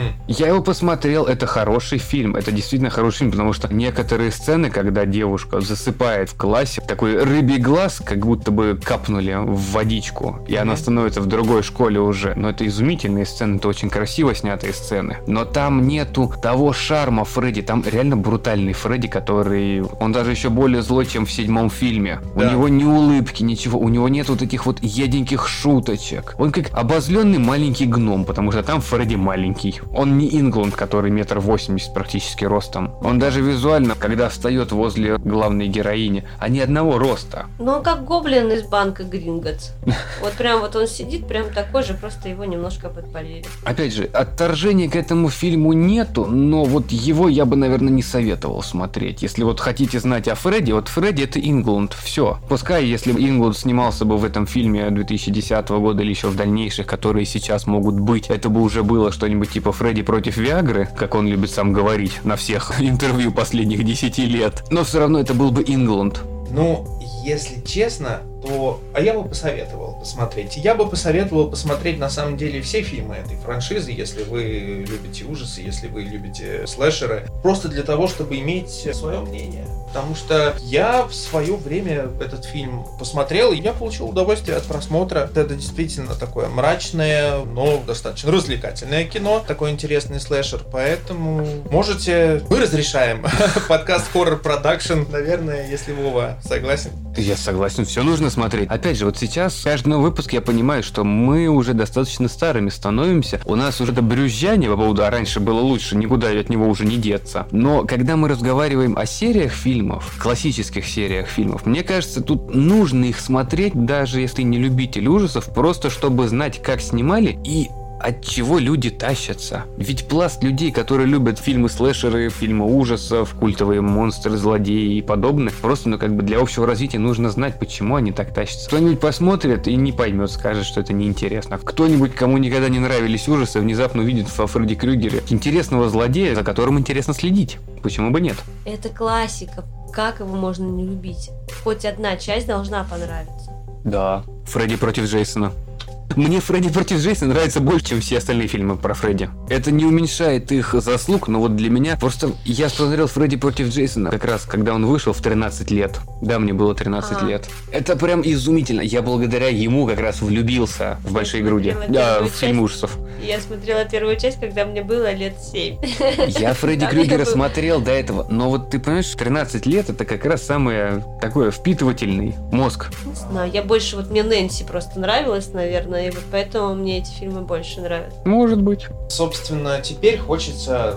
A: Я его посмотрел, это хороший фильм, это действительно хороший фильм, потому что некоторые сцены, когда девушка засыпает в классе, такой рыбий глаз, как будто бы капнули в водичку, и она становится в другой школе уже. Но это изумительные сцены, это очень красиво снятые сцены. Но там нету того шарма Фредди, там реально брутальный Фредди, который... Он даже еще более злой, чем в 7 фильме. Да. У него ни улыбки, ничего, у него нет вот этих вот еденьких шуточек. Он как обозленный маленький гном, потому что там Фредди маленький. Он не Ингланд, который 1,80 м практически ростом. Он даже визуально, когда встает возле главной героини, они одного роста.
C: Ну, он как гоблин из банка Гринготс. Вот прям вот он сидит, прям такой же, просто его немножко подпалили.
A: Опять же, отторжения к этому фильму нету, но вот его я бы, наверное, не советовал смотреть. Если вот хотите знать о Фредди, вот Фредди это Ингланд, все. Пускай, если Ингланд снимался бы в этом фильме 2010 года или еще в дальнейших, которые сейчас могут быть, это бы уже было что-нибудь типа Фредди против Виагры, как он любит сам говорить на всех интервью последних 10 лет. Но все равно это был бы Ингланд.
B: Ну, если честно, то... А я бы посоветовал посмотреть. Я бы посоветовал посмотреть, на самом деле, все фильмы этой франшизы, если вы любите ужасы, если вы любите слэшеры. Просто для того, чтобы иметь свое мнение. Потому что я в свое время этот фильм посмотрел, и я получил удовольствие от просмотра. Это действительно такое мрачное, но достаточно развлекательное кино. Такой интересный слэшер. Поэтому можете... Мы разрешаем подкаст Horror Production. Наверное, если Вова согласен.
A: Я согласен, все нужно смотреть. Опять же, вот сейчас, в каждом выпуске я понимаю, что мы уже достаточно старыми становимся. У нас уже это брюзжание по поводу «а раньше было лучше», никуда от него уже не деться. Но когда мы разговариваем о сериях фильмов, классических сериях фильмов, мне кажется, тут нужно их смотреть, даже если ты не любитель ужасов, просто чтобы знать, как снимали и от чего люди тащатся. Ведь пласт людей, которые любят фильмы слэшеры, фильмы ужасов, культовые монстры, злодеи и подобное, просто, как бы для общего развития нужно знать, почему они так тащатся. Кто-нибудь посмотрит и не поймет, скажет, что это неинтересно. Кто-нибудь, кому никогда не нравились ужасы, внезапно увидит во Фредди Крюгере интересного злодея, за которым интересно следить. Почему бы нет?
C: Это классика. Как его можно не любить? Хоть одна часть должна понравиться.
A: Да. Фредди против Джейсона. Мне «Фредди против Джейсона» нравится больше, чем все остальные фильмы про Фредди. Это не уменьшает их заслуг, но вот для меня... Просто я смотрел «Фредди против Джейсона» как раз, когда он вышел в 13 лет. Да, мне было 13 лет. Это прям изумительно. Я благодаря ему как раз влюбился в «Большие груди». Да, в фильм ужасов.
C: Я смотрела первую часть, когда мне было лет 7.
A: Я Фредди Крюгера смотрел до этого. Но вот ты понимаешь, 13 лет это как раз самое такое впитывательный мозг.
C: Не знаю, я больше... Вот мне Нэнси просто нравилась, наверное. И вот поэтому мне эти фильмы больше нравятся.
A: Может быть.
B: Собственно, теперь хочется, наверное,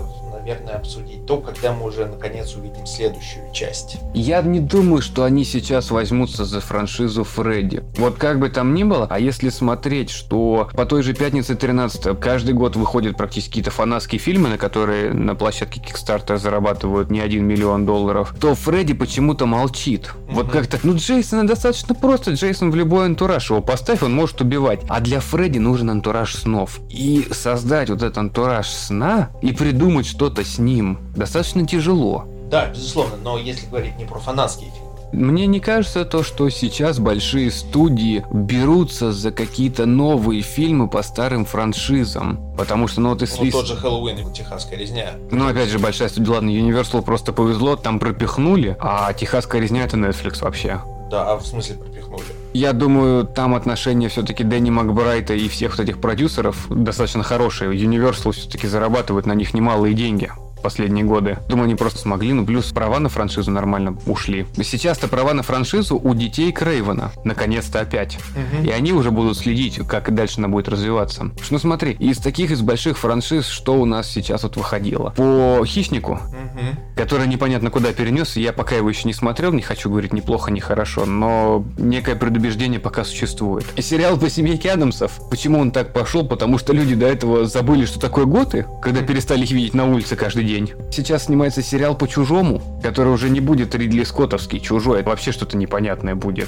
B: наверное, обсудить то, когда мы уже наконец увидим следующую часть.
A: Я не думаю, что они сейчас возьмутся за франшизу Фредди. Вот как бы там ни было, а если смотреть, что по той же «Пятнице 13» каждый год выходят практически какие-то фанатские фильмы, на которые на площадке Kickstarter зарабатывают не $1 миллион, то Фредди почему-то молчит. Вот как-то, Джейсона достаточно просто. Джейсон в любой антураж его поставь, он может убивать. А для Фредди нужен антураж снов. И создать вот этот антураж сна и придумать что-то с ним достаточно тяжело.
B: Да, безусловно, но если говорить не про фанатские фильмы.
A: Мне не кажется то, что сейчас большие студии берутся за какие-то новые фильмы по старым франшизам. Потому что,
B: тот же «Хэллоуин» и «Техасская резня».
A: Опять же, большая студия, ладно, Universal просто повезло, там пропихнули, а «Техасская резня» — это Netflix вообще.
B: Да, а в смысле пропихнули?
A: Я думаю, там отношения все-таки Дэнни Макбрайта и всех вот этих продюсеров достаточно хорошие. Universal все-таки зарабатывает на них немалые деньги последние годы. Думаю, они просто смогли, плюс права на франшизу нормально ушли. Сейчас-то права на франшизу у детей Крейвена. Наконец-то опять. И они уже будут следить, как дальше она будет развиваться. Смотри, из больших франшиз, что у нас сейчас вот выходило? По «Хищнику», который непонятно куда перенес, я пока его еще не смотрел, не хочу говорить ни плохо, ни хорошо, но некое предубеждение пока существует. Сериал по «Семейке Адамсов». Почему он так пошел? Потому что люди до этого забыли, что такое готы, когда перестали их видеть на улице каждый день. Сейчас снимается сериал по «Чужому», который уже не будет Ридли Скоттовский «Чужой», это вообще что-то непонятное будет.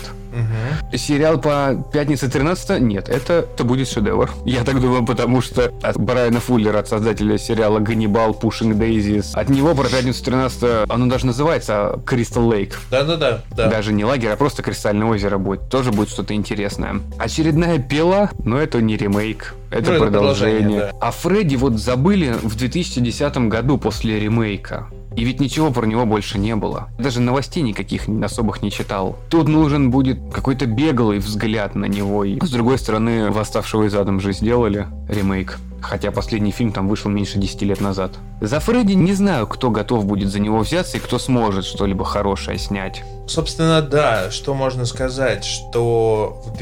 A: Сериал по «Пятнице 13» нет, это будет шедевр. Я так думаю, потому что от Брайана Фуллера, от создателя сериала «Ганнибал», «Пушинг Дейзис», от него про «Пятницу 13» оно даже называется «Кристал Лейк».
B: Да.
A: Даже не лагерь, а просто «Кристальное озеро» будет. Тоже будет что-то интересное. Очередная «Пила», но это не ремейк. Это продолжение. Да. А Фредди забыли в 2010 году после ремейка. И ведь ничего про него больше не было. Даже новостей никаких особых не читал. Тут нужен будет какой-то беглый взгляд на него. И с другой стороны, «Восставшего из Адама» же сделали ремейк. Хотя последний фильм там вышел меньше 10 лет назад. За Фредди не знаю, кто готов будет за него взяться и кто сможет что-либо хорошее снять.
B: Собственно, да, что можно сказать, что в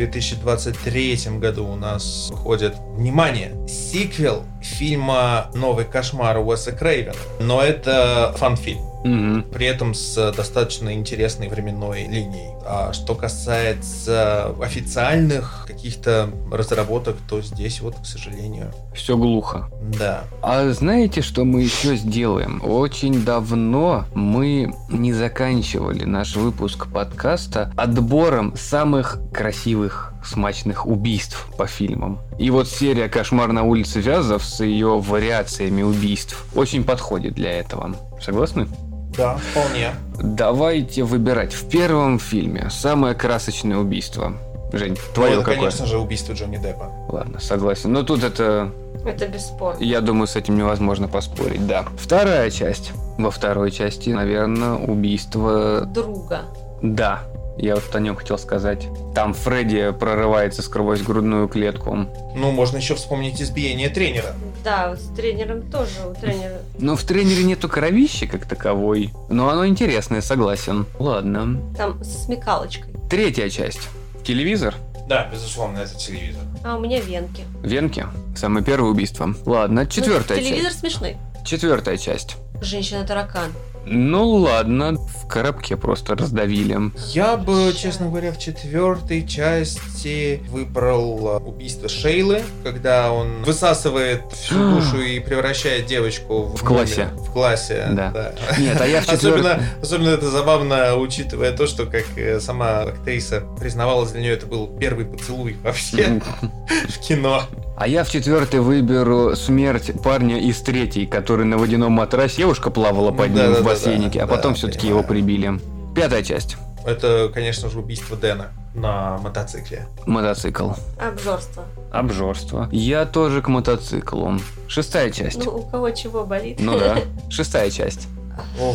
B: 2023 году у нас выходит, внимание, сиквел фильма «Новый кошмар» Уэса Крейвена. Но это фан-фильм. При этом с достаточно интересной временной линией. А что касается официальных каких-то разработок, то здесь к сожалению,
A: все глухо.
B: Да.
A: А знаете, что мы еще сделаем? Очень давно мы не заканчивали наш выпуск подкаста отбором самых красивых, смачных убийств по фильмам. И серия «Кошмар на улице Вязов» с ее вариациями убийств очень подходит для этого. Согласны?
B: Да, вполне.
A: Давайте выбирать. В первом фильме самое красочное убийство. Жень, твое какое?
B: Конечно же, убийство Джонни Деппа.
A: Ладно, согласен. Но тут это
C: бесспорно.
A: Я думаю, с этим невозможно поспорить, да. Вторая часть. Во второй части, наверное, убийство...
C: друга.
A: Да. Я о нем хотел сказать. Там Фредди прорывается сквозь грудную клетку.
B: Можно еще вспомнить избиение тренера.
C: Да, с тренером тоже, у тренера.
A: Но в тренере нету кровищи как таковой. Но оно интересное, согласен. Ладно.
C: Там с смекалочкой.
A: Третья часть. Телевизор?
B: Да, безусловно, это телевизор.
C: А у меня венки.
A: Венки? Самое первое убийство. Ладно, четвертая часть.
C: Телевизор смешной.
A: Четвертая часть.
C: Женщина-таракан.
A: Ладно, в коробке просто раздавили.
B: Я бы, честно говоря, в четвертой части выбрал убийство Шейлы, когда он высасывает всю душу и превращает девочку
A: в классе.
B: В классе,
A: да. Нет, а я в четвертой...
B: Особенно это забавно, учитывая то, что как сама актриса признавалась, для нее это был первый поцелуй вообще в кино.
A: А я в четвертой выберу смерть парня из третьей, который на водяном матрасе, девушка плавала под ним в бассейнике, а потом все-таки его прибили. Пятая часть.
B: Это, конечно же, убийство Дэна на мотоцикле.
A: Мотоцикл.
C: Обжорство.
A: Я тоже к мотоциклу. Шестая часть.
C: У кого чего болит.
A: Да. Шестая часть.
B: Ох,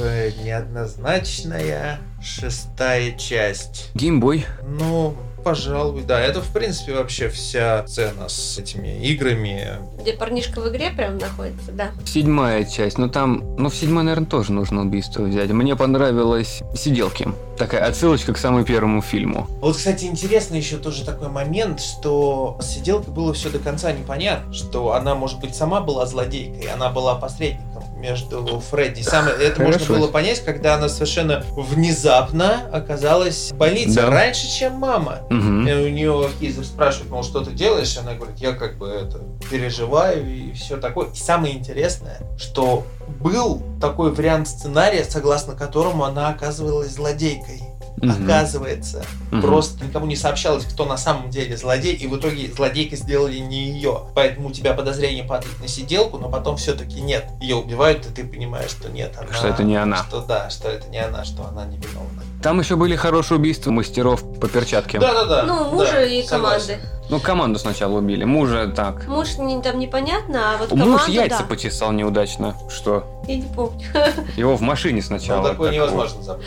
B: неоднозначная шестая часть.
A: Геймбой.
B: Пожалуй, да. Это, в принципе, вообще вся сцена с этими играми.
C: Где парнишка в игре прям находится, да.
A: Седьмая часть. В седьмой, наверное, тоже нужно убийство взять. Мне понравилось «Сиделки». Такая отсылочка к самому первому фильму.
B: Кстати, интересно еще тоже такой момент, что с «Сиделкой» было все до конца непонятно, что она, может быть, сама была злодейкой, она была посредником между Фредди. Это можно было понять, когда она совершенно внезапно оказалась в больнице. Да. Раньше, чем мама. Угу. У нее Хизер спрашивает, мол, что ты делаешь? Она говорит, я как бы переживаю и все такое. И самое интересное, что был такой вариант сценария, согласно которому она оказывалась злодейкой. Оказывается, просто никому не сообщалось, кто на самом деле злодей, и в итоге злодейкой сделали не ее. Поэтому у тебя подозрение падает на сиделку, но потом все-таки нет. Ее убивают, и ты понимаешь, что нет, она...
A: Что это не она.
B: Что это не она, что она не виновна.
A: Там еще были хорошие убийства мастеров по перчатке.
B: Да.
C: Ну, мужа и команды.
A: Ну, команду сначала убили, мужа так.
C: Муж там непонятно, а вот команду,
A: муж яйца почесал неудачно. Что?
C: Я не помню.
A: Его в машине сначала.
B: Ну, такое невозможно забыть.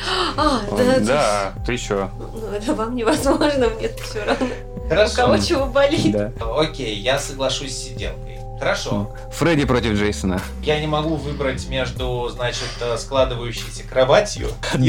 A: Да, ты что?
C: Ну, это вам невозможно, мне все равно.
B: Хорошо.
C: У кого чего болит.
B: Да. Окей, я соглашусь с сиделкой. Хорошо.
A: Фредди против Джейсона.
B: Я не могу выбрать между, складывающейся кроватью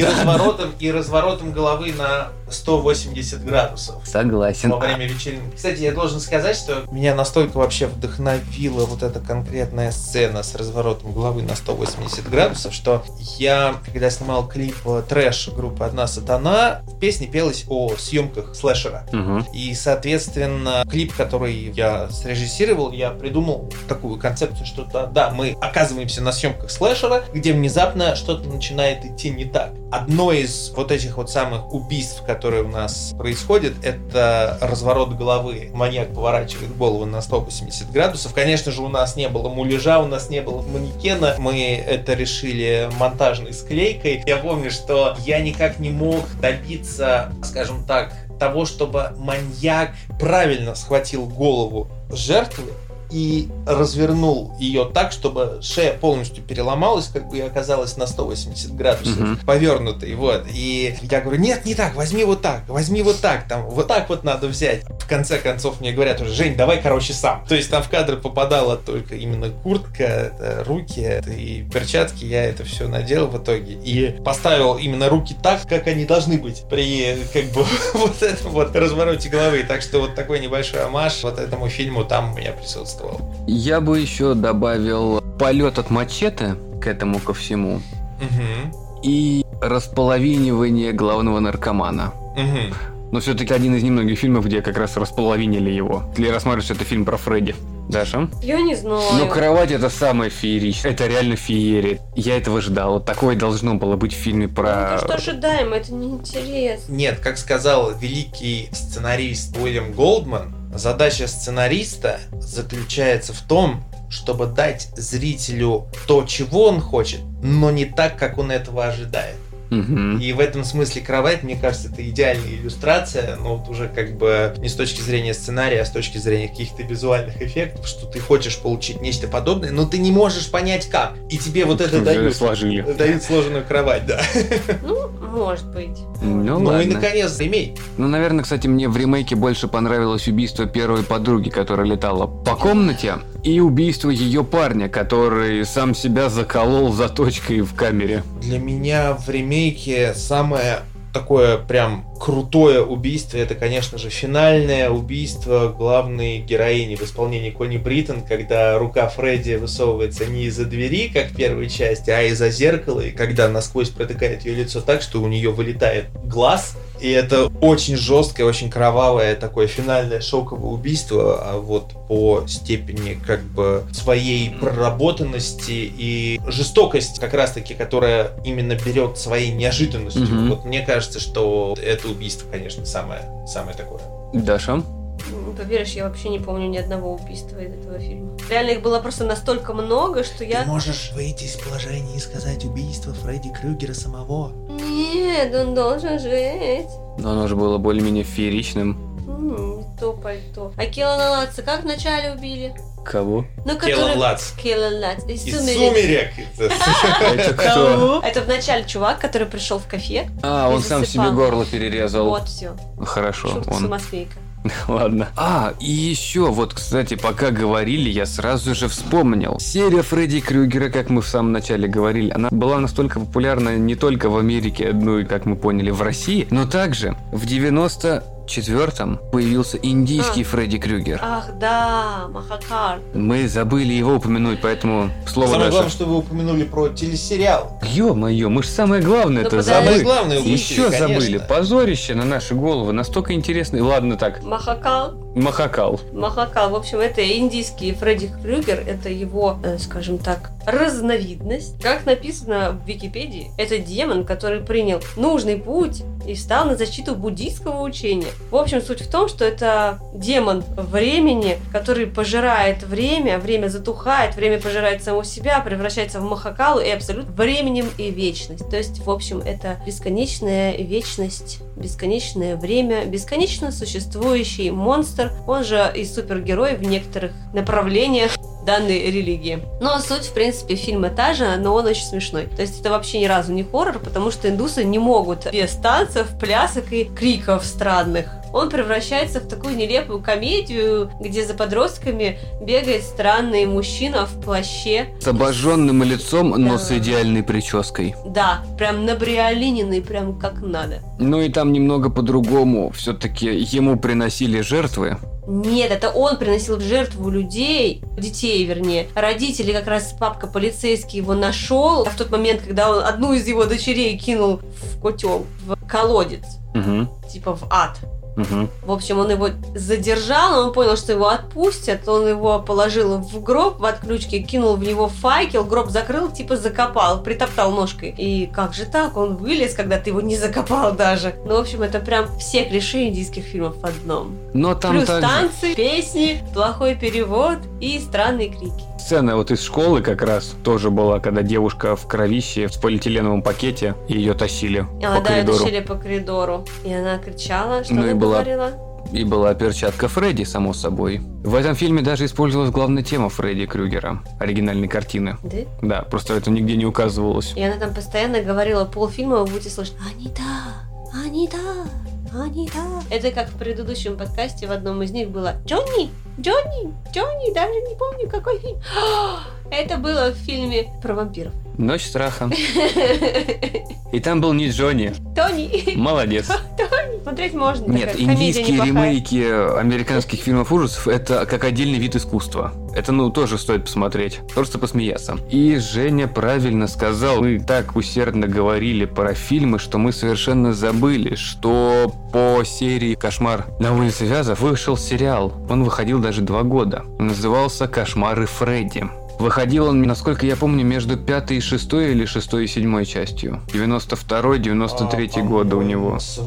B: и разворотом головы на 180 градусов.
A: Согласен.
B: Во время вечеринки. Кстати, я должен сказать, что меня настолько вообще вдохновила вот эта конкретная сцена с разворотом головы на 180 градусов, что я, когда снимал клип «Трэш» группы «Одна сатана», в песне пелось о съемках слэшера.
A: Угу.
B: И, соответственно, клип, который я срежиссировал, я придумал такую концепцию, что да, мы оказываемся на съемках слэшера, где внезапно что-то начинает идти не так. Одно из вот этих вот самых убийств, которые у нас происходят, это разворот головы. Маньяк поворачивает голову на 180 градусов. Конечно же, у нас не было муляжа, у нас не было манекена. Мы это решили монтажной склейкой. Я помню, что я никак не мог добиться, скажем так, того, чтобы маньяк правильно схватил голову жертвы и развернул ее так, чтобы шея полностью переломалась, как бы и оказалась на 180 градусов, повернутой, вот. И я говорю, нет, не так, возьми вот так, там, вот так вот надо взять. В конце концов мне говорят уже, Жень, давай, сам. То есть там в кадр попадала только именно куртка, руки и перчатки, я это все надел в итоге и поставил именно руки так, как они должны быть при, вот этом вот развороте головы. Так что вот такой небольшой омаж вот этому фильму там у меня присутствовал.
A: Я бы еще добавил полет от мачете к этому ко всему. И располовинивание главного наркомана. Но все-таки один из немногих фильмов, где как раз располовинили его. Или рассматриваешь, это фильм про Фредди. Даша?
C: Я не знаю.
A: Но кровать — это самое фееричное. Это реально феерия. Я этого ждал. Вот такое должно было быть в фильме про...
C: Ну, что ожидаем, это неинтересно.
B: Нет, как сказал великий сценарист Уильям Голдман, задача сценариста заключается в том, чтобы дать зрителю то, чего он хочет, но не так, как он этого ожидает. И в этом смысле кровать, мне кажется, это идеальная иллюстрация, но вот уже не с точки зрения сценария, а с точки зрения каких-то визуальных эффектов, что ты хочешь получить нечто подобное, но ты не можешь понять как. И тебе вот это дают сложенную кровать, да.
C: Ну, может быть.
B: Ну и наконец, ремейк.
A: Ну, наверное, кстати, мне в ремейке больше понравилось убийство первой подруги, которая летала по комнате, и убийство ее парня, который сам себя заколол заточкой в камере.
B: Для меня в ремейке самое такое прям крутое убийство, это, конечно же, финальное убийство главной героини в исполнении Конни Бриттон, когда рука Фредди высовывается не из-за двери, как в первой части, а из-за зеркала, и когда насквозь протыкает ее лицо так, что у нее вылетает глаз. И это очень жесткое, очень кровавое такое финальное шоковое убийство, а вот по степени своей проработанности и жестокости, как раз-таки, которая именно берет своей неожиданностью. Вот мне кажется, что это убийство, конечно, самое такое.
A: Даша?
C: Поверишь, я вообще не помню ни одного убийства из этого фильма. Реально их было просто настолько много, что я...
B: Ты можешь выйти из положения и сказать убийство Фредди Крюгера самого.
C: Нет, он должен жить.
A: Но оно же было более-менее фееричным.
C: Не то пальто. А Келлана Латца как вначале убили?
A: Кого?
B: Келлан Латц.
C: Из
B: «Сумерек».
A: Это кто?
C: Это вначале чувак, который пришел в кафе.
A: Он сам себе горло перерезал.
C: Вот все.
A: Хорошо.
C: Шутка самосмейка.
A: Ладно. И еще, кстати, пока говорили, я сразу же вспомнил. Серия Фредди Крюгера, как мы в самом начале говорили, она была настолько популярна не только в Америке, как мы поняли, в России, но также в 90 4 появился индийский Фредди Крюгер.
C: Ах, да, Махакал.
A: Мы забыли его упомянуть, поэтому слово
B: Самое
A: наше.
B: главное, что вы упомянули про телесериал.
A: Ё-моё, мы же самое главное это
B: Самое
A: забыли.
B: главное упустили,
A: Еще
B: конечно.
A: забыли. Позорище на наши головы. Настолько интересный. Ладно так.
C: Махакал.
A: Махакал.
C: Махакал. В общем, это индийский Фредди Крюгер. Это его, скажем так, разновидность. Как написано в Википедии, это демон, который принял нужный путь и встал на защиту буддийского учения. В общем, суть в том, что это демон времени, который пожирает время, время затухает, время пожирает само себя, превращается в Махакалу и абсолют временем и вечность. То есть, в общем, это бесконечная вечность, бесконечное время, бесконечно существующий монстр, он же и супергерой в некоторых направлениях данной религии. Но суть, в принципе, фильма та же, но он очень смешной. То есть это вообще ни разу не хоррор, потому что индусы не могут без танцев, плясок и криков странных. Он превращается в такую нелепую комедию, где за подростками бегает странный мужчина в плаще.
A: С обожженным лицом, но
C: Да.
A: с идеальной прической.
C: Да, прям набриолиненный, прям как надо.
A: Ну и там немного по-другому. Все-таки ему приносили жертвы.
C: Нет, это он приносил в жертву людей, детей, вернее. Родители, как раз папка полицейский его нашел в тот момент, когда он одну из его дочерей кинул в котел, в колодец,
A: Угу.
C: типа в ад.
A: Угу.
C: В общем, он его задержал, он понял, что его отпустят, он его положил в гроб в отключке, кинул в него факел, гроб закрыл, типа закопал, притоптал ножкой. И как же так? Он вылез, когда ты его не закопал даже. Ну, в общем, это прям все клише индийских фильмов в одном.
A: Но там
C: Плюс
A: также
C: танцы, песни, плохой перевод и странные крики.
A: сцена вот из школы как раз тоже была, когда девушка в кровище в полиэтиленовом пакете, и ее тащили по
C: Да, ее
A: коридору.
C: тащили по коридору. И она кричала, что
A: Ну и
C: она
A: была-
C: говорила?
A: И была перчатка Фредди, само собой. В этом фильме даже использовалась главная тема Фредди Крюгера, оригинальной картины.
C: Да?
A: Да, просто это нигде не указывалось.
C: И она там постоянно говорила, полфильма вы будете слышать «Анита! Анита! Анита!» Это как в предыдущем подкасте в одном из них было «Джонни! Джонни! Джонни!» Даже не помню, какой фильм. Это было в фильме про вампиров.
A: Ночь страха. И там был не Джонни.
C: Тони!
A: Молодец.
C: Тони! Смотреть можно.
A: Нет,
C: такая комедия
A: индийские
C: неплохая.
A: ремейки американских фильмов ужасов — это как отдельный вид искусства. Это, тоже стоит посмотреть. Просто посмеяться. И Женя правильно сказал. Мы так усердно говорили про фильмы, что мы совершенно забыли, что по серии «Кошмар на улице Вязов» вышел сериал. Он выходил даже 2 года. Назывался «Кошмары Фредди». Выходил он, насколько я помню, между 5-й и 6-й или 6-й и 7-й частью. 92-й, 93-й года у него.
B: С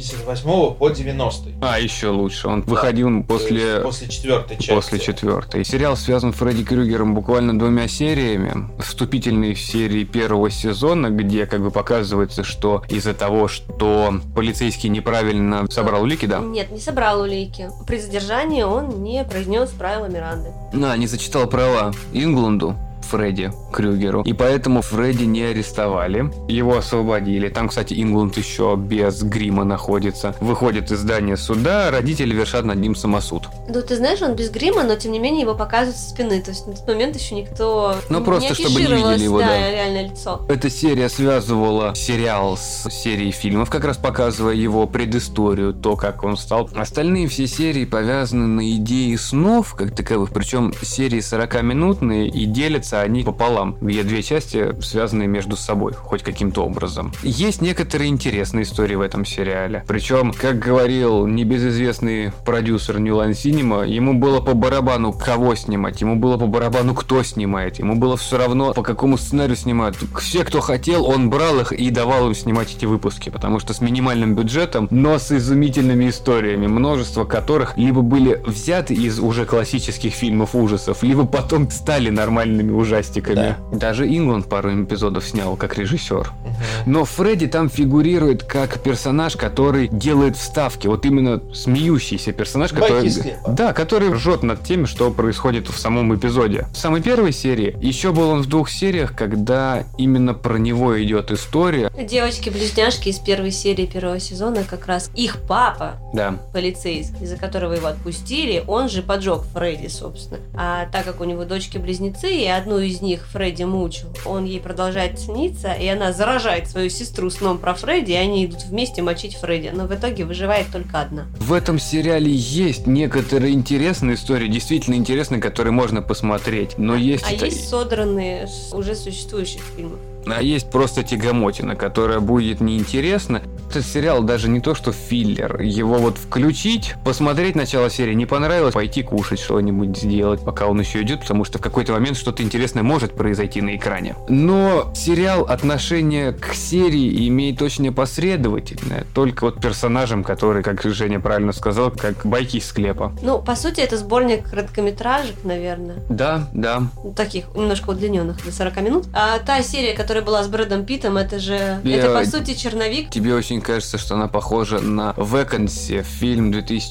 B: 88 по 90.
A: А, еще лучше. Он выходил после...
B: После 4-й части.
A: После 4-й. Сериал связан с Фредди Крюгером буквально 2 сериями. Вступительные серии 1-го сезона, где как бы показывается, что из-за того, что полицейский неправильно собрал улики, да?
C: Нет, не собрал улики. При задержании он не произнес правила Миранды.
A: Не зачитал права Ингланду, Фредди Крюгеру. И поэтому Фредди не арестовали. Его освободили. Там, кстати, Ингланд еще без грима находится. Выходит из здания суда, родители вершат над ним самосуд.
C: Ну, ты знаешь, он без грима, но тем не менее его показывают со спины. То есть на тот момент еще никто
A: Просто
C: не
A: чтобы не
C: афишировалось,
A: видели его, да.
C: реальное лицо.
A: Эта серия связывала сериал с серией фильмов, как раз показывая его предысторию, то, как он стал. Остальные все серии повязаны на идеи снов, как таковых, причем серии 40-минутные, и делятся они пополам, где 2 части связаны между собой, хоть каким-то образом. Есть некоторые интересные истории в этом сериале. Причем, как говорил небезызвестный продюсер New Line Cinema, ему было по барабану, кого снимать, ему было по барабану, кто снимает, ему было все равно, по какому сценарию снимают. Все, кто хотел, он брал их и давал им снимать эти выпуски, потому что с минимальным бюджетом, но с изумительными историями, множество которых либо были взяты из уже классических фильмов ужасов, либо потом стали нормальными ужастиками.
B: Да.
A: Даже Ингланд пару эпизодов снял как режиссер. Но Фредди там фигурирует как персонаж, который делает вставки. Вот именно смеющийся персонаж, который...
B: слепа.
A: Да, который ржет над тем, что происходит в самом эпизоде. В самой первой серии еще был он в 2 сериях, когда именно про него идет история.
C: Девочки-близняшки из первой серии 1-го сезона, как раз их папа,
A: Да.
C: полицейский, из-за которого его отпустили, он же поджег Фредди, собственно. А так как у него дочки-близнецы, и одну одну из них Фредди мучил, он ей продолжает сниться, и она заражает свою сестру сном про Фредди, и они идут вместе мочить Фредди. Но в итоге выживает только одна.
A: В этом сериале есть некоторые интересные истории, действительно интересные, которые можно посмотреть. Но есть...
C: есть содранные с уже существующих фильмов.
A: А есть просто тягомотина, которая будет неинтересна. Этот сериал даже не то, что филлер. Его вот включить, посмотреть начало серии, не понравилось, пойти кушать что-нибудь сделать, пока он еще идет, потому что в какой-то момент что-то интересное может произойти на экране. Но сериал отношение к серии имеет очень опосредовательное. Только вот персонажам, которые, как Женя правильно сказал, как байки из склепа.
C: Ну, по сути, это сборник короткометражек, наверное.
A: Да.
C: Таких немножко удлиненных, до 40 минут. А та серия, которая была с Брэдом Питтом, это же... Это, по сути, черновик.
A: Тебе очень кажется, что она похожа на Vacancy, фильм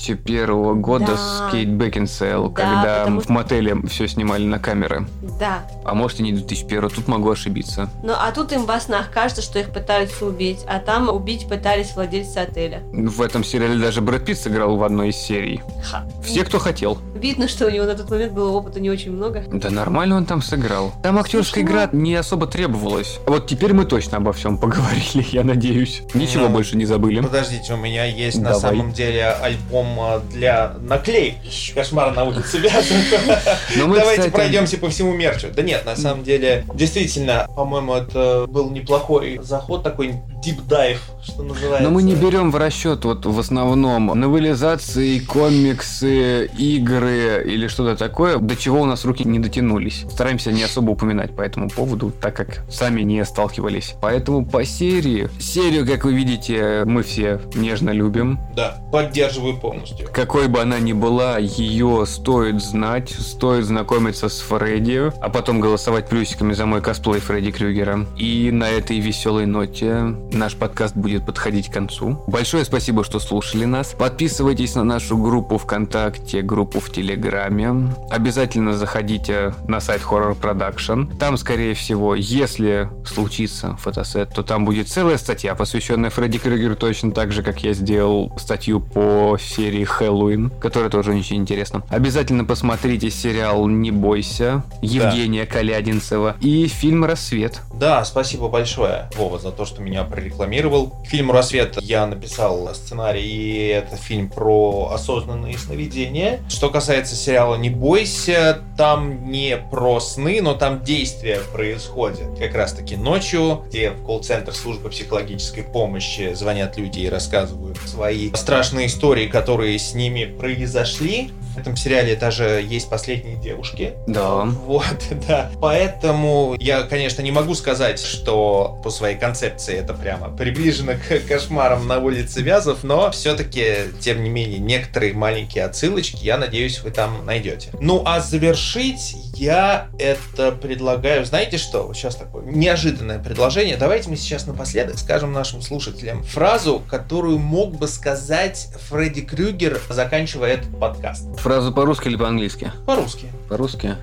A: 2001 года с Кейт Бекинсейл, когда в мотеле все снимали на камеры.
C: Да.
A: А может и не 2001, тут могу ошибиться.
C: Ну, а тут им во снах кажется, что их пытаются убить, а там убить пытались владельцы отеля.
A: В этом сериале даже Брэд Питт сыграл в одной из серий. Все, кто хотел.
C: Видно, что у него на тот момент было опыта не очень много.
A: Да нормально он там сыграл. Там актерская игра не особо требовалась. Вот теперь мы точно обо всем поговорили, я надеюсь. Ничего больше не забыли.
B: Подождите, у меня есть на самом деле альбом для наклеек. «Кошмар на улице Вязов». Давайте пройдемся по всему мерчу. Да нет, на самом деле, действительно, по-моему, это был неплохой заход, такой deep dive, что называется.
A: Но мы не берем в расчет вот в основном новелизации, комиксы, игры или что-то такое, до чего у нас руки не дотянулись. Стараемся не особо упоминать по этому поводу, так как сами не сталкивались. Поэтому по серии. Серию, как вы видите, мы все нежно любим.
B: Да, поддерживаю полностью.
A: Какой бы она ни была, ее стоит знать, стоит знакомиться с Фредди, а потом голосовать плюсиками за мой косплей Фредди Крюгера. И на этой веселой ноте наш подкаст будет подходить к концу. Большое спасибо, что слушали нас. Подписывайтесь на нашу группу ВКонтакте, группу в Телеграме. Обязательно заходите на сайт Horror Production. Там, скорее всего, если случится фотосет, то там будет целая статья, посвященная Фредди Крюгеру, точно так же, как я сделал статью по серии Хэллоуин, которая тоже очень интересна. Обязательно посмотрите сериал «Не бойся» Евгения Колядинцева и фильм «Рассвет».
B: Да, спасибо большое, Вова, за то, что меня прорекламировал. К фильму «Рассвет» я написал сценарий, и это фильм про осознанные сновидения. Что касается сериала «Не бойся», там не про сны, но там действие происходит как раз-таки ночью, где в колл-центр службы психологической помощи звонят люди и рассказывают свои страшные истории, которые с ними произошли. В этом сериале даже есть последние девушки.
A: Да.
B: Вот, да. Поэтому я, конечно, не могу сказать, что по своей концепции это прямо приближено к кошмарам на улице Вязов, но все-таки, тем не менее, некоторые маленькие отсылочки, я надеюсь, вы там найдете. Ну, а завершить я это предлагаю, знаете что? Сейчас такое неожиданное предложение. Давайте мы сейчас напоследок скажем нашим слушателям фразу, которую мог бы сказать Фредди Крюгер, заканчивая этот подкаст.
A: Фразу по-русски или по-английски?
B: По-русски.
A: По-русски?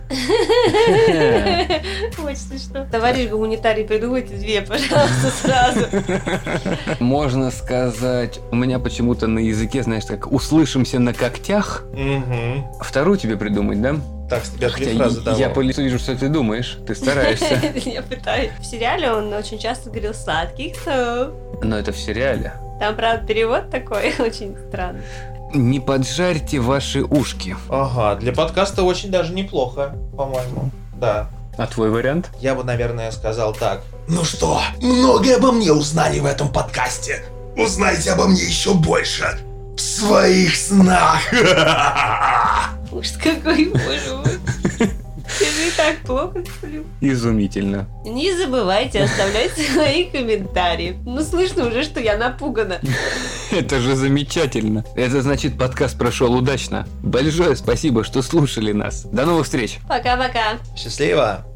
C: Очень смешно. Товарищ гуманитарий, придумайте две, пожалуйста, сразу.
A: Можно сказать, у меня почему-то на языке, знаешь, так, услышимся на когтях. Вторую тебе придумать, да?
B: Так, с тебя две фразы давал.
A: Я по лицу вижу, что ты думаешь. Ты стараешься.
C: Я пытаюсь. В сериале он очень часто говорил «сладких слов».
A: Но это в сериале.
C: Там, правда, перевод такой очень странный.
A: Не поджарьте ваши ушки.
B: Ага, для подкаста очень даже неплохо, по-моему. Да.
A: А твой вариант?
B: Я бы, наверное, сказал так. Ну что, многое обо мне узнали в этом подкасте. Узнайте обо мне еще больше в своих снах.
C: Ужас какой, боже мой. Я же и так плохо сплю.
A: Изумительно.
C: Не забывайте оставлять свои комментарии. Ну, слышно уже, что я напугана.
A: Это же замечательно. Это значит, подкаст прошел удачно. Большое спасибо, что слушали нас. До новых встреч.
C: Пока-пока.
B: Счастливо.